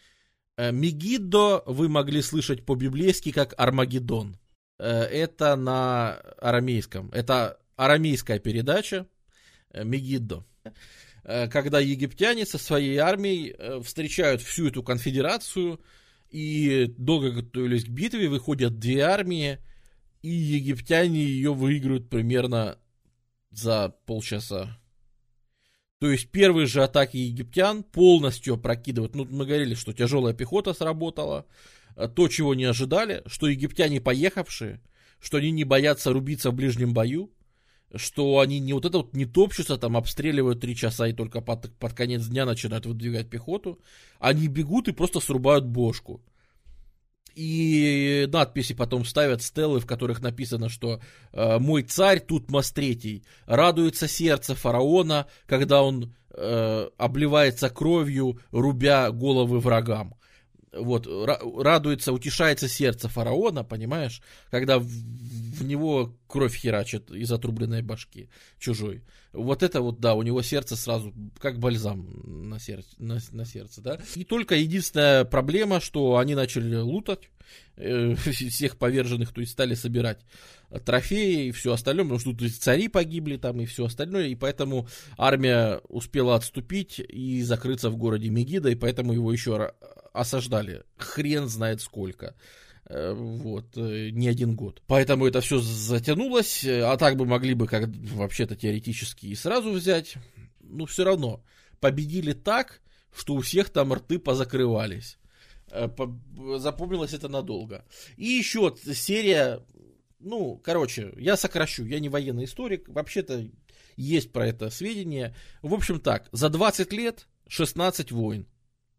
Мегиддо вы могли слышать по-библейски как Армагеддон. Это на арамейском. Это арамейская передача Мегиддо. Когда египтяне со своей армией встречают всю эту конфедерацию и долго готовились к битве, выходят две армии, и египтяне ее выиграют примерно за полчаса. То есть первые же атаки египтян полностью опрокидывают. Мы говорили, что тяжелая пехота сработала. То, чего не ожидали, что египтяне поехавшие, что они не боятся рубиться в ближнем бою, что они не топчутся, там обстреливают 3 часа и только под конец дня начинают выдвигать пехоту. Они бегут и просто срубают бошку. И надписи потом ставят, стелы, в которых написано, что «Мой царь Тутмос III, радуется сердце фараона, когда он обливается кровью, рубя головы врагам». Вот, радуется, утешается сердце фараона, понимаешь, когда в него кровь херачит из отрубленной башки чужой. Вот это вот, да, у него сердце сразу как бальзам на сердце, да. И только единственная проблема, что они начали лутать всех поверженных, то есть стали собирать трофеи и все остальное, потому что тут цари погибли там и все остальное, и поэтому армия успела отступить и закрыться в городе Мегидо, и поэтому его еще осаждали хрен знает сколько. Вот, не один год. Поэтому это все затянулось, а так бы могли бы как вообще-то теоретически и сразу взять. Но все равно победили так, что у всех там рты позакрывались. Запомнилось это надолго. И еще серия, ну, короче, я сокращу, я не военный историк, вообще-то есть про это сведения. В общем так, за 20 лет 16 войн.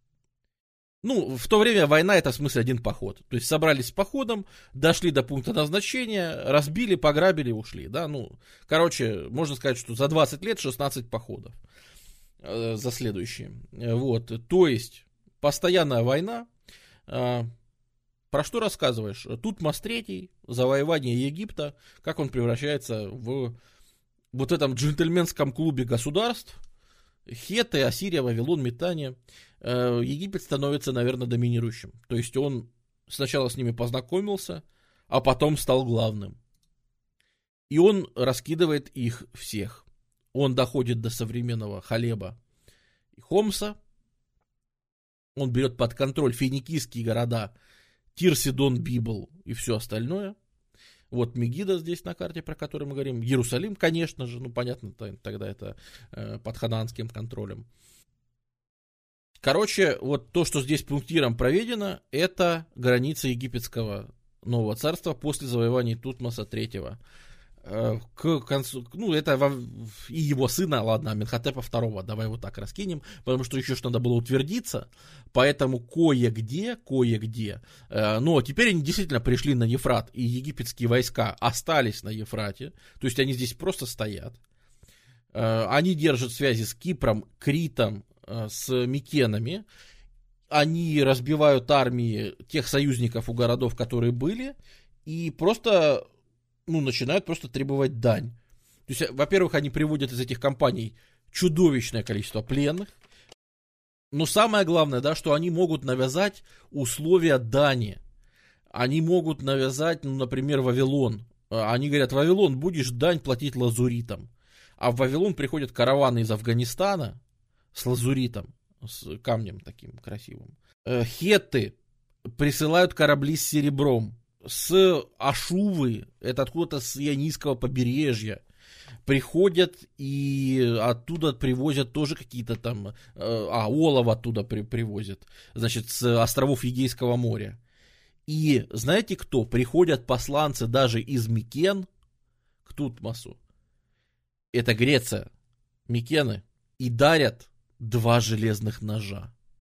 Ну, в то время война это в смысле один поход. То есть собрались с походом, дошли до пункта назначения, разбили, пограбили, ушли. Да? Ну, короче, можно сказать, что за 20 лет 16 походов за следующие. Вот. То есть постоянная война. Про что рассказываешь? Тутмос III, завоевание Египта, как он превращается в вот этом джентльменском клубе государств. Хетты, Ассирия, Вавилон, Метания. Египет становится, наверное, доминирующим. То есть он сначала с ними познакомился, а потом стал главным. И он раскидывает их всех. Он доходит до современного Халеба и Хомса. Он берет под контроль финикийские города Тир, Сидон, Библ и все остальное. Вот Мегидо здесь на карте, про который мы говорим. Иерусалим, конечно же, ну понятно, тогда это под ханаанским контролем. Короче, вот то, что здесь пунктиром проведено, это граница египетского нового царства после завоевания Тутмоса III. К концу, ну, это и его сына, ладно, Аменхотепа II, давай вот так раскинем, потому что еще надо было утвердиться, поэтому кое-где, но теперь они действительно пришли на Ефрат, и египетские войска остались на Ефрате, то есть они здесь просто стоят, они держат связи с Кипром, Критом, с Микенами, они разбивают армии тех союзников у городов, которые были, и просто, ну, начинают просто требовать дань. То есть, во-первых, они приводят из этих компаний чудовищное количество пленных, но самое главное, да, что они могут навязать условия дани. Они могут навязать, ну, например, Вавилон. Они говорят: Вавилон, будешь дань платить лазуритам. А в Вавилон приходят караваны из Афганистана с лазуритом, с камнем таким красивым. Хетты присылают корабли с серебром. С Ашувы, это откуда-то с Ионийского побережья, приходят и оттуда привозят тоже какие-то там, олово оттуда привозят, значит, с островов Егейского моря. И знаете кто? Приходят посланцы даже из Микен к Тутмосу. Это Греция, Микены, и дарят 2 железных ножа.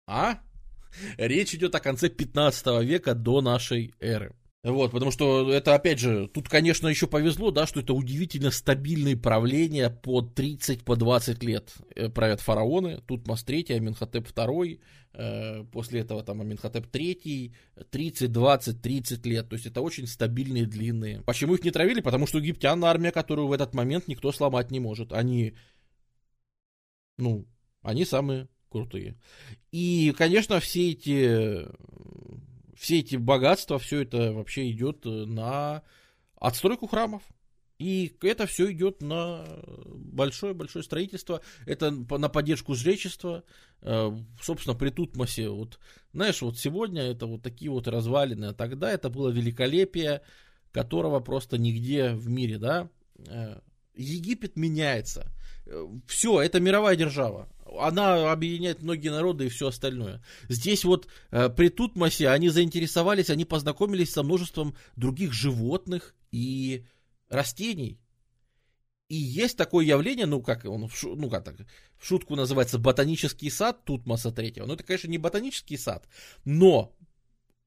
Речь идет о конце 15 века до нашей эры. Вот, потому что это, опять же, тут, конечно, еще повезло, да, что это удивительно стабильные правления по 30, по 20 лет правят фараоны, Тутмос III, Аменхотеп II, после этого там Аменхотеп III, 30, 20, 30 лет, то есть это очень стабильные, длинные. Почему их не травили? Потому что у египтян армия, которую в этот момент никто сломать не может. Они самые крутые. И, конечно, все эти богатства, все это вообще идет на отстройку храмов. И это все идет на большое-большое строительство. Это на поддержку жречества. Собственно, при Тутмосе, вот, знаешь, вот сегодня это вот такие вот развалины, а тогда это было великолепие, которого просто нигде в мире, да. Египет меняется. Все, это мировая держава. Она объединяет многие народы и все остальное. Здесь вот при Тутмосе они заинтересовались, они познакомились со множеством других животных и растений. И есть такое явление, в шутку называется ботанический сад Тутмоса III. Ну, это, конечно, не ботанический сад, но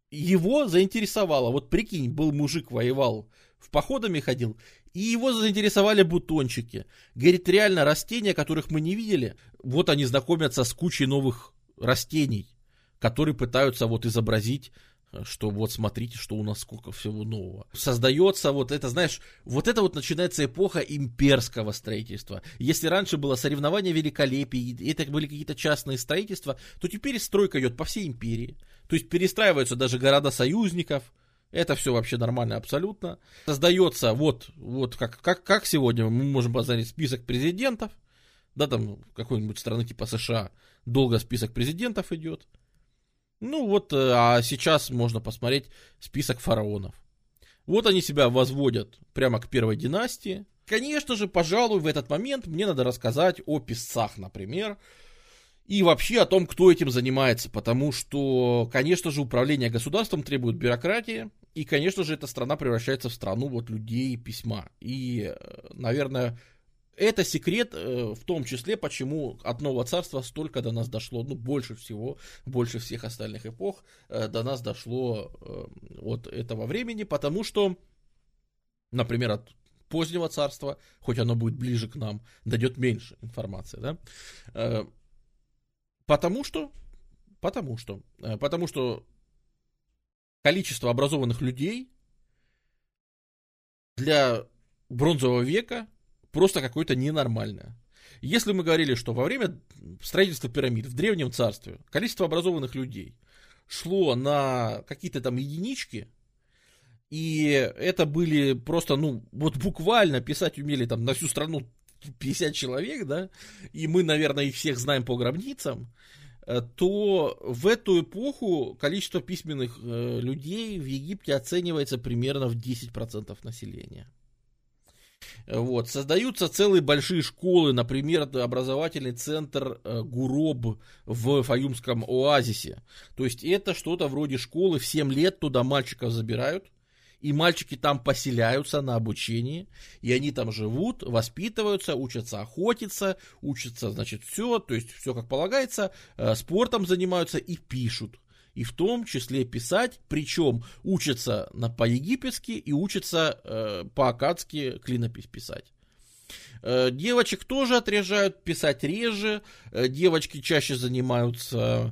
его заинтересовало. Вот прикинь, был мужик, воевал, в походами ходил, и его заинтересовали бутончики. Говорит, реально растения, которых мы не видели, вот они знакомятся с кучей новых растений, которые пытаются вот изобразить, что вот смотрите, что у нас сколько всего нового. Создается вот это, знаешь, вот это вот начинается эпоха имперского строительства. Если раньше было соревнование великолепий, это были какие-то частные строительства, то теперь стройка идет по всей империи. То есть перестраиваются даже города союзников. Это все вообще нормально абсолютно. Создается вот как сегодня мы можем посмотреть список президентов, да, там какой-нибудь страны типа США, долго список президентов идет. Ну вот, а сейчас можно посмотреть список фараонов. Вот они себя возводят прямо к первой династии. Конечно же, пожалуй, в этот момент мне надо рассказать о писцах, например, и вообще о том, кто этим занимается, потому что, конечно же, управление государством требует бюрократии, и, конечно же, эта страна превращается в страну вот людей письма. И, наверное, это секрет, в том числе, почему от Нового Царства столько до нас дошло, ну, больше всех остальных эпох до нас дошло от этого времени, потому что, например, от позднего царства, хоть оно будет ближе к нам, дойдет меньше информации, да, потому что количество образованных людей для бронзового века просто какое-то ненормальное. Если мы говорили, что во время строительства пирамид в Древнем Царстве количество образованных людей шло на какие-то там единички, и это были просто, ну, вот буквально писать умели там на всю страну 50 человек, да, и мы, наверное, их всех знаем по гробницам, то в эту эпоху количество письменных людей в Египте оценивается примерно в 10% населения. Вот. Создаются целые большие школы, например, образовательный центр Гуроб в Фаюмском оазисе. То есть это что-то вроде школы, в 7 лет туда мальчиков забирают, и мальчики там поселяются на обучении, и они там живут, воспитываются, учатся охотиться, учатся, значит, все, то есть все как полагается, спортом занимаются и пишут. И в том числе писать, причем учатся по-египетски и учатся по-аккадски клинопись писать. Девочек тоже отрежают, писать реже. Девочки чаще занимаются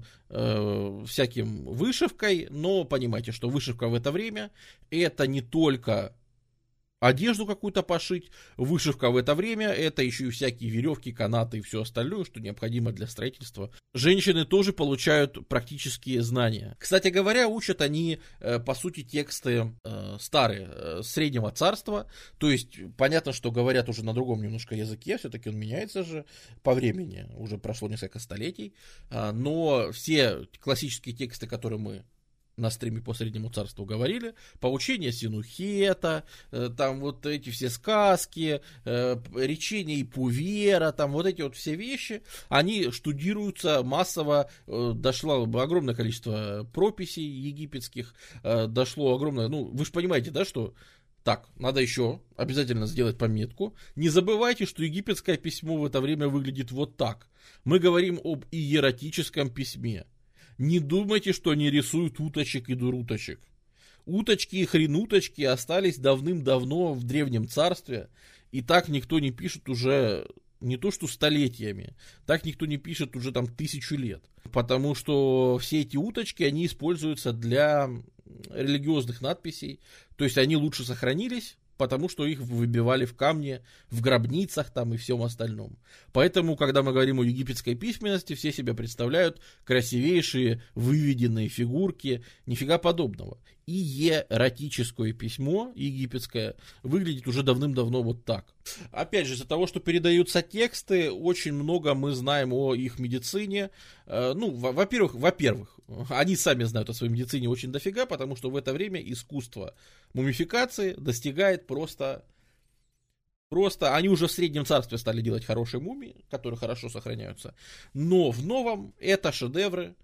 всяким вышивкой, но понимаете, что вышивка в это время это не только одежду какую-то пошить, вышивка в это время это еще и всякие веревки, канаты и все остальное, что необходимо для строительства. Женщины тоже получают практические знания. Кстати говоря, учат они, по сути, тексты старые, Среднего Царства, то есть понятно, что говорят уже на другом немножко языке, все-таки он меняется же по времени, уже прошло несколько столетий, но все классические тексты, которые мы на стриме по Среднему Царству говорили, поучение Синухета, там вот эти все сказки, речения Ипувера, там вот эти вот все вещи, они штудируются массово, дошло огромное количество прописей египетских, дошло огромное, ну, вы же понимаете, да, что так, надо еще обязательно сделать пометку. Не забывайте, что египетское письмо в это время выглядит вот так. Мы говорим об иератическом письме. Не думайте, что они рисуют уточек и дуруточек. Уточки и хренуточки остались давным-давно в Древнем Царстве, и так никто не пишет уже не то что столетиями, так никто не пишет уже там 1000 лет. Потому что все эти уточки, они используются для религиозных надписей, то есть они лучше сохранились, потому что их выбивали в камне, в гробницах там и всем остальном. Поэтому, когда мы говорим о египетской письменности, все себе представляют красивейшие выведенные фигурки, нифига подобного. Иератическое письмо египетское выглядит уже давным-давно вот так. Опять же, из-за того, что передаются тексты, очень много мы знаем о их медицине. Ну, во-первых, они сами знают о своей медицине очень дофига, потому что в это время искусство мумификации достигает просто они уже в Среднем Царстве стали делать хорошие мумии, которые хорошо сохраняются, но в новом это шедевры,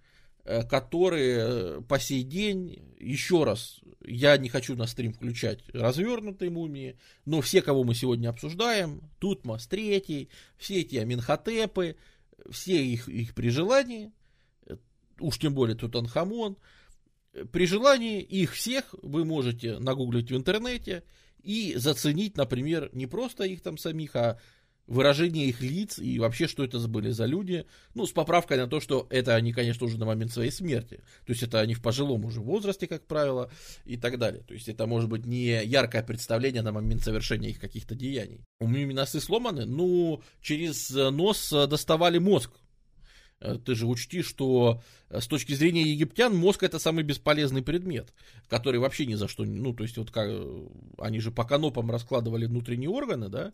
которые по сей день, еще раз, я не хочу на стрим включать развернутые мумии, но все, кого мы сегодня обсуждаем, Тутмос III, все эти Аменхотепы, все их при желании, уж тем более Тутанхамон, При желании их всех вы можете нагуглить в интернете и заценить, например, не просто их там самих, а выражение их лиц и вообще, что это были за люди. Ну, с поправкой на то, что это они, конечно, уже на момент своей смерти. То есть это они в пожилом уже возрасте, как правило, и так далее. То есть это может быть не яркое представление на момент совершения их каких-то деяний. У меня носы сломаны, ну, через нос доставали мозг. Ты же учти, что с точки зрения египтян мозг это самый бесполезный предмет, который вообще ни за что, ну, то есть вот как, они же по канопам раскладывали внутренние органы, да,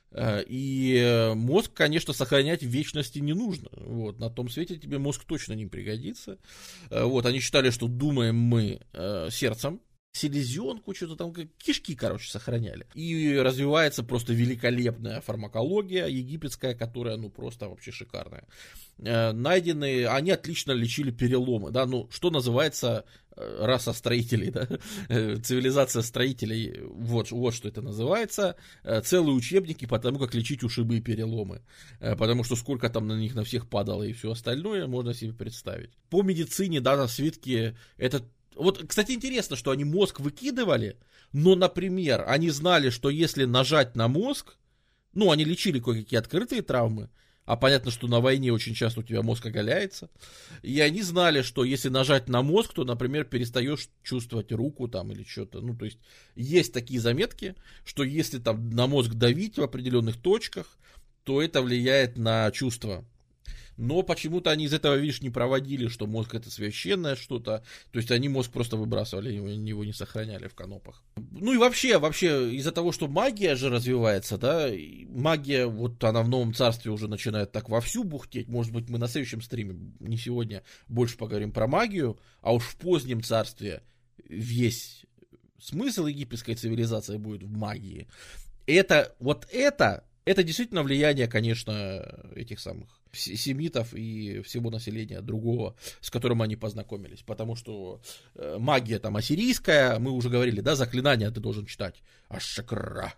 и мозг, конечно, сохранять в вечности не нужно, вот, на том свете тебе мозг точно не пригодится, вот, они считали, что думаем мы сердцем, селезенку, что-то там, кишки, короче, сохраняли. И развивается просто великолепная фармакология египетская, которая, ну, просто вообще шикарная. Найдены, они отлично лечили переломы, да, ну, что называется раса строителей, да, цивилизация строителей, вот что это называется, целые учебники по тому, как лечить ушибы и переломы, потому что сколько там на них на всех падало и все остальное, можно себе представить. По медицине, да, на свитке это. Вот, кстати, интересно, что они мозг выкидывали, но, например, они знали, что если нажать на мозг, ну, они лечили кое-какие открытые травмы, а понятно, что на войне очень часто у тебя мозг оголяется, и они знали, что если нажать на мозг, то, например, перестаешь чувствовать руку там или что-то, ну, то есть такие заметки, что если там на мозг давить в определенных точках, то это влияет на чувства. Но почему-то они из этого, видишь, не проводили, что мозг это священное что-то. То есть они мозг просто выбрасывали, его не сохраняли в канопах. Ну и вообще из-за того, что магия же развивается, да, магия, вот она в Новом Царстве уже начинает так вовсю бухтеть. Может быть, мы на следующем стриме, не сегодня, больше поговорим про магию, а уж в позднем Царстве весь смысл египетской цивилизации будет в магии. Это действительно влияние, конечно, этих самых семитов и всего населения другого, с которым они познакомились. Потому что магия там ассирийская, мы уже говорили, да, заклинания ты должен читать. Ашакра,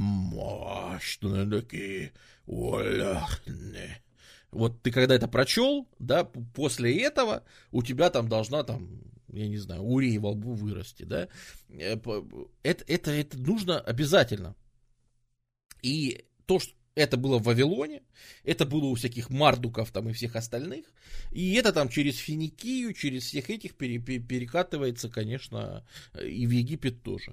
мощные, оляхне. Вот ты когда это прочел, да, после этого у тебя там должна там, я не знаю, урей во лбу вырасти, да. Это нужно обязательно. И то, что это было в Вавилоне, это было у всяких мардуков там и всех остальных, и это там через Финикию, через всех этих перекатывается, конечно, и в Египет тоже.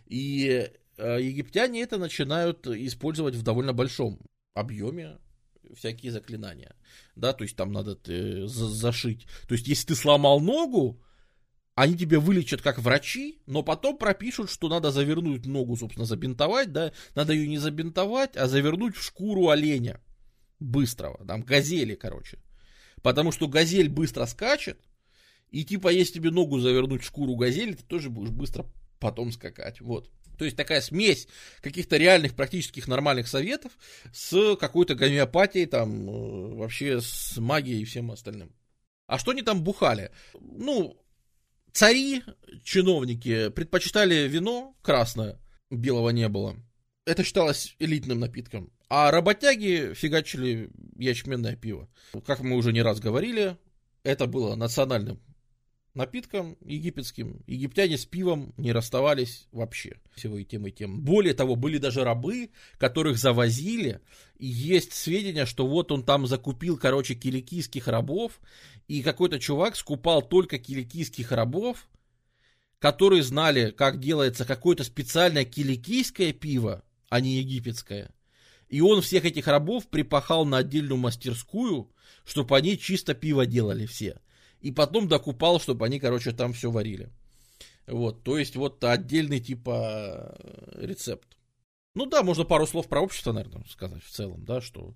И египтяне это начинают использовать в довольно большом объеме, всякие заклинания, да, то есть там надо зашить. То есть если ты сломал ногу, они тебе вылечат как врачи, но потом пропишут, что надо завернуть ногу, собственно, забинтовать, да, надо ее не забинтовать, а завернуть в шкуру оленя быстрого, там, газели, короче, потому что газель быстро скачет, и типа, если тебе ногу завернуть в шкуру газели, ты тоже будешь быстро потом скакать, вот. То есть такая смесь каких-то реальных, практических, нормальных советов с какой-то гомеопатией, там, вообще с магией и всем остальным. А что они там бухали? Ну, цари, чиновники предпочитали вино красное, белого не было. Это считалось элитным напитком. А работяги фигачили ячменное пиво. Как мы уже не раз говорили, это было национальным напитком египетским. Египтяне с пивом не расставались вообще. Всего и тем, и тем. Более того, были даже рабы, которых завозили. И есть сведения, что вот он там закупил, короче, киликийских рабов. И какой-то чувак скупал только киликийских рабов, которые знали, как делается какое-то специальное киликийское пиво, а не египетское. И он всех этих рабов припахал на отдельную мастерскую, чтобы они чисто пиво делали все. И потом докупал, чтобы они, короче, там все варили. Вот, то есть вот отдельный типа рецепт. Ну да, можно пару слов про общество, наверное, сказать в целом, да, что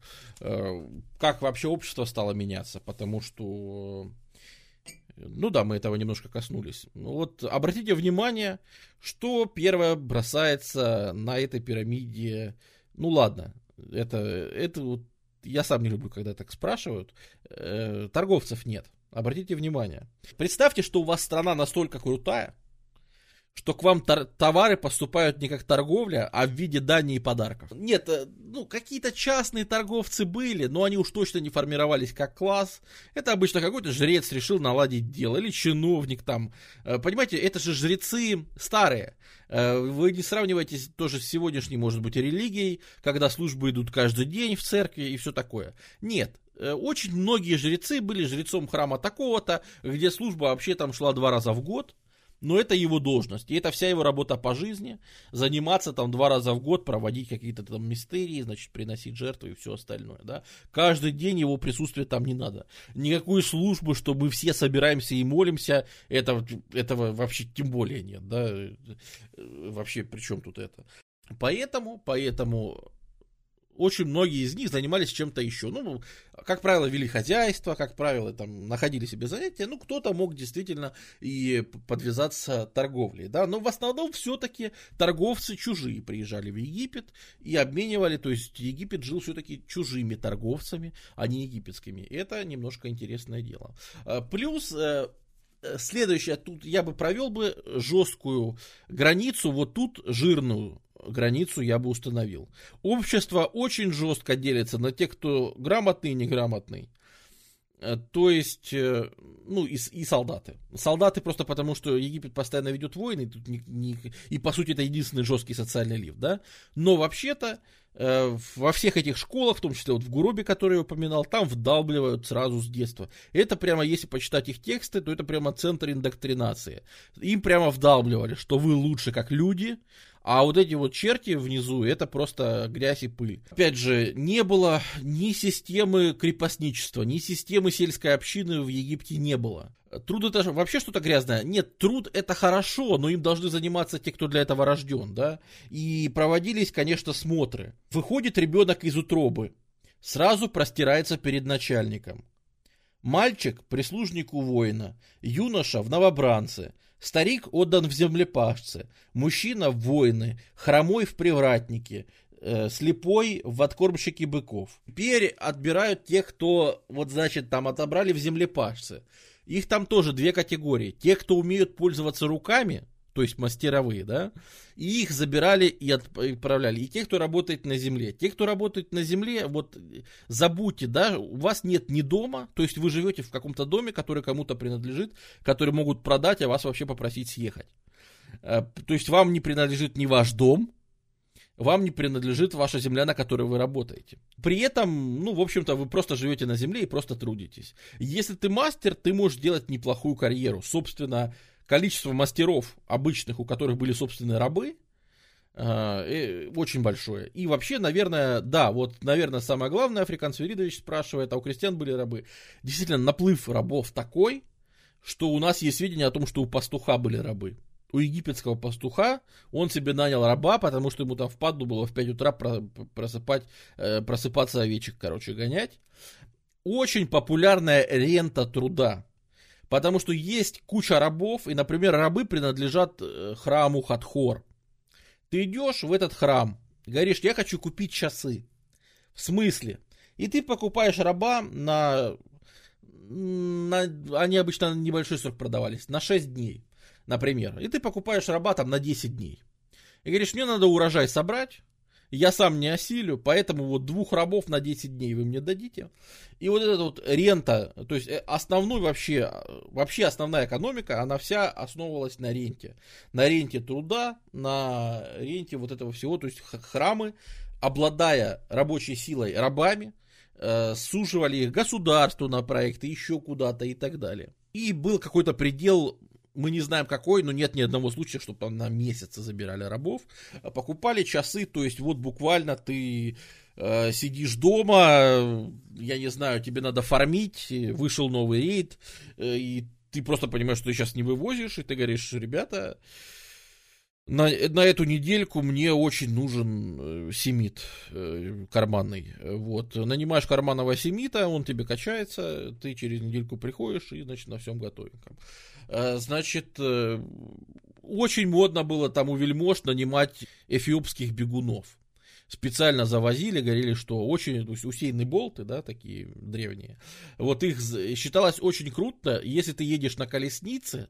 как вообще общество стало меняться, потому что, ну да, мы этого немножко коснулись. Вот обратите внимание, что первое бросается на этой пирамиде. Ну ладно, это вот я сам не люблю, когда так спрашивают. Торговцев нет. Обратите внимание. Представьте, что у вас страна настолько крутая, что к вам товары поступают не как торговля, а в виде дани и подарков. Нет, ну, какие-то частные торговцы были, но они уж точно не формировались как класс. Это обычно какой-то жрец решил наладить дело, или чиновник там. Понимаете, это же жрецы старые. Вы не сравниваете тоже с сегодняшней, может быть, религией, когда службы идут каждый день в церкви и все такое. Нет. Очень многие жрецы были жрецом храма такого-то, где служба вообще там шла 2 раза в год. Но это его должность, и это вся его работа по жизни, заниматься там 2 раза в год, проводить какие-то там мистерии, значит, приносить жертвы и все остальное, да. Каждый день его присутствия там не надо. Никакой службы, что мы все собираемся и молимся, этого вообще тем более нет, да. Вообще, при чем тут это? Поэтому очень многие из них занимались чем-то еще. Ну, как правило, вели хозяйство, как правило, там находили себе занятия. Ну, кто-то мог действительно и подвязаться торговлей, да. Но в основном все-таки торговцы чужие приезжали в Египет и обменивали. То есть Египет жил все-таки чужими торговцами, а не египетскими. Это немножко интересное дело. Плюс следующее, тут я бы провел бы жесткую границу, вот тут жирную границу я бы установил. Общество очень жестко делится на тех, кто грамотный и неграмотный. То есть, ну, и солдаты. Солдаты просто потому, что Египет постоянно ведет войны, и по сути это единственный жесткий социальный лифт, да. Но вообще-то во всех этих школах, в том числе вот в Гуробе, который я упоминал, там вдалбливают сразу с детства. Это прямо, если почитать их тексты, то это прямо центр индоктринации. Им прямо вдалбливали, что вы лучше как люди, а вот эти вот черти внизу, это просто грязь и пыль. Опять же, не было ни системы крепостничества, ни системы сельской общины в Египте не было. Труд это же вообще что-то грязное. Нет, труд это хорошо, но им должны заниматься те, кто для этого рожден, да. И проводились, конечно, смотры. Выходит ребенок из утробы, сразу простирается перед начальником. Мальчик – прислужнику воина, юноша в новобранце, старик отдан в землепашце, мужчина в воины, хромой в привратнике, слепой в откормщике быков. Теперь отбирают тех, кто, вот значит, там отобрали в землепашце. Их там тоже 2 категории. Те, кто умеют пользоваться руками, то есть мастеровые, да, и их забирали и отправляли. И те, кто работает на земле. Те, кто работает на земле, вот забудьте, да, у вас нет ни дома, то есть вы живете в каком-то доме, который кому-то принадлежит, который могут продать, а вас вообще попросить съехать. То есть вам не принадлежит ни ваш дом, вам не принадлежит ваша земля, на которой вы работаете. При этом, ну, в общем-то, вы просто живете на земле и просто трудитесь. Если ты мастер, ты можешь делать неплохую карьеру. Собственно, количество мастеров обычных, у которых были собственные рабы, очень большое. И вообще, наверное, да, вот, наверное, самое главное, Африкан Свиридович спрашивает, а у крестьян были рабы. Действительно, наплыв рабов такой, что у нас есть сведения о том, что у пастуха были рабы. У египетского пастуха он себе нанял раба, потому что ему там впадлу было в 5 утра просыпаться овечек, короче, гонять. Очень популярная рента труда. Потому что есть куча рабов, и, например, рабы принадлежат храму Хатхор. Ты идешь в этот храм, говоришь, я хочу купить часы. В смысле? И ты покупаешь раба они обычно на небольшой срок продавались, на 6 дней, например. И ты покупаешь раба там на 10 дней. И говоришь, мне надо урожай собрать, я сам не осилю, поэтому вот 2 рабов на 10 дней вы мне дадите. И вот эта вот рента, то есть основной вообще основная экономика, она вся основывалась на ренте. На ренте труда, на ренте вот этого всего. То есть храмы, обладая рабочей силой рабами, суживали их государству на проекты, еще куда-то и так далее. И был какой-то предел. Мы не знаем какой, но нет ни одного случая, чтобы там на месяцы забирали рабов. Покупали часы, то есть вот буквально ты сидишь дома, я не знаю, тебе надо фармить, вышел новый рейд, и ты просто понимаешь, что ты сейчас не вывозишь, и ты говоришь, ребята, на эту недельку мне очень нужен семит карманный. Вот. Нанимаешь карманного семита, он тебе качается, ты через недельку приходишь и, значит, на всем готовеньком. Значит, очень модно было там у вельмож нанимать эфиопских бегунов. Специально завозили, говорили, что очень, то есть усеянные болты, да, такие древние. Вот их считалось очень круто, если ты едешь на колеснице,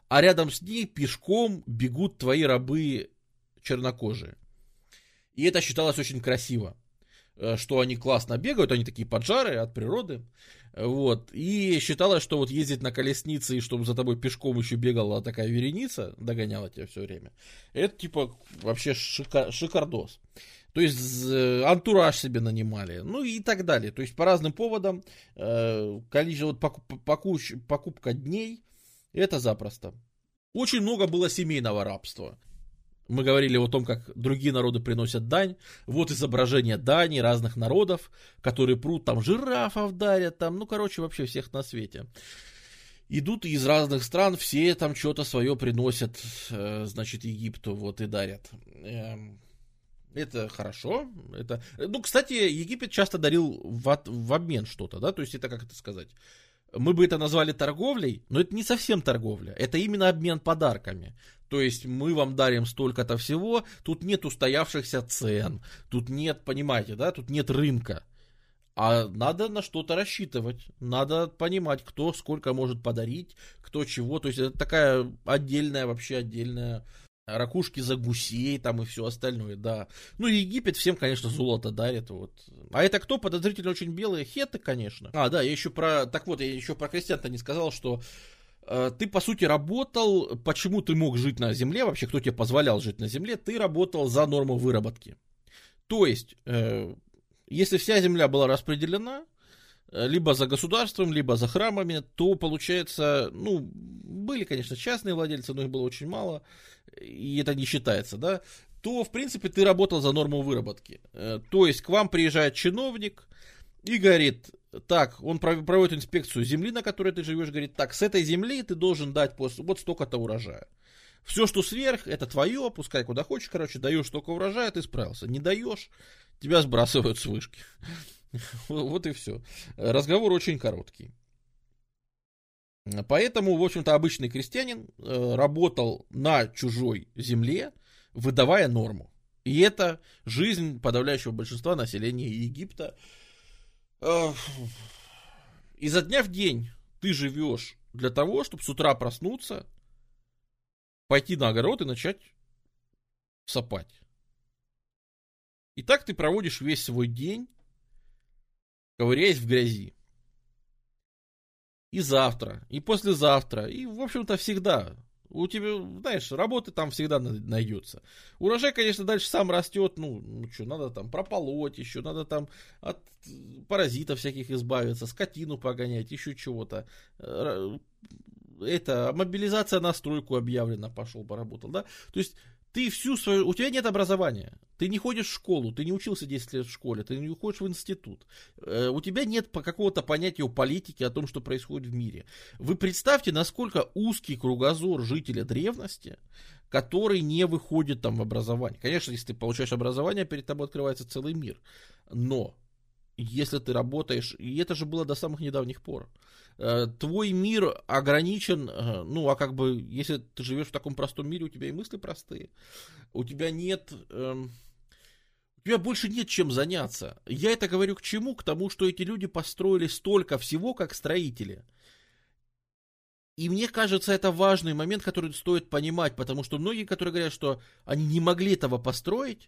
а рядом с ней пешком бегут твои рабы чернокожие. И это считалось очень красиво, что они классно бегают, они такие поджарые от природы. Вот. И считалось, что вот ездить на колеснице, и чтобы за тобой пешком еще бегала такая вереница, догоняла тебя все время, это типа вообще шикардос. То есть антураж себе нанимали, ну и так далее. То есть по разным поводам количество вот, покупка дней, это запросто. Очень много было семейного рабства. Мы говорили о том, как другие народы приносят дань. Вот изображение дани разных народов, которые прут, там жирафов дарят, там, ну, короче, вообще всех на свете. Идут из разных стран, все там что-то свое приносят, значит, Египту, вот, и дарят. Это хорошо. Это... Ну, кстати, Египет часто дарил в обмен что-то, да, то есть это, как это сказать... Мы бы это назвали торговлей, но это не совсем торговля, это именно обмен подарками. То есть мы вам дарим столько-то всего, тут нет устоявшихся цен, тут нет, понимаете, да, тут нет рынка. А надо на что-то рассчитывать, надо понимать, кто сколько может подарить, кто чего. То есть это такая отдельная, вообще отдельная... Ракушки за гусей там и все остальное, да. Ну, Египет всем, конечно, золото дарит, вот. А это кто? Подозрительно очень белые хетты, конечно. А, да, я еще про... Так вот, я еще про крестьян-то не сказал, что ты, по сути, работал... Почему ты мог жить на земле? Вообще, кто тебе позволял жить на земле? Ты работал за норму выработки. То есть, если вся земля была распределена, либо за государством, либо за храмами, то, получается, ну, были, конечно, частные владельцы, но их было очень мало, и это не считается, да, то, в принципе, ты работал за норму выработки. То есть к вам приезжает чиновник и говорит, так, он проводит инспекцию земли, на которой ты живешь, говорит, так, с этой земли ты должен дать вот столько-то урожая. Все, что сверх, это твое, пускай куда хочешь, короче, даешь столько урожая, ты справился. Не даешь, тебя сбрасывают с вышки. Вот и все. Разговор очень короткий. Поэтому, в общем-то, обычный крестьянин работал на чужой земле, выдавая норму. И это жизнь подавляющего большинства населения Египта. Изо дня в день ты живешь для того, чтобы с утра проснуться, пойти на огород и начать сапать. И так ты проводишь весь свой день, ковыряясь в грязи. И завтра, и послезавтра, и, в общем-то, всегда. У тебя, знаешь, работы там всегда найдется. Урожай, конечно, дальше сам растет. Ну что, надо там прополоть еще, надо там от паразитов всяких избавиться, скотину погонять, еще чего-то. Это, мобилизация на стройку объявлена, пошел, поработал, да? То есть, ты всю свою... У тебя нет образования. Ты не ходишь в школу, ты не учился 10 лет в школе, ты не ходишь в институт. У тебя нет какого-то понятия о политике, о том, что происходит в мире. Вы представьте, насколько узкий кругозор жителя древности, который не выходит там в образование. Конечно, если ты получаешь образование, перед тобой открывается целый мир. Но если ты работаешь, и это же было до самых недавних пор, твой мир ограничен, ну, а как бы, если ты живешь в таком простом мире, у тебя и мысли простые, у тебя нет, у тебя больше нет чем заняться. Я это говорю к чему? К тому, что эти люди построили столько всего, как строители. И мне кажется, это важный момент, который стоит понимать, потому что многие, которые говорят, что они не могли этого построить,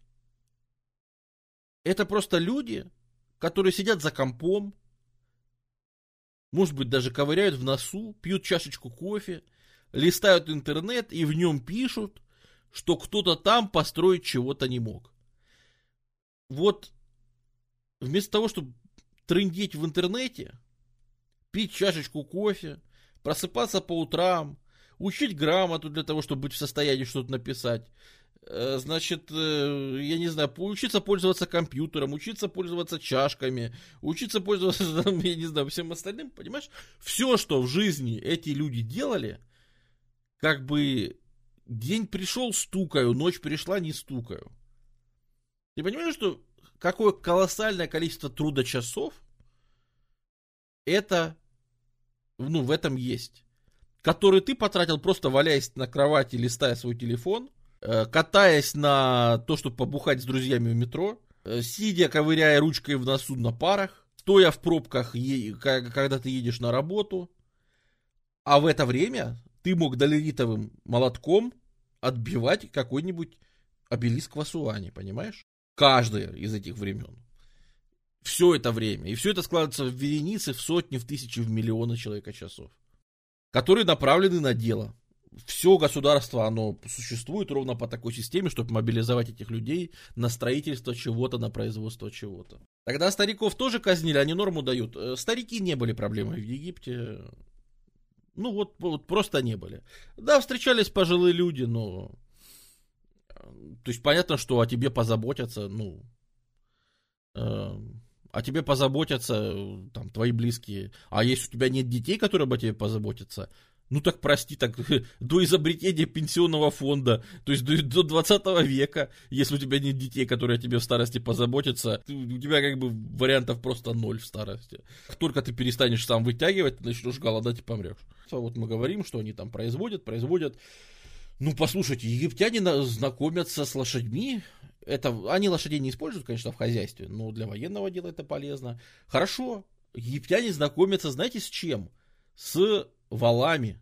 это просто люди, которые сидят за компом, может быть, даже ковыряют в носу, пьют чашечку кофе, листают интернет и в нем пишут, что кто-то там построить чего-то не мог. Вот вместо того, чтобы трындеть в интернете, пить чашечку кофе, просыпаться по утрам, учить грамоту для того, чтобы быть в состоянии что-то написать, значит, я не знаю, учиться пользоваться компьютером, учиться пользоваться чашками, учиться пользоваться, я не знаю, всем остальным, понимаешь? Все, что в жизни эти люди делали, как бы день пришел, стукаю, ночь пришла, не стукаю. Ты понимаешь, что какое колоссальное количество трудочасов это, ну, в этом есть, которые ты потратил просто валяясь на кровати, листая свой телефон, катаясь на то, чтобы побухать с друзьями в метро, сидя, ковыряя ручкой в носу на парах, стоя в пробках, когда ты едешь на работу. А в это время ты мог долеритовым молотком отбивать какой-нибудь обелиск в Асуане, понимаешь? Каждое из этих времен. Все это время. И все это складывается в вереницы, в сотни, в тысячи, в миллионы человека-часов, которые направлены на дело. Все государство, оно существует ровно по такой системе, чтобы мобилизовать этих людей на строительство чего-то, на производство чего-то. Тогда стариков тоже казнили, они норму дают. Старики не были проблемой в Египте. Ну вот просто не были. Да, встречались пожилые люди, но... То есть понятно, что о тебе позаботятся, о тебе позаботятся там твои близкие. А если у тебя нет детей, которые бы о тебе позаботятся, ну так прости, так до изобретения пенсионного фонда, то есть до 20 века, если у тебя нет детей, которые о тебе в старости позаботятся, у тебя как бы вариантов просто ноль в старости. Как только ты перестанешь сам вытягивать, ты начнешь голодать и помрешь. Вот мы говорим, что они там производят. Ну, послушайте, египтяне знакомятся с лошадьми. Они лошадей не используют, конечно, в хозяйстве, но для военного дела это полезно. Хорошо, египтяне знакомятся, знаете, с чем? С валами.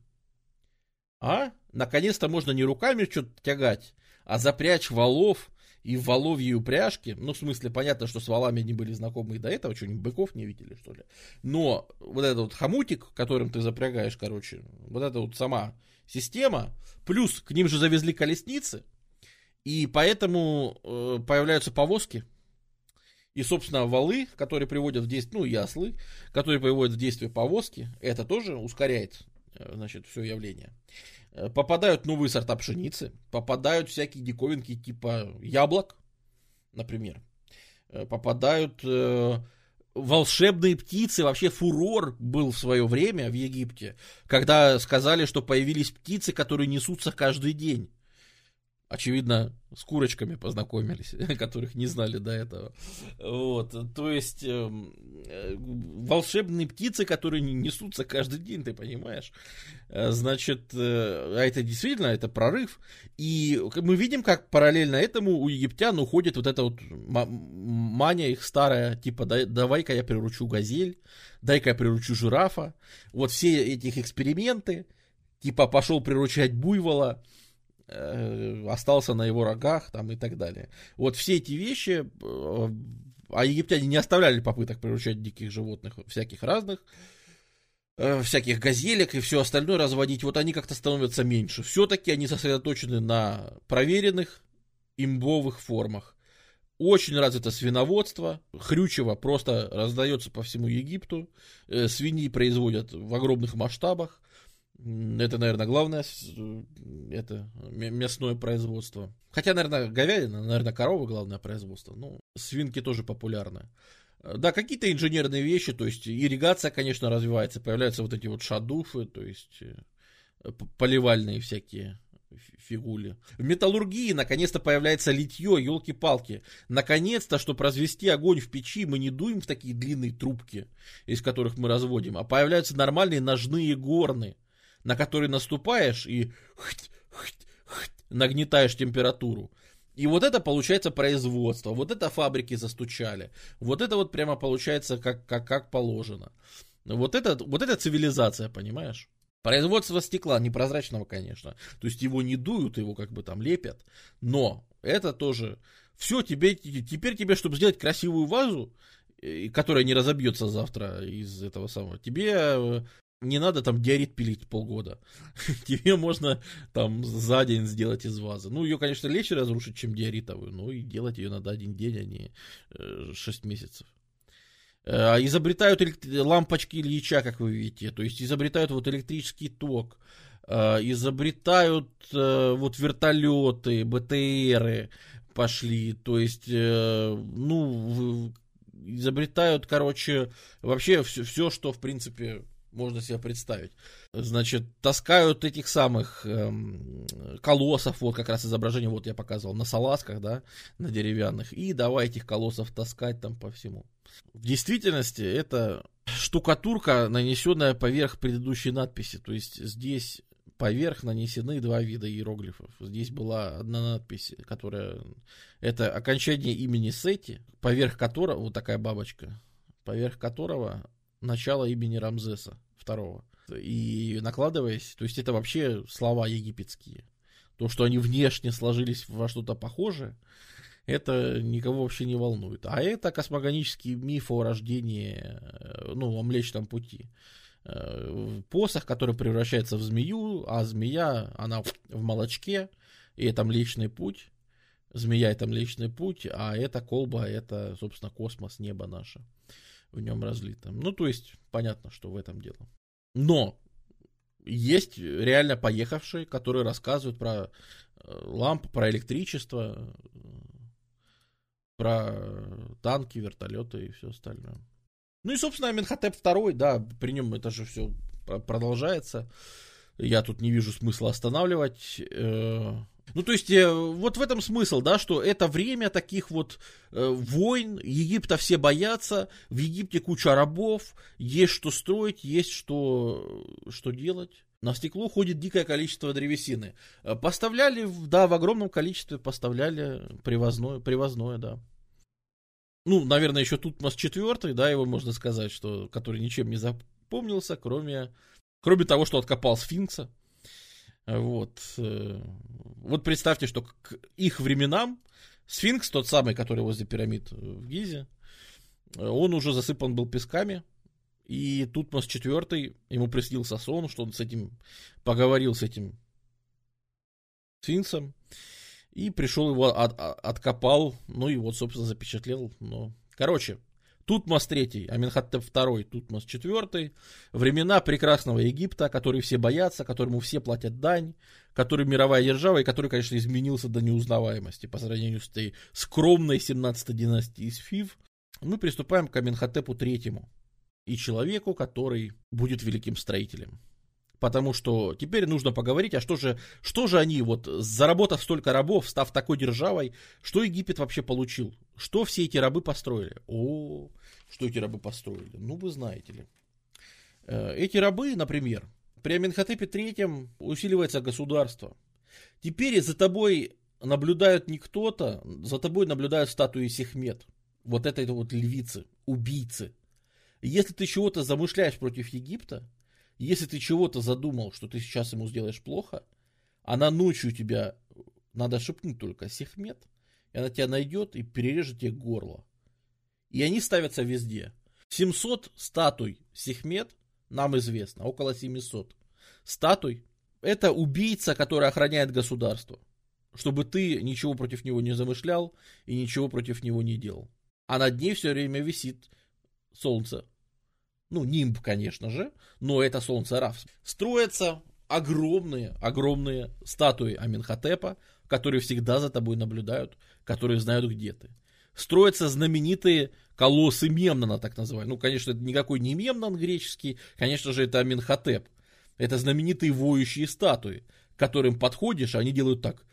Наконец-то можно не руками что-то тягать, а запрячь валов и в воловьи упряжки. Ну, в смысле, понятно, что с валами они были знакомы и до этого, что-нибудь быков не видели, что ли. Но вот этот вот хомутик, которым ты запрягаешь, вот эта вот сама система, плюс к ним же завезли колесницы, и поэтому появляются повозки, и, собственно, валы, которые приводят в действие, и ослы, которые приводят в действие повозки, это тоже ускоряет, значит, все явление. Попадают новые сорта пшеницы, попадают всякие диковинки типа яблок, например. Попадают волшебные птицы. Вообще фурор был в свое время в Египте, когда сказали, что появились птицы, которые несутся каждый день. Очевидно, с курочками познакомились, которых не знали до этого. Вот, то есть волшебные птицы, которые несутся каждый день, ты понимаешь? Значит, это действительно, это прорыв. И мы видим, как параллельно этому у египтян уходит вот эта вот мания их старая, типа давай-ка я приручу газель, дай-ка я приручу жирафа. Вот все эти эксперименты, типа пошел приручать буйвола, остался на его рогах там, и так далее. Вот все эти вещи, а египтяне не оставляли попыток приручать диких животных, всяких разных, всяких газелек и все остальное разводить, вот они как-то становятся меньше. Все-таки они сосредоточены на проверенных имбовых формах. Очень развито свиноводство, хрючево просто раздается по всему Египту, свиньи производят в огромных масштабах. Это, наверное, главное, это мясное производство. Хотя, наверное, говядина, наверное, коровы главное производство. Ну, свинки тоже популярны. Да, какие-то инженерные вещи, то есть ирригация, конечно, развивается, появляются вот эти вот шадуфы, то есть поливальные всякие фигули. В металлургии наконец-то появляется литье, елки-палки. Наконец-то, чтобы развести огонь в печи, мы не дуем в такие длинные трубки, из которых мы разводим, а появляются нормальные ножные горны, на которые наступаешь и нагнетаешь температуру. И вот это получается производство, вот это фабрики застучали, вот это вот прямо получается как положено. Вот это цивилизация, понимаешь? Производство стекла, непрозрачного, конечно, то есть его не дуют, его как бы там лепят, но это тоже, все, теперь тебе, чтобы сделать красивую вазу, которая не разобьется завтра из этого самого, тебе... Не надо там диорит пилить полгода. Тебе можно там за день сделать из вазы. Ну, ее, конечно, легче разрушить, чем диоритовую, но и делать ее надо один день, а не 6 месяцев. Изобретают лампочки Ильича, как вы видите. То есть изобретают вот электрический ток. Изобретают вот вертолеты, БТРы пошли. То есть, изобретают, короче, вообще все, что, в принципе... можно себе представить. Значит, таскают этих самых колоссов, вот как раз изображение, вот я показывал, на салазках, да, на деревянных, и давай этих колоссов таскать там по всему. В действительности это штукатурка, нанесенная поверх предыдущей надписи, то есть здесь поверх нанесены два вида иероглифов. Здесь была одна надпись, которая, это окончание имени Сети, поверх которого, вот такая бабочка, поверх которого начало имени Рамзеса II. и накладываясь, то есть это вообще слова египетские. То, что они внешне сложились во что-то похожее, это никого вообще не волнует. А это космогонический миф о рождении, ну, о Млечном Пути. Посох, который превращается в змею, а змея, она в молочке, и это Млечный Путь. Змея — это Млечный Путь, а эта колба — это, собственно, космос, небо наше в нем разлито. Ну, то есть, понятно, что в этом дело. Но есть реально поехавшие, которые рассказывают про лампы, про электричество, про танки, вертолеты и все остальное. Ну и, собственно, Аменхотеп II, да, при нем это же все продолжается. Я тут не вижу смысла останавливать. Ну, то есть, вот в этом смысл, да, что это время таких вот войн, Египта все боятся, в Египте куча рабов, есть что строить, есть что делать. На стекло ходит дикое количество древесины. Поставляли, да, в огромном количестве поставляли привозное, да. Ну, наверное, еще Тутмос IV, да, его можно сказать, что, который ничем не запомнился, кроме того, что откопал сфинкса. Вот. Вот представьте, что к их временам сфинкс, тот самый, который возле пирамид в Гизе, он уже засыпан был песками, и Тутмос IV, ему приснился сон, что он поговорил с этим сфинксом, и пришел его, откопал, ну и вот, собственно, запечатлел. Но... Короче, Тутмос III, Аменхотеп II, Тутмос IV, времена прекрасного Египта, который все боятся, которому все платят дань, который мировая держава, и который, конечно, изменился до неузнаваемости по сравнению с этой скромной 17-й династией Сфив. Мы приступаем к Аменхотепу III и человеку, который будет великим строителем. Потому что теперь нужно поговорить, а что же они, вот заработав столько рабов, став такой державой, что Египет вообще получил? Что все эти рабы построили? Что эти рабы построили? Ну, вы знаете ли. Эти рабы, например, при Аменхотепе III усиливается государство. Теперь за тобой наблюдают не кто-то, за тобой наблюдают статуи Сехмет. Вот этой вот львицы, убийцы. Если ты чего-то замышляешь против Египта, если ты чего-то задумал, что ты сейчас ему сделаешь плохо, она ночью тебя, надо шепнуть только Сехмет, и она тебя найдет и перережет тебе горло. И они ставятся везде. 700 статуй Сехмет, нам известно, около 700 статуй. Это убийца, который охраняет государство, чтобы ты ничего против него не замышлял и ничего против него не делал. А над ней все время висит солнце. Ну, нимб, конечно же, но это солнце Ра. Строятся огромные статуи Аменхотепа, которые всегда за тобой наблюдают, которые знают, где ты. Строятся знаменитые колоссы Мемнона, так называемые. Ну, конечно, это никакой не Мемнон греческий, конечно же, это Аменхотеп. Это знаменитые воющие статуи, к которым подходишь, а они делают так.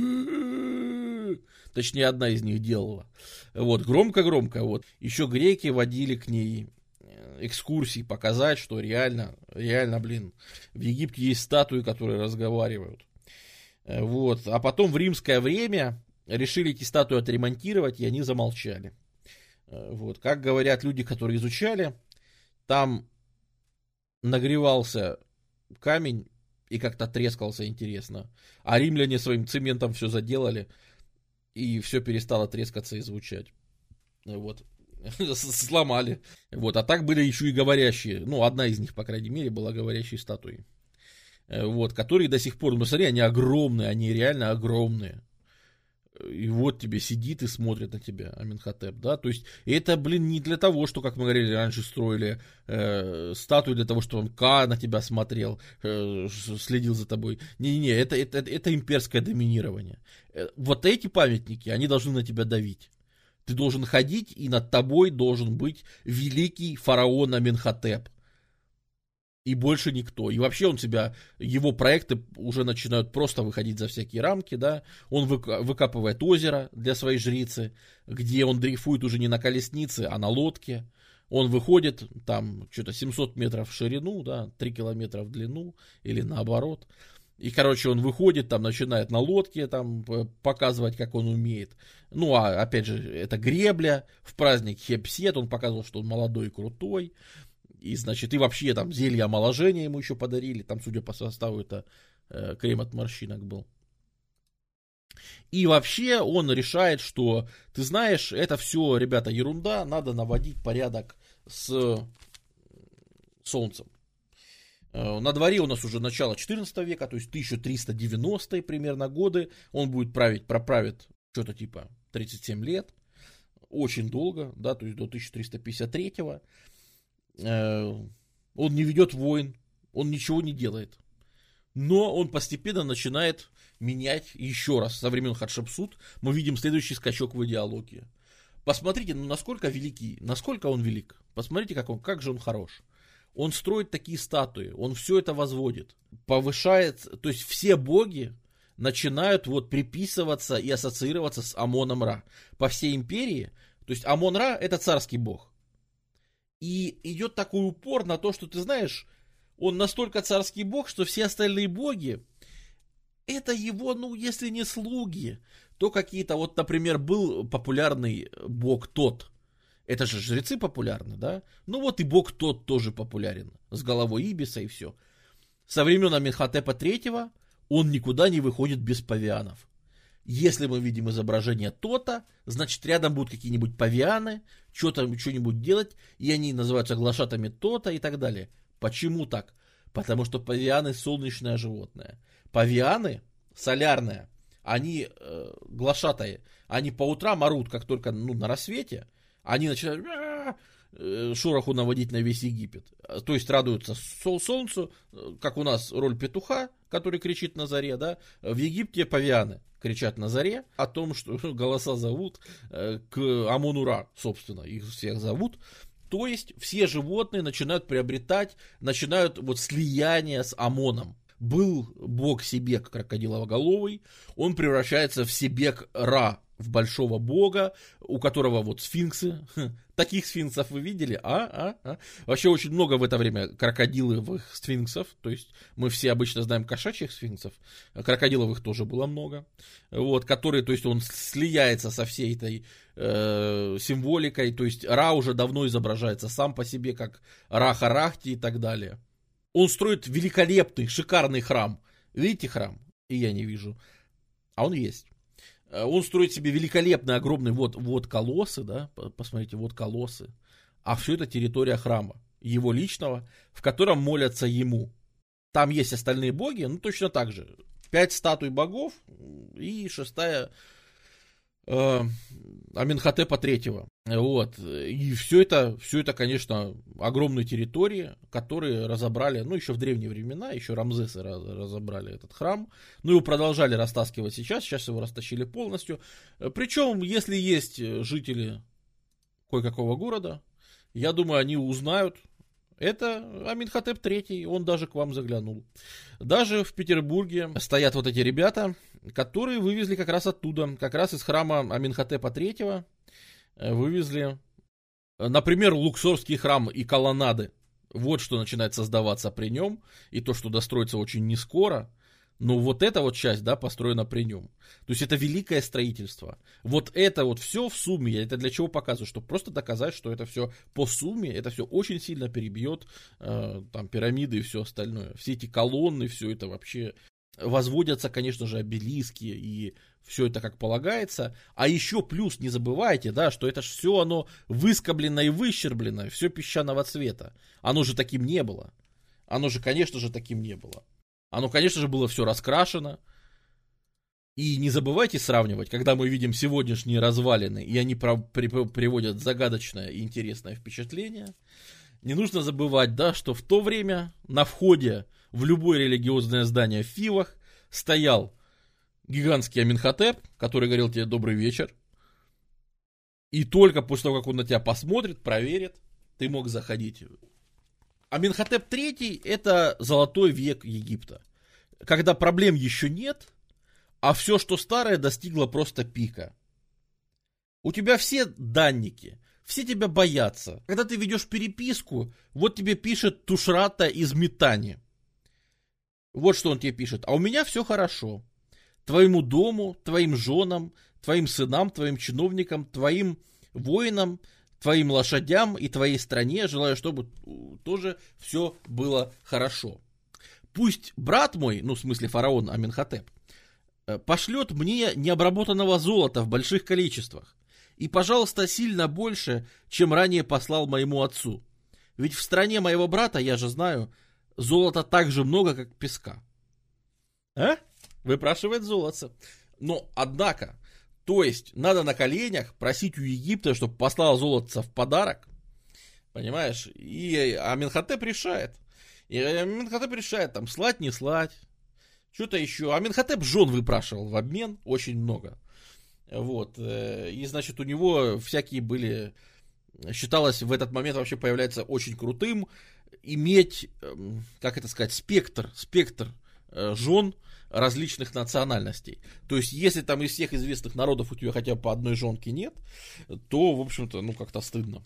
Точнее, одна из них делала. Вот, громко-громко. Вот. Еще греки водили к ней экскурсии, показать, что реально, блин, в Египте есть статуи, которые разговаривают. Вот. А потом в римское время решили эти статуи отремонтировать, и они замолчали. Вот. Как говорят люди, которые изучали, там нагревался камень и как-то трескался интересно. А римляне своим цементом все заделали, и все перестало трескаться и звучать. Вот. Сломали. Вот. А так были еще и говорящие. Ну, одна из них, по крайней мере, была говорящей статуей. Вот. Которые до сих пор, ну, смотри, они огромные, они реально огромные. И вот тебе сидит и смотрит на тебя Аменхотеп, да, то есть это, блин, не для того, что, как мы говорили раньше, строили статую для того, чтобы он на тебя смотрел, следил за тобой. Не-не, это имперское доминирование. Вот эти памятники, они должны на тебя давить. Ты должен ходить, и над тобой должен быть великий фараон Аменхотеп. И больше никто. И вообще его проекты уже начинают просто выходить за всякие рамки, да. Он выкапывает озеро для своей жрицы, где он дрейфует уже не на колеснице, а на лодке. Он выходит, там, что-то 700 метров в ширину, да, 3 километра в длину, или наоборот. И, короче, он выходит, там, начинает на лодке, там, показывать, как он умеет. Ну, а, опять же, это гребля. В праздник Хепсет он показывал, что он молодой и крутой. И, значит, и вообще там зелье омоложения ему еще подарили. Там, судя по составу, это крем от морщинок был. И вообще он решает, что, ты знаешь, это все, ребята, ерунда, надо наводить порядок с Солнцем. На дворе у нас уже начало 14 века, то есть 1390-е примерно годы. Он будет проправит что-то типа 37 лет. Очень долго, да, то есть до 1353-го. Он не ведет войн, он ничего не делает. Но он постепенно начинает менять еще раз. Со времен Хатшепсут мы видим следующий скачок в идеологии. Посмотрите, насколько великий, насколько он велик. Посмотрите, как же он хорош. Он строит такие статуи, он все это возводит, повышает, то есть все боги начинают вот приписываться и ассоциироваться с Амоном-Ра по всей империи. То есть Амон-Ра это царский бог. И идет такой упор на то, что ты знаешь, он настолько царский бог, что все остальные боги это его, ну, если не слуги, то какие-то, вот, например, был популярный бог Тот. Это же жрецы популярны, да? Ну вот и бог Тот тоже популярен. С головой Ибиса и все. Со времен Аменхотепа III он никуда не выходит без павианов. Если мы видим изображение Тота, значит рядом будут какие-нибудь павианы, что-нибудь делать, и они называются глашатами Тота и так далее. Почему так? Потому что павианы солнечное животное. Павианы солярные, они глашатые, они по утрам орут, как только на рассвете, они начинают шороху наводить на весь Египет. То есть радуются солнцу, как у нас роль петуха, который кричит на заре, да? В Египте павианы кричат на заре о том, что голоса зовут к Амон-Ра, собственно, их всех зовут. То есть все животные начинают приобретать, начинают вот слияние с Амоном. Был бог Себек крокодилоголовый, он превращается в Себек-Ра, в большого бога, у которого вот сфинксы. Таких сфинксов вы видели? Вообще очень много в это время крокодиловых сфинксов. То есть мы все обычно знаем кошачьих сфинксов. Крокодиловых тоже было много. Вот, которые, то есть он слияется со всей этой символикой. То есть Ра уже давно изображается сам по себе как Ра-Харахти и так далее. Он строит великолепный, шикарный храм. Видите храм? И я не вижу. А он есть. Он строит себе великолепный, огромный, вот колоссы, да, посмотрите, вот колоссы. А все это территория храма, его личного, в котором молятся ему. Там есть остальные боги, ну точно так же. 5 статуй богов и 6-я Аменхотепа III. Вот. И все это, конечно, огромные территории, которые разобрали, ну, еще в древние времена, еще рамзесы разобрали этот храм. Ну, его продолжали растаскивать сейчас его растащили полностью. Причем, если есть жители кое-какого города, я думаю, они узнают. Это Аменхотеп III, он даже к вам заглянул. Даже в Петербурге стоят вот эти ребята, которые вывезли как раз оттуда, как раз из храма Аменхотепа III, вывезли, например, Луксорский храм и колоннады. Вот что начинает создаваться при нем, и то, что достроится очень не скоро. Но вот эта вот часть, да, построена при нем. То есть это великое строительство. Вот это вот все в сумме, я это для чего показываю, чтобы просто доказать, что это все по сумме, это все очень сильно перебьет там пирамиды и все остальное. Все эти колонны, все это вообще возводятся, конечно же, обелиски и все это как полагается. А еще плюс не забывайте, да, что это же все оно выскоблено и выщерблено, все песчаного цвета. Оно же таким не было. Оно же, конечно же, таким не было. Оно, конечно же, было все раскрашено. И не забывайте сравнивать, когда мы видим сегодняшние развалины, и они приводят загадочное и интересное впечатление. Не нужно забывать, да, что в то время на входе в любое религиозное здание в Фивах стоял гигантский Аменхотеп, который говорил тебе «добрый вечер». И только после того, как он на тебя посмотрит, проверит, ты мог заходить. Аменхотеп III – это золотой век Египта, когда проблем еще нет, а все, что старое, достигло просто пика. У тебя все данники, все тебя боятся. Когда ты ведешь переписку, вот тебе пишет Тушрата из Митани. Вот что он тебе пишет. А у меня все хорошо. Твоему дому, твоим женам, твоим сынам, твоим чиновникам, твоим воинам, твоим лошадям и твоей стране, желаю, чтобы тоже все было хорошо. Пусть брат мой, ну, в смысле фараон Аменхотеп, пошлет мне необработанного золота в больших количествах. И, пожалуйста, сильно больше, чем ранее послал моему отцу. Ведь в стране моего брата, я же знаю, золота так же много, как песка. А? Выпрашивает золото. Но, однако, то есть, надо на коленях просить у Египта, чтобы послал золото в подарок. Понимаешь? И Аменхотеп решает. Там, слать, не слать. Что-то еще. Аменхотеп жен выпрашивал в обмен очень много. Вот. И, значит, у него всякие были... Считалось, в этот момент вообще появляется очень крутым иметь, как это сказать, спектр жен различных национальностей. То есть, если там из всех известных народов у тебя хотя бы по одной жонке нет, то, в общем-то, ну, как-то стыдно.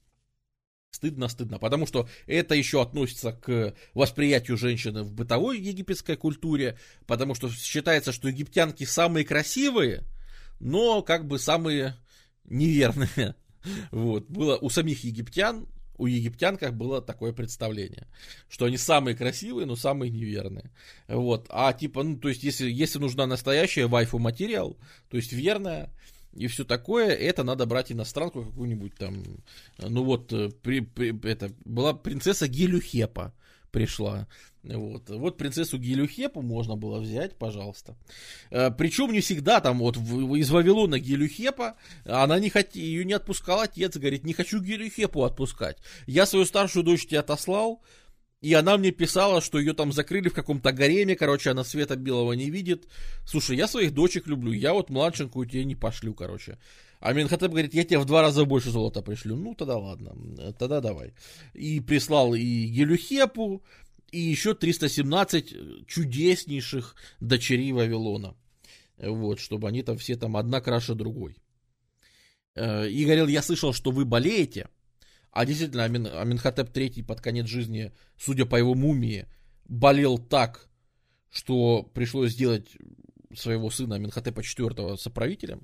Стыдно, потому что это еще относится к восприятию женщины в бытовой египетской культуре, потому что считается, что египтянки самые красивые, но как бы самые неверные. Вот. Было у самих египтян, у египтянках было такое представление, что они самые красивые, но самые неверные. Вот. А типа, ну, то есть, если нужна настоящая вайфу материал, то есть верная, и все такое, это надо брать иностранку какую-нибудь там. Ну вот, это была принцесса Гелюхепа пришла. Вот принцессу Гелюхепу можно было взять, пожалуйста. Причем не всегда там вот из Вавилона Гелюхепа, она ее не отпускал отец, говорит, не хочу Гелюхепу отпускать. Я свою старшую дочь тебе отослал, и она мне писала, что ее там закрыли в каком-то гареме, короче, она света белого не видит. Слушай, я своих дочек люблю, я вот младшенькую тебе не пошлю, короче. А Аменхотеп говорит, я тебе в 2 раза больше золота пришлю. Ну, тогда ладно, тогда давай. И прислал и Гелюхепу, и еще 317 чудеснейших дочерей Вавилона. Вот, чтобы они там все там одна краше другой. И говорил, я слышал, что вы болеете. А действительно, Аменхотеп III под конец жизни, судя по его мумии, болел так, что пришлось сделать своего сына Аменхотепа IV соправителем.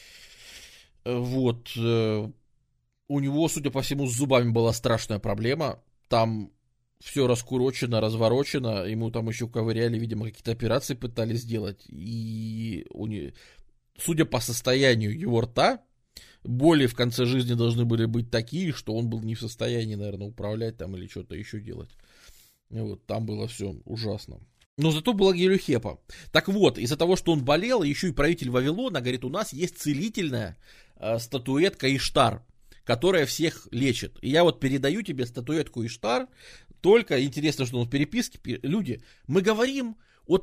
Вот. У него, судя по всему, с зубами была страшная проблема. Там все раскурочено, разворочено. Ему там еще ковыряли, видимо, какие-то операции пытались сделать. И судя по состоянию его рта, боли в конце жизни должны были быть такие, что он был не в состоянии, наверное, управлять там или что-то еще делать. Вот, там было все ужасно. Но зато была Гелюхепа. Так вот, из-за того, что он болел, еще и правитель Вавилона говорит, у нас есть целительная статуэтка Иштар, которая всех лечит. И я вот передаю тебе статуэтку Иштар, только интересно, что в переписке люди, мы говорим о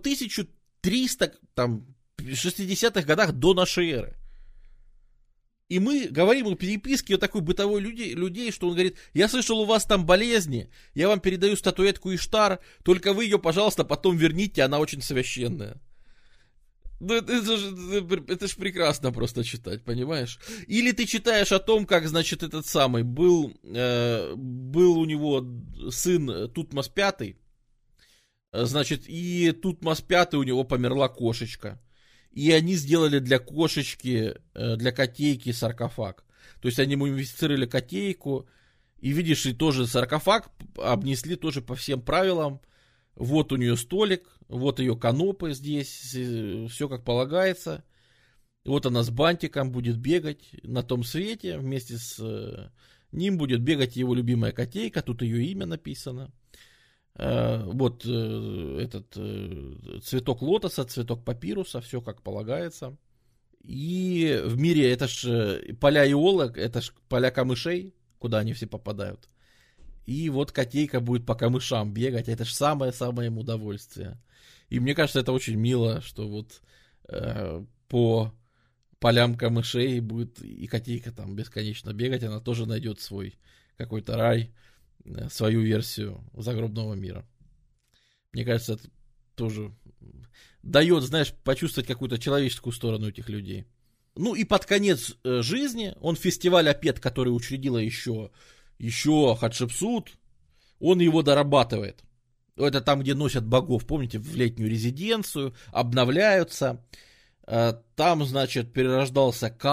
1360-х годах до нашей эры. И мы говорим о переписке о такой бытовой людей, что он говорит, я слышал, у вас там болезни, я вам передаю статуэтку Иштар, только вы ее, пожалуйста, потом верните, она очень священная. Ну, это ж прекрасно просто читать, понимаешь? Или ты читаешь о том, как, значит, этот самый, был у него сын Тутмос V, значит, и Тутмос V у него померла кошечка. И они сделали для кошечки, для котейки саркофаг. То есть они мумифицировали котейку. И видишь, и тоже саркофаг обнесли тоже по всем правилам. Вот у нее столик, вот ее канопы здесь, все как полагается. Вот она с бантиком будет бегать на том свете. Вместе с ним будет бегать его любимая котейка. Тут ее имя написано. Вот этот цветок лотоса, цветок папируса, все как полагается. И в мире это ж поля Иола, это ж поля камышей, куда они все попадают. И вот котейка будет по камышам бегать, это ж самое-самое им удовольствие. И мне кажется, это очень мило, что вот по полям камышей будет и котейка там бесконечно бегать, она тоже найдет свой какой-то рай, свою версию загробного мира. Мне кажется, это тоже дает, знаешь, почувствовать какую-то человеческую сторону этих людей. Ну и под конец жизни он фестиваль Апет, который учредила еще Хатшепсут, он его дорабатывает. Это там, где носят богов, помните, в летнюю резиденцию, обновляются. Там, значит, перерождался Ка,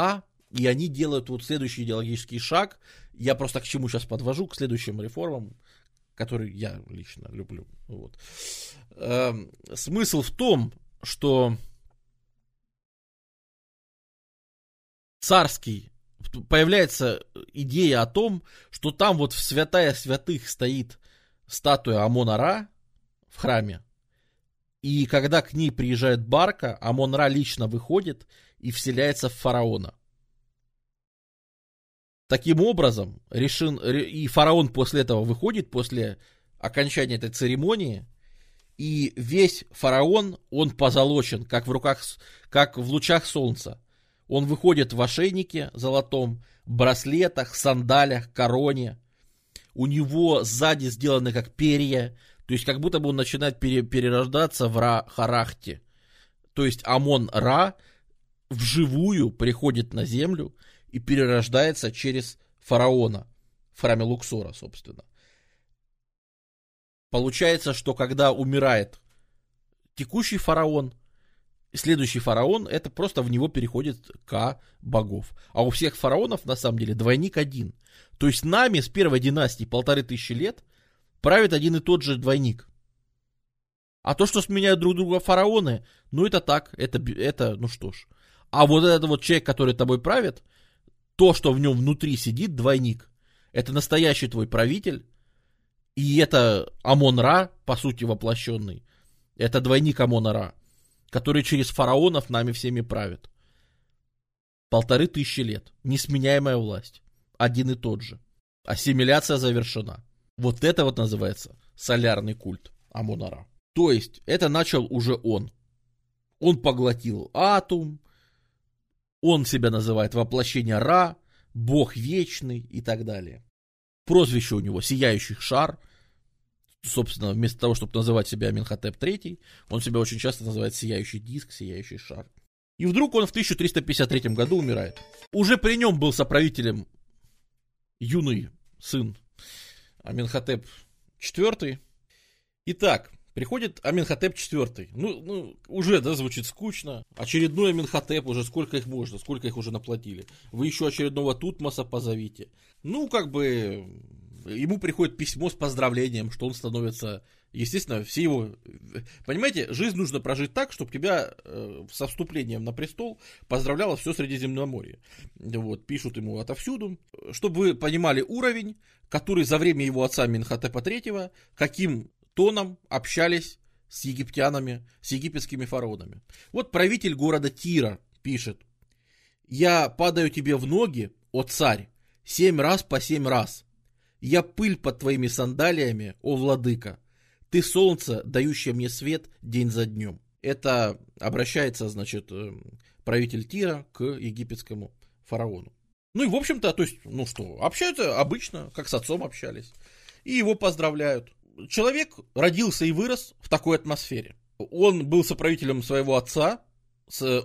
И они делают вот следующий идеологический шаг. Я просто к чему сейчас подвожу, к следующим реформам, которые я лично люблю. Вот. Смысл в том, что появляется идея о том, что там вот в святая святых стоит статуя Амон-Ра в храме, и когда к ней приезжает барка, Амон-Ра лично выходит и вселяется в фараона. Таким образом, и фараон после этого выходит, после окончания этой церемонии, и весь фараон, он позолочен, как в лучах солнца. Он выходит в ошейнике золотом, браслетах, сандалях, короне. У него сзади сделаны как перья, то есть как будто бы он начинает перерождаться в Ра-Харахте. То есть Амон-Ра вживую приходит на землю и перерождается через фараона в храме Луксора, собственно. Получается, что когда умирает текущий фараон, следующий фараон, это просто в него переходит К богов. А у всех фараонов, на самом деле, двойник один. То есть нами с первой династии 1500 лет правит один и тот же двойник. А то, что сменяют друг друга фараоны, ну это так, это ну что ж. А вот этот вот человек, который тобой правит, то, что в нем внутри сидит, двойник, это настоящий твой правитель, и это Амон-Ра, по сути, воплощенный. Это двойник Амона-Ра, который через фараонов нами всеми правит. 1500 лет. Несменяемая власть. Один и тот же. Ассимиляция завершена. Вот это вот называется солярный культ Амона-Ра. То есть, это начал уже он. Он поглотил Атум. Он себя называет воплощение Ра, Бог вечный и так далее. Прозвище у него Сияющий шар. Собственно, вместо того, чтобы называть себя Аменхотеп III, он себя очень часто называет Сияющий диск, Сияющий шар. И вдруг он в 1353 году умирает. Уже при нем был соправителем юный сын Аменхотеп IV. Итак, приходит Аменхотеп IV. Ну, уже, да, звучит скучно. Очередной Аменхотеп, уже сколько их можно, сколько их уже наплатили. Вы еще очередного Тутмоса позовите. Ну, как бы, ему приходит письмо с поздравлением, что он становится, естественно, все его... Понимаете, жизнь нужно прожить так, чтобы тебя со вступлением на престол поздравляло все Средиземноморье. Вот, пишут ему отовсюду. Чтобы вы понимали уровень, который за время его отца Аменхотепа III, каким тоном общались с египтянами, с египетскими фараонами. Вот правитель города Тира пишет: «Я падаю тебе в ноги, о царь, 7 раз по 7 раз. Я пыль под твоими сандалиями, о владыка. Ты солнце, дающее мне свет день за днем». Это обращается, значит, правитель Тира к египетскому фараону. Ну и, в общем-то, то есть, ну что, общаются обычно, как с отцом общались. И его поздравляют. Человек родился и вырос в такой атмосфере. Он был соправителем своего отца с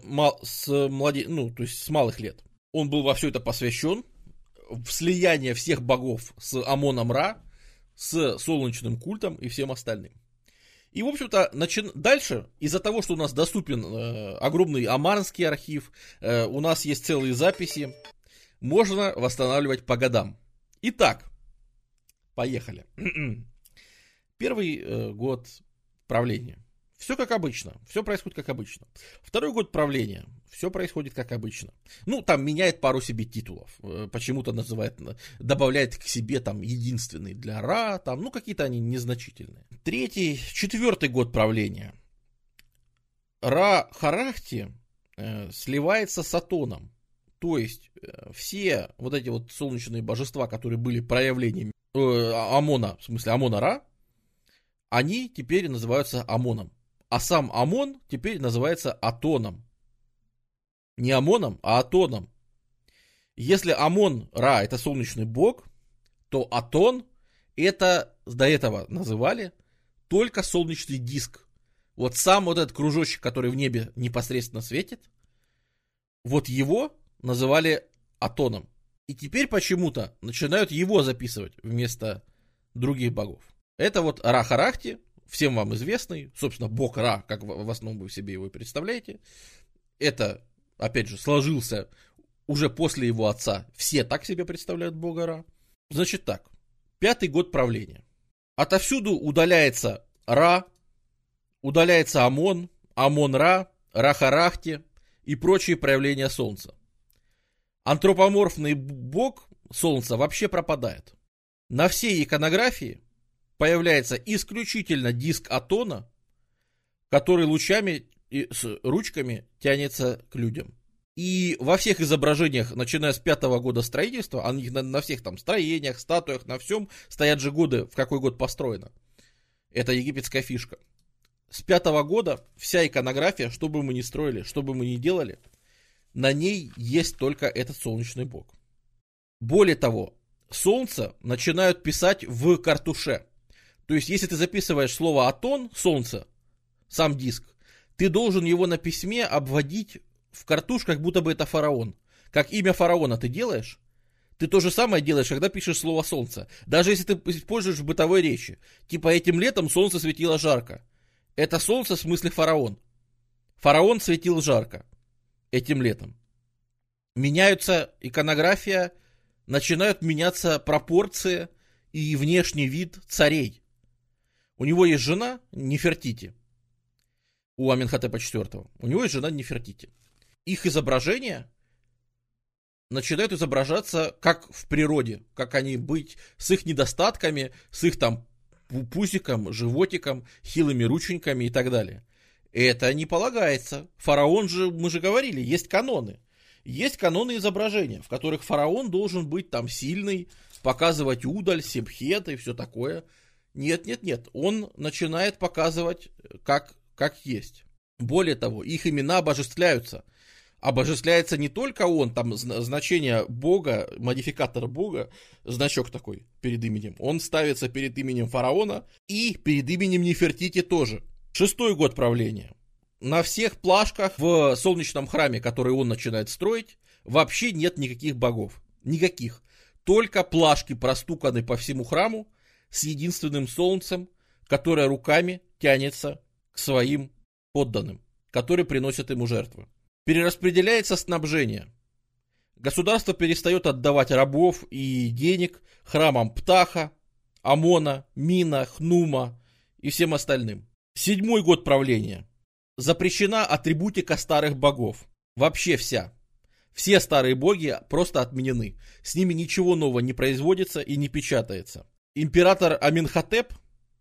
малых лет. Он был во все это посвящен, в слияние всех богов с Амоном-Ра, с солнечным культом и всем остальным. И, в общем-то, дальше, из-за того, что у нас доступен огромный Амарнский архив, у нас есть целые записи, можно восстанавливать по годам. Итак, поехали. Первый год правления. Все как обычно. Все происходит как обычно. Второй год правления. Все происходит как обычно. Ну, там меняет пару себе титулов. Почему-то добавляет к себе там единственный для Ра. Там, ну, какие-то они незначительные. Четвертый год правления. Ра-Харахти сливается с Атоном. То есть, все вот эти вот солнечные божества, которые были проявлениями Амона, в смысле Амона-Ра, они теперь называются Амоном. А сам Амон теперь называется Атоном. Не Амоном, а Атоном. Если Амон-Ра это солнечный бог, то Атон это до этого называли только солнечный диск. Вот сам вот этот кружочек, который в небе непосредственно светит, вот его называли Атоном. И теперь почему-то начинают его записывать вместо других богов. Это вот Ра-Харахти, всем вам известный, собственно, бог Ра, как в основном вы себе его представляете. Это, опять же, сложился уже после его отца, все так себе представляют бога Ра. Значит так, 5-й год правления. Отовсюду удаляется Ра, удаляется Амон, Амон-Ра, Рахарахти и прочие проявления солнца. Антропоморфный бог солнца вообще пропадает. На всей иконографии появляется исключительно диск Атона, который лучами и с ручками тянется к людям. И во всех изображениях, начиная с 5-го года строительства, они на всех там строениях, статуях, на всем стоят же годы, в какой год построено. Это египетская фишка. С 5-го года вся иконография, что бы мы ни строили, что бы мы ни делали, на ней есть только этот солнечный бог. Более того, солнце начинают писать в картуше. То есть, если ты записываешь слово Атон, солнце, сам диск, ты должен его на письме обводить в картуш, как будто бы это фараон. Как имя фараона ты делаешь, ты то же самое делаешь, когда пишешь слово солнце. Даже если ты используешь в бытовой речи. Типа этим летом солнце светило жарко. Это солнце в смысле фараон. Фараон светил жарко этим летом. Меняются иконография, начинают меняться пропорции и внешний вид царей. У него есть жена Нефертити. У Аменхотепа IV. У него есть жена Нефертити. Их изображения начинают изображаться как в природе, как они быть, с их недостатками, с их там пузиком, животиком, хилыми рученьками и так далее. Это не полагается. Фараон же, мы же говорили, есть каноны. Есть каноны изображения, в которых фараон должен быть там сильный, показывать удаль, себхет и все такое. Нет. Он начинает показывать как есть. Более того, их имена обожествляются. Обожествляется не только он, там значение бога, модификатор бога, значок такой перед именем. Он ставится перед именем фараона и перед именем Нефертити тоже. 6-й год правления. На всех плашках в солнечном храме, который он начинает строить, вообще нет никаких богов. Никаких. Только плашки простуканы по всему храму с единственным солнцем, которое руками тянется к своим подданным, которые приносят ему жертвы. Перераспределяется снабжение. Государство перестает отдавать рабов и денег храмам Птаха, Амона, Мина, Хнума и всем остальным. 7-й год правления. Запрещена атрибутика старых богов. Вообще вся. Все старые боги просто отменены. С ними ничего нового не производится и не печатается. Император Аменхотеп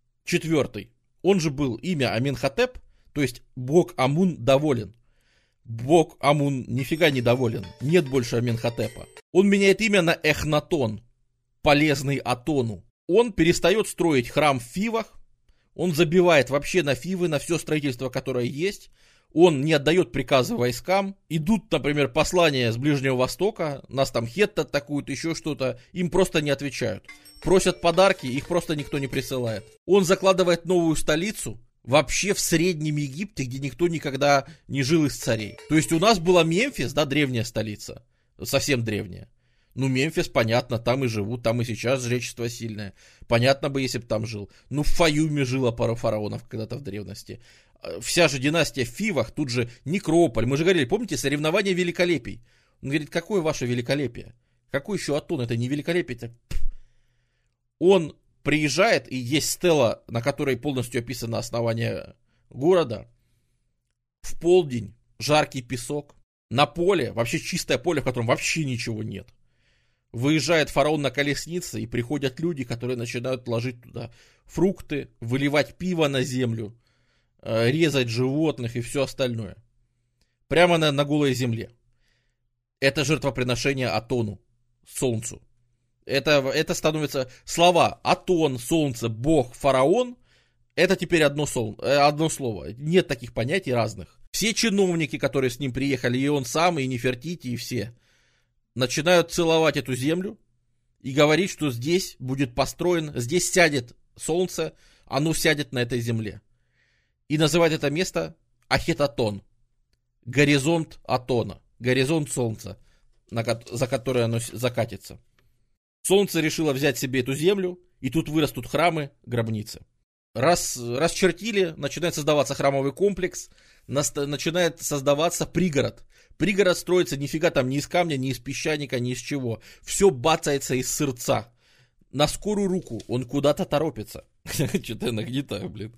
IV, он же был имя Аменхотеп, то есть бог Амун доволен. Бог Амун нифига не доволен. Нет больше Аменхотепа. Он меняет имя на Эхнатон, полезный Атону. Он перестает строить храм в Фивах. Он забивает вообще на Фивы, на все строительство, которое есть. Он не отдает приказы войскам. Идут, например, послания с Ближнего Востока. Нас там хетты атакуют, еще что-то. Им просто не отвечают. Просят подарки, их просто никто не присылает. Он закладывает новую столицу. Вообще в Среднем Египте, где никто никогда не жил из царей. То есть у нас была Мемфис, да, древняя столица, совсем древняя. Ну, Мемфис, понятно, там и живут, там и сейчас жречество сильное. Понятно бы, если бы там жил. Ну, в Фаюме жило пара фараонов когда-то в древности. Вся же династия в Фивах, тут же Некрополь. Мы же говорили, помните, соревнования великолепий. Он говорит, какое ваше великолепие? Какой еще Атон? Это не великолепие. Это... Он приезжает, и есть стела, на которой полностью описано основание города. В полдень жаркий песок. На поле, вообще чистое поле, в котором вообще ничего нет. Выезжает фараон на колеснице, и приходят люди, которые начинают ложить туда фрукты, выливать пиво на землю, резать животных и все остальное. Прямо на голой земле. Это жертвоприношение Атону, солнцу. Это становится слова Атон, солнце, бог, фараон. Это теперь одно слово. Нет таких понятий разных. Все чиновники, которые с ним приехали, и он сам, и Нефертити, и все, начинают целовать эту землю и говорить, что здесь будет построен, здесь сядет солнце, оно сядет на этой земле. И называть это место Ахетатон. Горизонт Атона. Горизонт солнца, за который оно закатится. Солнце решило взять себе эту землю, и тут вырастут храмы, гробницы. Расчертили, начинает создаваться храмовый комплекс, начинает создаваться пригород. Пригород строится нифига там ни из камня, ни из песчаника, ни из чего. Все бацается из сырца. На скорую руку он куда-то торопится. Что-то я нагнетаю, блин.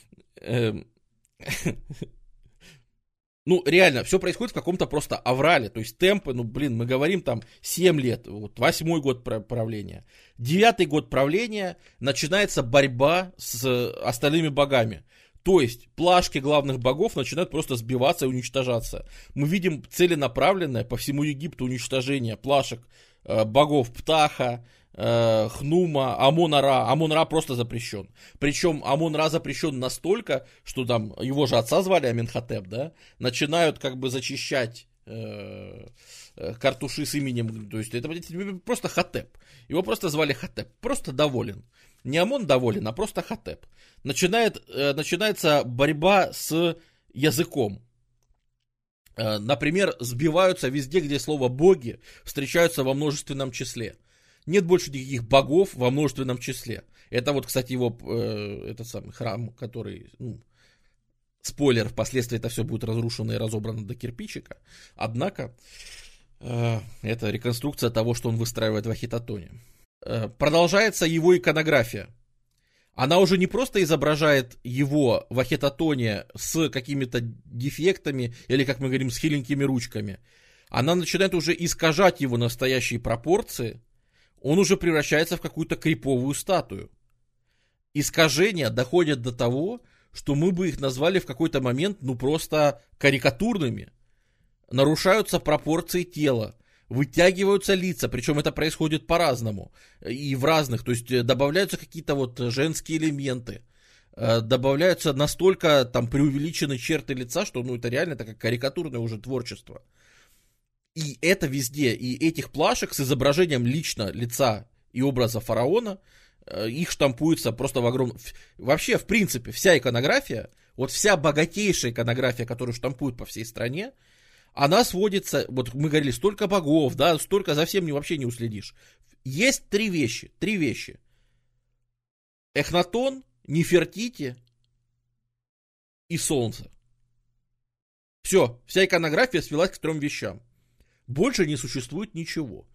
Ну, реально, все происходит в каком-то просто аврале. То есть темпы, ну, блин, мы говорим там 7 лет, вот 8-й год правления. 9-й год правления начинается борьба с остальными богами. То есть плашки главных богов начинают просто сбиваться и уничтожаться. Мы видим целенаправленное по всему Египту уничтожение плашек богов Птаха, Хнума, Амон-Ра. Амон-Ра просто запрещен. Причем Амон-Ра запрещен настолько, что там его же отца звали Аменхотеп, да? Начинают как бы зачищать картуши с именем. То есть это просто Хотеп. Его просто звали Хотеп. Просто доволен. Не Амон доволен, а просто Хотеп. Начинается борьба с языком. Например, сбиваются везде, где слово «боги» встречаются во множественном числе. Нет больше никаких богов во множественном числе. Это вот, кстати, его этот самый храм, который, спойлер, впоследствии это все будет разрушено и разобрано до кирпичика. Однако, это реконструкция того, что он выстраивает в Ахитотоне. Продолжается его иконография. Она уже не просто изображает его в Ахитотоне с какими-то дефектами, или, как мы говорим, с хиленькими ручками. Она начинает уже искажать его настоящие пропорции. Он уже превращается в какую-то криповую статую. Искажения доходят до того, что мы бы их назвали в какой-то момент, просто карикатурными. Нарушаются пропорции тела, вытягиваются лица, причем это происходит по-разному, и в разных, то есть добавляются какие-то вот женские элементы, добавляются настолько там преувеличенные черты лица, что это реально такое карикатурное уже творчество. И это везде, и этих плашек с изображением лично лица и образа фараона, их штампуется просто в огромном... Вообще, в принципе, вся иконография, вот вся богатейшая иконография, которую штампуют по всей стране, она сводится, вот мы говорили, столько богов, да, столько за всем вообще не уследишь. Есть три вещи. Эхнатон, Нефертити и солнце. Все, вся иконография свелась к 3 вещам. Больше не существует ничего.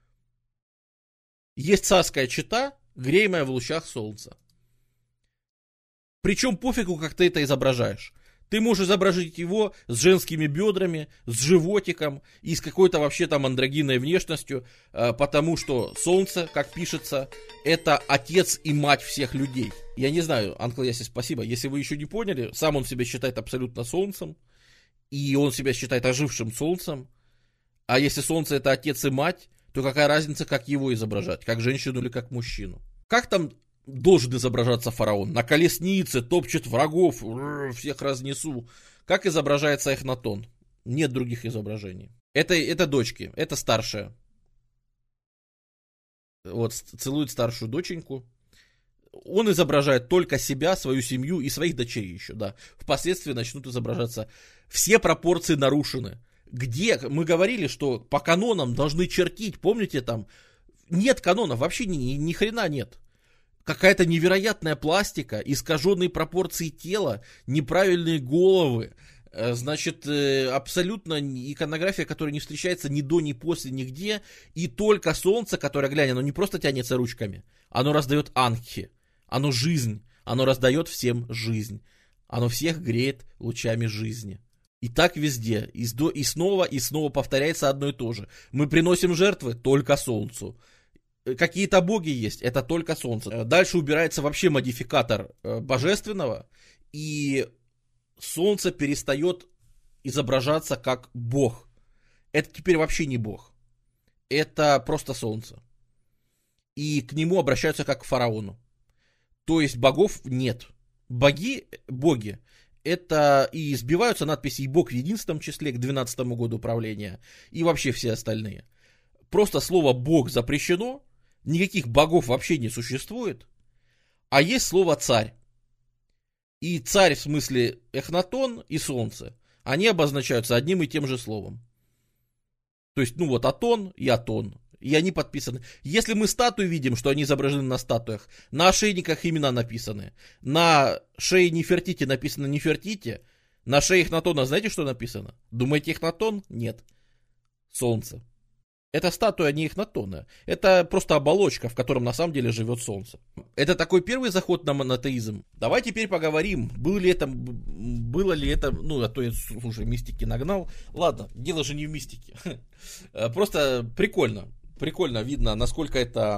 Есть царская чета, греемая в лучах солнца. Причем пофигу, как ты это изображаешь. Ты можешь изобразить его с женскими бедрами, с животиком и с какой-то вообще там андрогинной внешностью, потому что солнце, как пишется, это отец и мать всех людей. Я не знаю, Анкл Яси, спасибо. Если вы еще не поняли, сам он себя считает абсолютно солнцем, и он себя считает ожившим солнцем. А если солнце это отец и мать, то какая разница, как его изображать, как женщину или как мужчину? Как там должен изображаться фараон? На колеснице, топчет врагов, всех разнесу. Как изображается Эхнатон? Нет других изображений. Это дочки, это старшая. Вот, целует старшую доченьку. Он изображает только себя, свою семью и своих дочерей еще, да. Впоследствии начнут изображаться. Все пропорции нарушены. Где, мы говорили, что по канонам должны чертить, помните там? Нет канонов, вообще ни хрена нет. Какая-то невероятная пластика, искаженные пропорции тела, неправильные головы. Значит, абсолютно иконография, которая не встречается ни до, ни после, нигде. И только солнце, которое, глянь, оно не просто тянется ручками, оно раздает ангхи, оно жизнь, оно раздает всем жизнь. Оно всех греет лучами жизни. И так везде, и снова повторяется одно и то же. Мы приносим жертвы только солнцу. Какие-то боги есть, это только солнце. Дальше убирается вообще модификатор божественного, и солнце перестает изображаться как бог. Это теперь вообще не бог. Это просто солнце. И к нему обращаются как к фараону. То есть богов нет. Боги, это и сбиваются надписи «И Бог в единственном числе» к 12-му году правления, и вообще все остальные. Просто слово «бог» запрещено, никаких богов вообще не существует, а есть слово «царь». И царь в смысле Эхнатон и солнце, они обозначаются одним и тем же словом. То есть, Атон и Атон. И они подписаны. Если мы статуи видим, что они изображены на статуях, на ошейниках имена написаны, на шее Нефертити написано Нефертити, На шее Эхнатона знаете, что написано? Думаете, Эхнатон? Нет. Солнце. Это статуя не Эхнатона. Это просто оболочка, в котором на самом деле живет Солнце. Это такой первый заход на монотеизм. Давай теперь поговорим, было ли это, ну, а то я уже мистики нагнал. Ладно, дело же не в мистике. Просто прикольно. Прикольно видно, насколько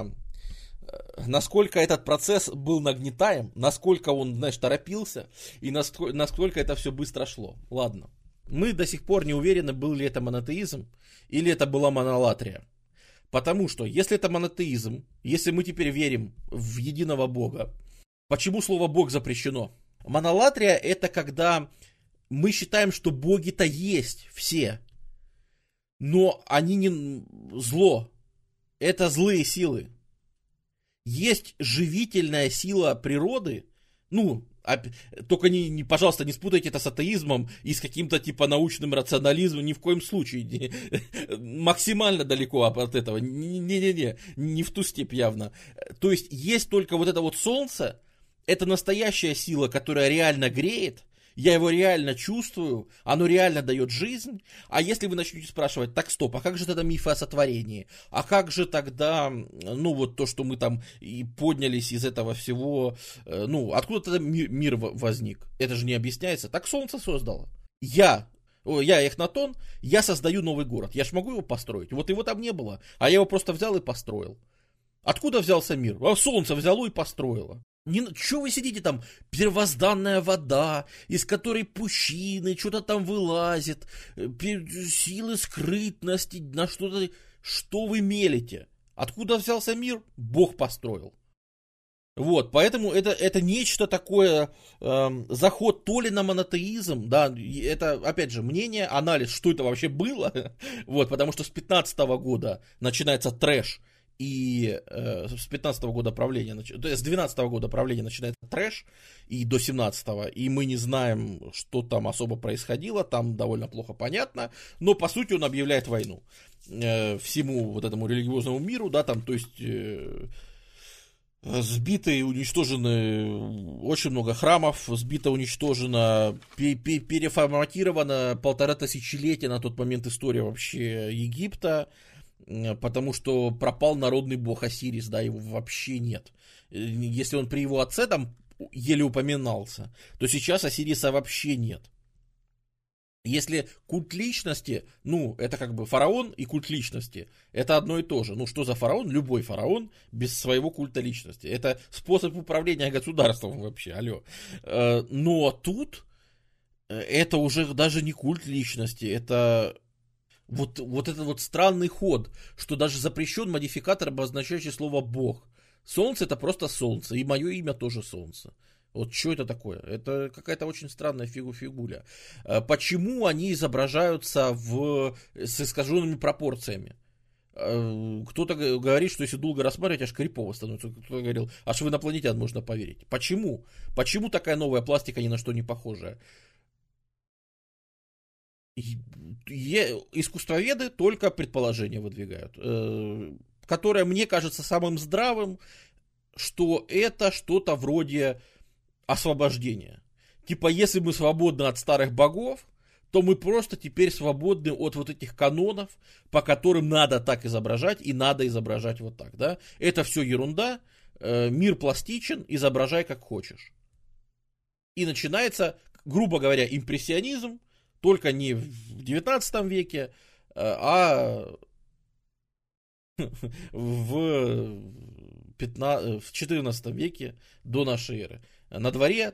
этот процесс был нагнетаем, насколько он, знаешь, торопился, и насколько это все быстро шло. Ладно. Мы до сих пор не уверены, был ли это монотеизм, или это была монолатрия. Потому что, если это монотеизм, если мы теперь верим в единого Бога, почему слово Бог запрещено? Монолатрия — это когда мы считаем, что боги-то есть все, но они не зло. Это злые силы. Есть живительная сила природы, ну, только пожалуйста, не спутайте это с атеизмом и с каким-то типа научным рационализмом, ни в коем случае. Максимально далеко от этого. Не в ту степь явно. То есть только вот это вот солнце, это настоящая сила, которая реально греет, я его реально чувствую, оно реально дает жизнь. А если вы начнете спрашивать, так стоп, а как же тогда мифы о сотворении? А как же тогда, ну вот то, что мы там и поднялись из этого всего, ну откуда тогда мир возник? Это же не объясняется. Так солнце создало. Я Эхнатон, я создаю новый город. Я ж могу его построить. Вот его там не было, а я его просто взял и построил. Откуда взялся мир? А солнце взяло и построило. Чего вы сидите там? Первозданная вода, из которой пучины, что-то там вылазит, силы скрытности, на что-то. Что вы мелите? Откуда взялся мир? Бог построил. Вот, поэтому это нечто такое, заход то ли на монотеизм, да, это, опять же, мнение, анализ, что это вообще было, вот, потому что с 15 года начинается трэш. И с 15-го года правления, с 12-го года правления начинается трэш, и до 17-го, и мы не знаем, что там особо происходило, там довольно плохо понятно, но по сути он объявляет войну всему вот этому религиозному миру, да, там, то есть сбиты и уничтожены очень много храмов, сбито, уничтожено, переформатировано 1,5 тысячелетия на тот момент история вообще Египта, потому что пропал народный бог Осирис, да, его вообще нет. Если он при его отце там еле упоминался, то сейчас Осириса вообще нет. Если культ личности, ну, это как бы фараон и культ личности, это одно и то же. Ну, что за фараон? Любой фараон без своего культа личности. Это способ управления государством вообще, алло. Но тут это уже даже не культ личности, это... Вот этот вот странный ход, что даже запрещен модификатор, обозначающий слово «бог». Солнце — это просто солнце, и мое имя тоже солнце. Вот что это такое? Это какая-то очень странная фигуля. Почему они изображаются с искаженными пропорциями? Кто-то говорит, что если долго рассматривать, аж крипово становится. Кто-то говорил, аж в инопланетян можно поверить. Почему? Почему такая новая пластика ни на что не похожая? Искусствоведы только предположения выдвигают, которое мне кажется самым здравым, что это что-то вроде освобождения. Типа, если мы свободны от старых богов, то мы просто теперь свободны от вот этих канонов, по которым надо так изображать и надо изображать вот так, да? Это все ерунда, мир пластичен, изображай как хочешь. И начинается, грубо говоря, импрессионизм, только не в 19 веке, а в 14 веке до нашей эры. На дворе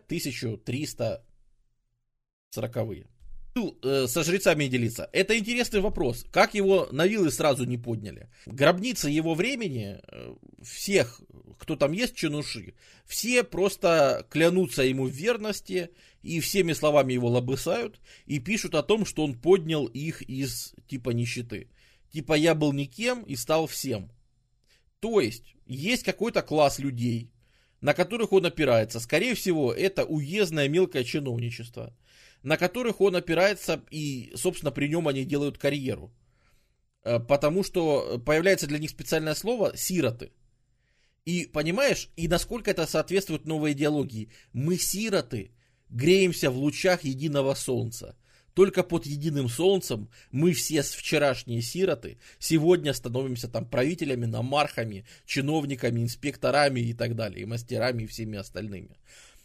1340-е. Со жрецами делиться. Это интересный вопрос. Как его на вилы сразу не подняли? Гробницы его времени, всех, кто там есть, чинуши, все просто клянутся ему в верности и всеми словами его лобысают и пишут о том, что он поднял их из типа нищеты. Типа я был никем и стал всем. То есть какой-то класс людей, на которых он опирается. Скорее всего, это уездное мелкое чиновничество, на которых он опирается, и, собственно, при нем они делают карьеру. Потому что появляется для них специальное слово «сироты». И, понимаешь, и насколько это соответствует новой идеологии. Мы сироты, греемся в лучах единого солнца. Только под единым солнцем мы все вчерашние сироты сегодня становимся там правителями, намархами, чиновниками, инспекторами и так далее, и мастерами, и всеми остальными.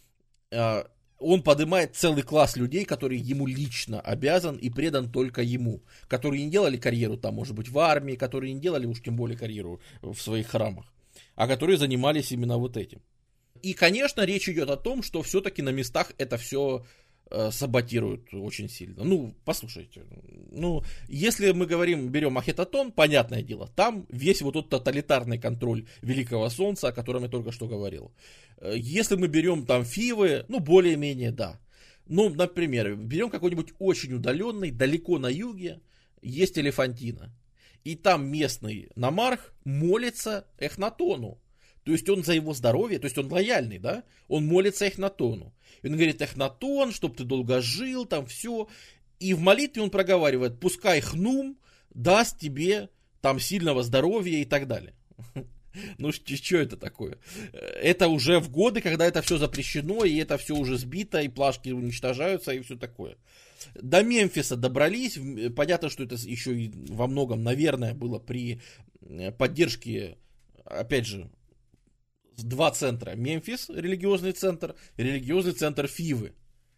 Он поднимает целый класс людей, которые ему лично обязан и предан только ему, которые не делали карьеру там, может быть, в армии, которые не делали уж тем более карьеру в своих храмах, а которые занимались именно вот этим. И, конечно, речь идет о том, что все-таки на местах это все саботируют очень сильно. Ну, послушайте, если мы берем Ахетотон, понятное дело, там весь вот тот тоталитарный контроль Великого Солнца, о котором я только что говорил. Если мы берем там Фивы, более-менее да. Ну, например, берем какой-нибудь очень удаленный, далеко на юге, есть Элефантина. И там местный намарх молится Эхнатону. То есть он за его здоровье, то есть он лояльный, да? Он молится Эхнатону. И он говорит: Эхнатон, чтоб ты долго жил, там все. И в молитве он проговаривает: пускай Хнум даст тебе там сильного здоровья и так далее. Ну, что это такое? Это уже в годы, когда это все запрещено, и это все уже сбито, и плашки уничтожаются, и все такое. До Мемфиса добрались. Понятно, что это еще и во многом, наверное, было при поддержке, опять же, два центра. Мемфис, религиозный центр Фивы.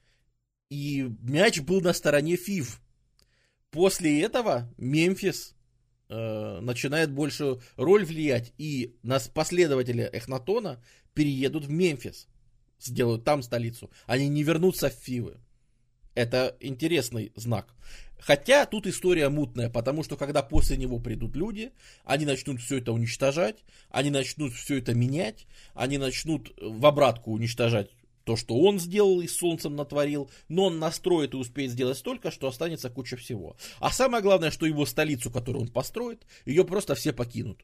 И мяч был на стороне Фив. После этого Мемфис начинает большую роль влиять, и последователи Эхнатона переедут в Мемфис, сделают там столицу. Они не вернутся в Фивы. Это интересный знак. Хотя тут история мутная, потому что когда после него придут люди, они начнут все это уничтожать, они начнут все это менять, они начнут в обратку уничтожать то, что он сделал и с солнцем натворил, но он настроит и успеет сделать столько, что останется куча всего. А самое главное, что его столицу, которую он построит, ее просто все покинут.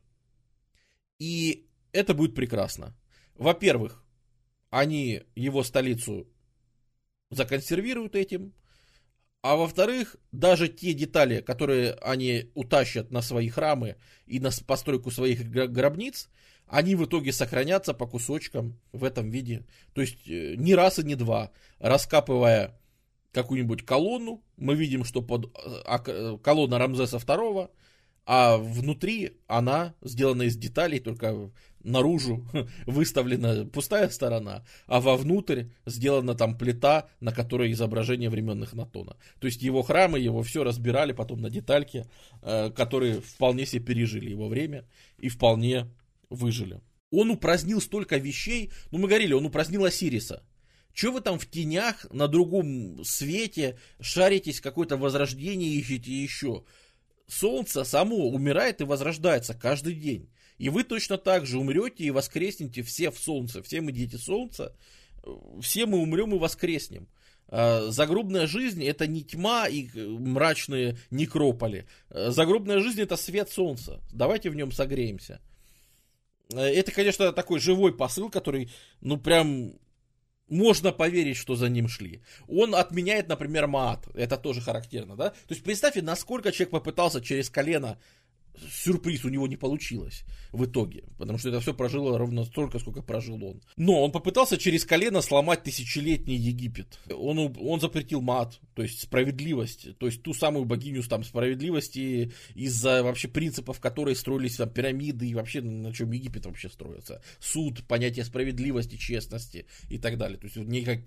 И это будет прекрасно. Во-первых, они его столицу законсервируют этим, а во-вторых, даже те детали, которые они утащат на свои храмы и на постройку своих гробниц, они в итоге сохранятся по кусочкам в этом виде. То есть ни раз и ни два, раскапывая какую-нибудь колонну, мы видим, что колонна Рамзеса II, а внутри она сделана из деталей, только наружу выставлена пустая сторона, а вовнутрь сделана там плита, на которой изображение времен Эхнатона. То есть его храмы, его все разбирали потом на детальки, которые вполне себе пережили его время и вполне выжили. Он упразднил столько вещей, мы говорили, он упразднил Осириса. Че вы там в тенях на другом свете шаритесь, какое-то возрождение ищете еще? Солнце само умирает и возрождается каждый день. И вы точно так же умрете и воскреснете все в солнце. Все мы дети солнца, все мы умрем и воскреснем. Загробная жизнь — это не тьма и мрачные некрополи. Загробная жизнь — это свет солнца. Давайте в нем согреемся. Это, конечно, такой живой посыл, который, прям можно поверить, что за ним шли. Он отменяет, например, Маат. Это тоже характерно, да? То есть представьте, насколько человек попытался через колено. Сюрприз, у него не получилось в итоге, потому что это все прожило ровно столько, сколько прожил он. Но он попытался через колено сломать тысячелетний Египет. Он запретил Маат, то есть справедливость, то есть ту самую богиню там справедливости, из-за вообще принципов, которые строились там пирамиды и вообще на чем Египет вообще строится. Суд, понятие справедливости, честности и так далее. То есть некая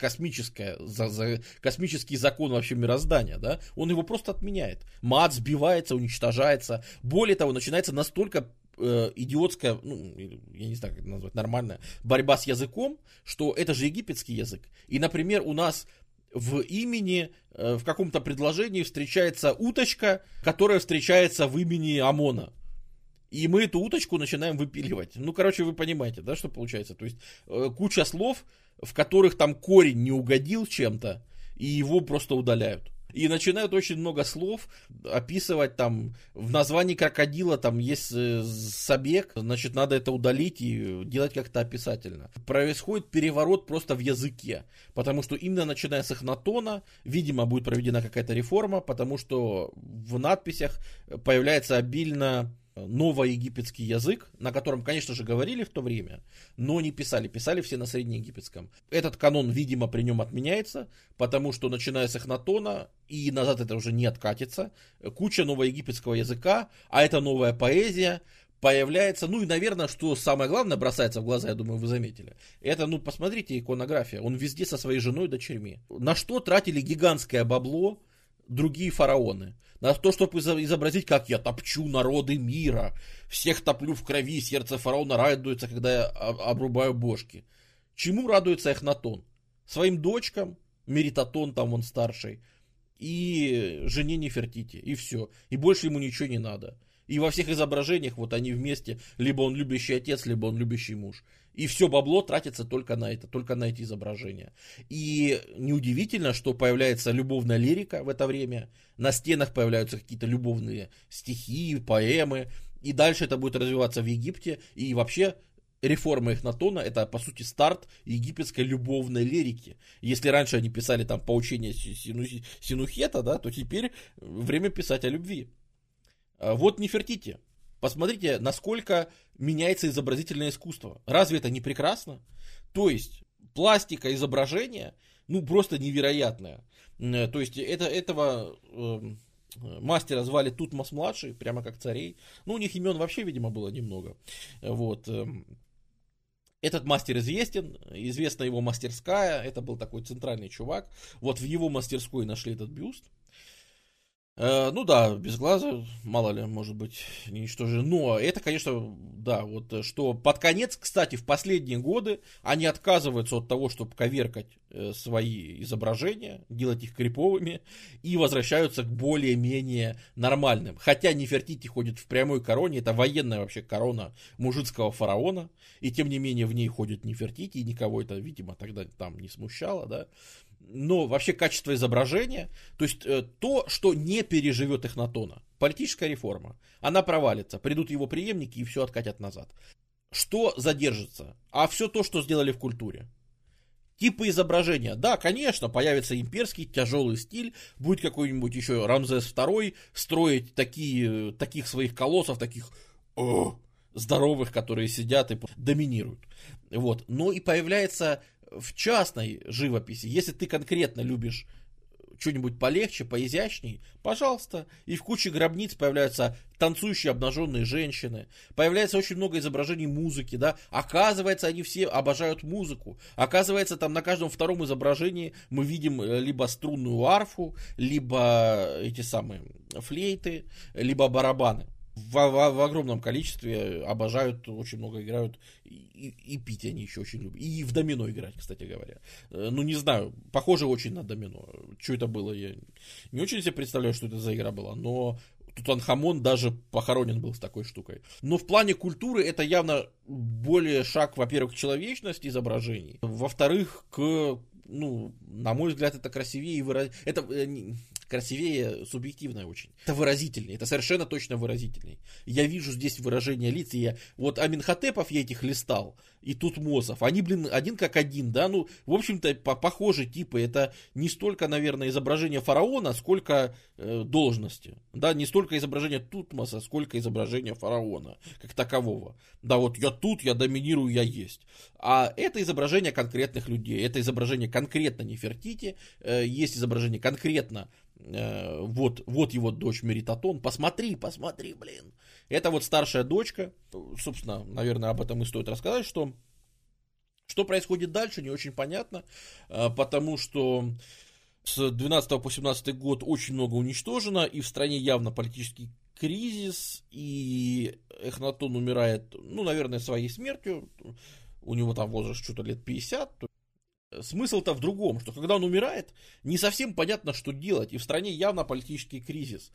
космический закон вообще мироздания, да? Он его просто отменяет. Маат сбивается, уничтожается. Более того, начинается настолько идиотская, я не знаю, как это назвать, нормальная борьба с языком, что это же египетский язык. И, например, у нас в имени, в каком-то предложении встречается уточка, которая встречается в имени Амона. И мы эту уточку начинаем выпиливать. Вы понимаете, да, что получается? То есть куча слов, в которых там корень не угодил чем-то, и его просто удаляют. И начинают очень много слов описывать там, в названии крокодила там есть собег, значит, надо это удалить и делать как-то описательно. Происходит переворот просто в языке, потому что именно начиная с Эхнатона, видимо, будет проведена какая-то реформа, потому что в надписях появляется обильно новоегипетский язык, на котором, конечно же, говорили в то время, но не писали. Писали все на среднеегипетском. Этот канон, видимо, при нем отменяется, потому что, начиная с Эхнатона, и назад это уже не откатится, куча новоегипетского языка, а это новая поэзия, появляется, ну и, наверное, что самое главное бросается в глаза, я думаю, вы заметили, это, ну, посмотрите, иконография, он везде со своей женой и дочерьми. На что тратили гигантское бабло другие фараоны? На то, чтобы изобразить, как я топчу народы мира, всех топлю в крови, сердце фараона радуется, когда я обрубаю бошки. Чему радуется Эхнатон? Своим дочкам, Меритатон там он старший, и жене Нефертити, и все. И больше ему ничего не надо. И во всех изображениях вот они вместе, либо он любящий отец, либо он любящий муж. И все бабло тратится только на это, только на эти изображения. И неудивительно, что появляется любовная лирика в это время, на стенах появляются какие-то любовные стихи, поэмы, и дальше это будет развиваться в Египте, и вообще реформа Эхнатона — это, по сути, старт египетской любовной лирики. Если раньше они писали там поучения Синухета, да, то теперь время писать о любви. Вот Нефертити. Посмотрите, насколько меняется изобразительное искусство. Разве это не прекрасно? То есть, пластика изображения, ну, просто невероятная. То есть, этого мастера звали Тутмос-младший, прямо как царей. Ну, у них имен вообще, видимо, было немного. Вот. Этот мастер известна его мастерская, это был такой центральный чувак. Вот в его мастерской нашли этот бюст. Ну да, без глаза, мало ли, может быть, ничтоже. Но это, конечно, да, вот что под конец, кстати, в последние годы они отказываются от того, чтобы коверкать свои изображения, делать их криповыми, и возвращаются к более-менее нормальным. Хотя Нефертити ходит в прямой короне, это военная вообще корона мужицкого фараона, и тем не менее в ней ходит Нефертити, и никого это, видимо, тогда там не смущало, да. Но вообще качество изображения, то есть то, что не переживет Эхнатона, политическая реформа, она провалится, придут его преемники и все откатят назад. Что задержится? А все то, что сделали в культуре. Типы изображения. Да, конечно, появится имперский тяжелый стиль, будет какой-нибудь еще Рамзес II строить таких своих колоссов, таких здоровых, которые сидят и доминируют. Вот. Но и появляется в частной живописи, если ты конкретно любишь что-нибудь полегче, поизящней, пожалуйста. И в куче гробниц появляются танцующие обнаженные женщины. Появляется очень много изображений музыки, да. Оказывается, они все обожают музыку. Оказывается, там на каждом втором изображении мы видим либо струнную арфу, либо эти самые флейты, либо барабаны. В огромном количестве обожают, очень много играют, и пить они еще очень любят. И в домино играть, кстати говоря. Ну, не знаю, похоже очень на домино. Что это было, я не очень себе представляю, что это за игра была, но Тутанхамон даже похоронен был с такой штукой. Но в плане культуры это явно более шаг, во-первых, к человечности изображений, во-вторых, ну, на мой взгляд, это красивее и это красивее субъективно очень. Это выразительнее, это совершенно точно выразительней. Я вижу здесь выражение лиц, и вот Аминхотепов я этих листал, и Тутмосов, они, один как один, да, ну, в общем-то, похожи типы, это не столько, наверное, изображение фараона, сколько должности, да, не столько изображение Тутмоса, сколько изображение фараона, как такового. Да, вот я тут, я доминирую, я есть. А это изображение конкретных людей, это изображение конкретно Нефертити, есть изображение конкретно вот его дочь Меритатон. Посмотри, блин. Это вот старшая дочка. Собственно, наверное, об этом и стоит рассказать, что происходит дальше, не очень понятно, потому что с 12 по 17 год очень много уничтожено, и в стране явно политический кризис, и Эхнатон умирает, ну, наверное, своей смертью. У него там возраст что-то лет 50. Смысл-то в другом, что когда он умирает, не совсем понятно, что делать, и в стране явно политический кризис.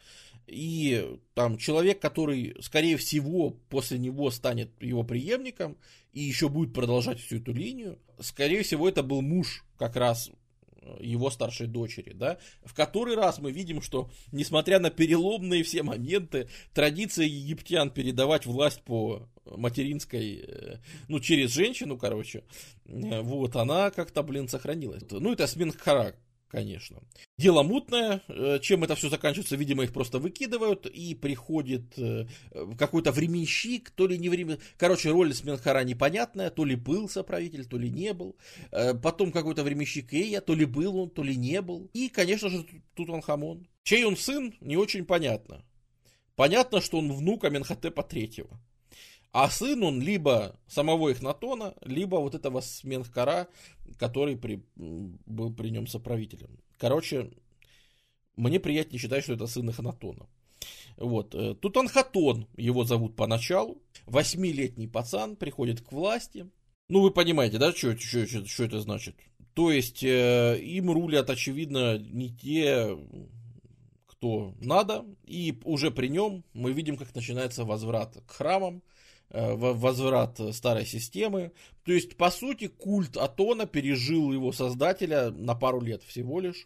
И там человек, который, скорее всего, после него станет его преемником, и еще будет продолжать всю эту линию, скорее всего, это был муж как раз его старшей дочери, да, в который раз мы видим, что, несмотря на переломные все моменты, традиция египтян передавать власть по материнской, ну, через женщину, короче, вот, она как-то, блин, сохранилась. Ну, это Сменхкара, конечно. Дело мутное, чем это все заканчивается, видимо, их просто выкидывают, и приходит какой-то временщик, то ли не времен... Короче, роль Сменхара непонятная, то ли был соправитель, то ли не был. Потом какой-то временщик Эя, то ли был он, то ли не был. И, конечно же, Тутанхамон. Чей он сын, не очень понятно. Понятно, что он внук Аменхотепа III. А сын он либо самого Эхнатона, либо вот этого Сменхкара, который был при нем соправителем. Короче, мне приятнее считать, что это сын Эхнатона. Вот. Тутанхатон его зовут поначалу. 8-летний пацан приходит к власти. Ну, вы понимаете, да, что это значит? То есть, им рулят, очевидно, не те, кто надо. И уже при нем мы видим, как начинается возврат к храмам, возврат старой системы. То есть, по сути, культ Атона пережил его создателя на пару лет всего лишь.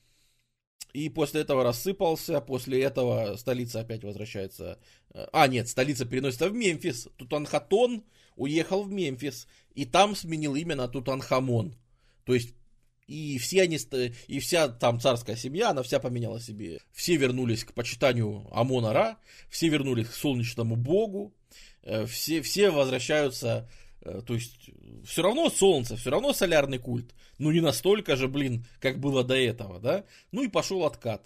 И после этого рассыпался, после этого столица опять возвращается... нет, столица переносится в Мемфис. Тутанхатон уехал в Мемфис, и там сменил имя на Тутанхамон. То есть, и вся там царская семья, она вся поменяла себе. Все вернулись к почитанию Амона-Ра, все вернулись к солнечному богу, все возвращаются... То есть, все равно солнце, все равно солярный культ. Ну, не настолько же, как было до этого, да? Ну, и пошел откат.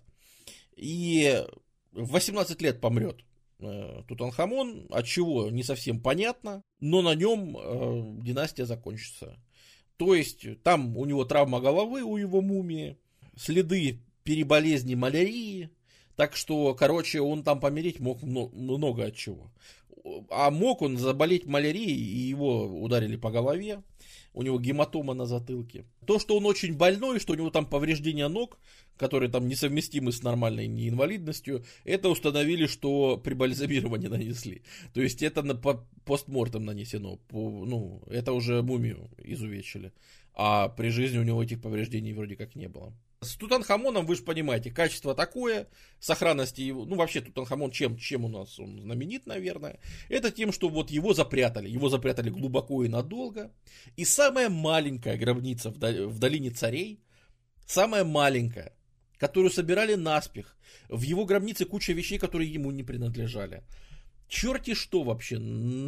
И в 18 лет помрет Тутанхамон, от чего не совсем понятно, но на нем династия закончится. То есть, там у него травма головы, у его мумии, следы переболезни малярии, так что, короче, он там помереть мог много от чего. А мог он заболеть малярией, и его ударили по голове, у него гематома на затылке. То, что он очень больной, что у него там повреждения ног, которые там несовместимы с нормальной инвалидностью, это установили, что при бальзамировании нанесли. То есть это постмортем нанесено, это уже мумию изувечили. А при жизни у него этих повреждений вроде как не было. С Тутанхамоном, вы же понимаете, качество такое, сохранности его, вообще Тутанхамон чем у нас он знаменит, наверное, это тем, что вот его запрятали глубоко и надолго, и самая маленькая гробница в долине царей, самая маленькая, которую собирали наспех, в его гробнице куча вещей, которые ему не принадлежали. Черти что вообще,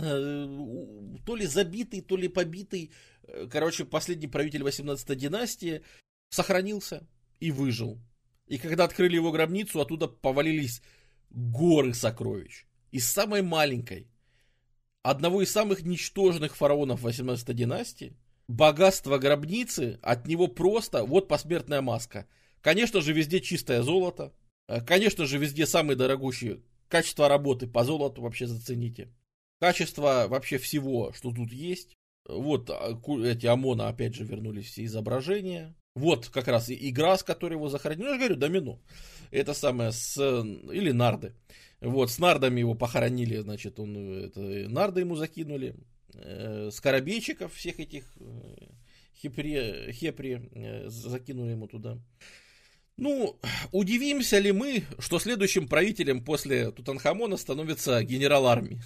то ли забитый, то ли побитый, короче, последний правитель 18-й династии сохранился и выжил. И когда открыли его гробницу, оттуда повалились горы сокровищ. Из самой маленькой, одного из самых ничтожных фараонов 18-й династии, богатство гробницы, от него просто, вот посмертная маска. Конечно же, везде чистое золото. Конечно же, везде самые дорогущие. Качество работы по золоту вообще зацените. Качество вообще всего, что тут есть. Вот эти Амона, опять же, вернулись все изображения. Вот как раз игра, с которой его захоронили. Ну, я же говорю, домино. Это самое или нарды. Вот, с нардами его похоронили, значит, нарды ему закинули. Скоробейчиков всех этих хепри закинули ему туда. Ну, удивимся ли мы, что следующим правителем после Тутанхамона становится генерал армии?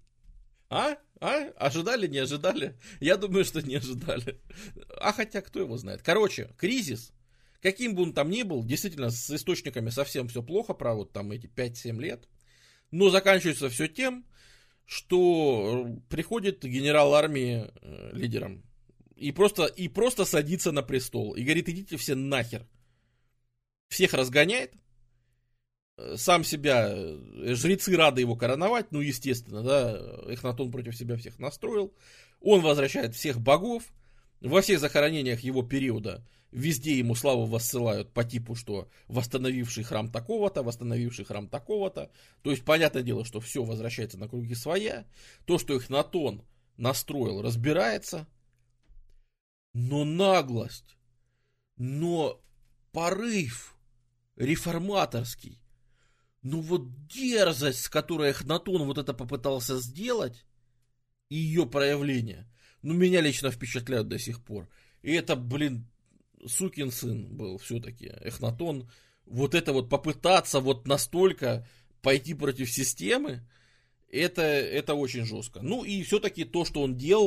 Ожидали, не ожидали? Я думаю, что не ожидали. Хотя, кто его знает. Короче, кризис, каким бы он там ни был, действительно, с источниками совсем все плохо, про вот там эти 5-7 лет. Но заканчивается все тем, что приходит генерал армии лидером. И просто садится на престол. И говорит, идите все нахер. Всех разгоняет. Сам себя, жрецы рады его короновать, естественно, да, Эхнатон против себя всех настроил. Он возвращает всех богов. Во всех захоронениях его периода везде ему славу воссылают по типу, что восстановивший храм такого-то, восстановивший храм такого-то. То есть, понятное дело, что все возвращается на круги своя. То, что Эхнатон настроил, разбирается. Но наглость, но порыв реформаторский, вот дерзость, с которой Эхнатон вот это попытался сделать, и ее проявление, меня лично впечатляют до сих пор. И это, сукин сын был все-таки Эхнатон. Вот это вот попытаться вот настолько пойти против системы, это очень жестко. И все-таки то, что он делал,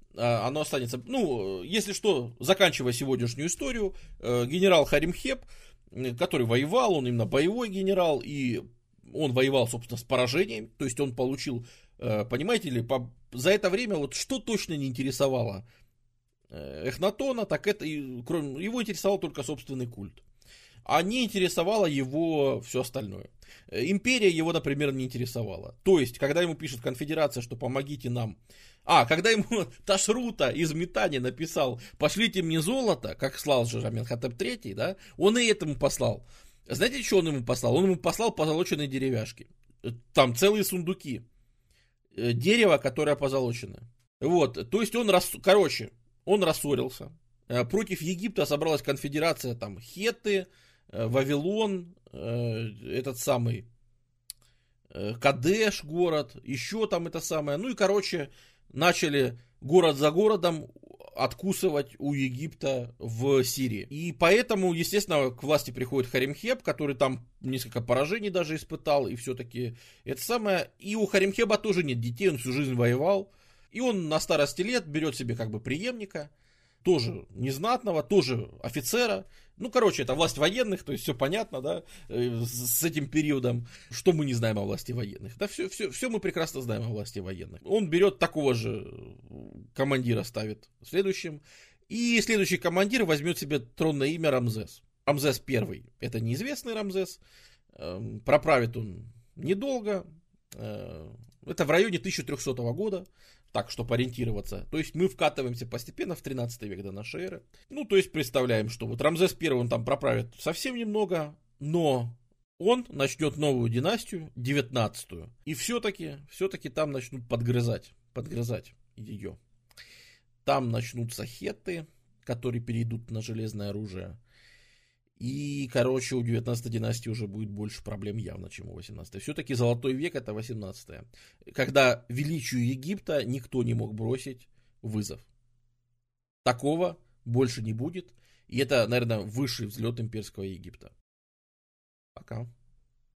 оно останется. Ну, если что, заканчивая сегодняшнюю историю, генерал Харимхеп, который воевал, он именно боевой генерал, и он воевал, собственно, с поражением, то есть он получил, понимаете ли, за это время вот что точно не интересовало Эхнатона, так это, его интересовал только собственный культ. А не интересовало его все остальное. Империя его, например, не интересовала. То есть, когда ему пишет конфедерация, что помогите нам. Когда ему Ташрута из Метани написал, пошлите мне золото, как слал же Аменхотеп III, да, он и этому послал. Знаете, что он ему послал? Он ему послал позолоченные деревяшки. Там целые сундуки. Дерево, которое позолоченное. Вот, то есть он рассорился. Против Египта собралась конфедерация, там, Хетты, Вавилон, этот самый Кадеш город, еще там это самое. Ну и, короче, начали город за городом откусывать у Египта в Сирии. И поэтому, естественно, к власти приходит Харимхеп, который там несколько поражений даже испытал, и все-таки это самое. И у Харимхеба тоже нет детей, он всю жизнь воевал. И он на старости лет берет себе как бы преемника, тоже незнатного, тоже офицера. Ну, короче, это власть военных, то есть все понятно, да, с этим периодом. Что мы не знаем о власти военных? Да, все мы прекрасно знаем о власти военных. Он берет такого же командира, ставит следующим. И следующий командир возьмет себе тронное имя Рамзес. Рамзес I. Это неизвестный Рамзес. Проправит он недолго. Это в районе 1300 года. Так, чтобы ориентироваться. То есть мы вкатываемся постепенно в 13 век до нашей эры. Ну, то есть представляем, что вот Рамзес I, он там проправит совсем немного, но он начнет новую династию, 19-ю. И все-таки там начнут подгрызать ее. Там начнутся хетты, которые перейдут на железное оружие. И, короче, у 19-й династии уже будет больше проблем явно, чем у 18-й. Все-таки золотой век это 18-е, когда величию Египта никто не мог бросить вызов. Такого больше не будет. И это, наверное, высший взлет имперского Египта. Пока.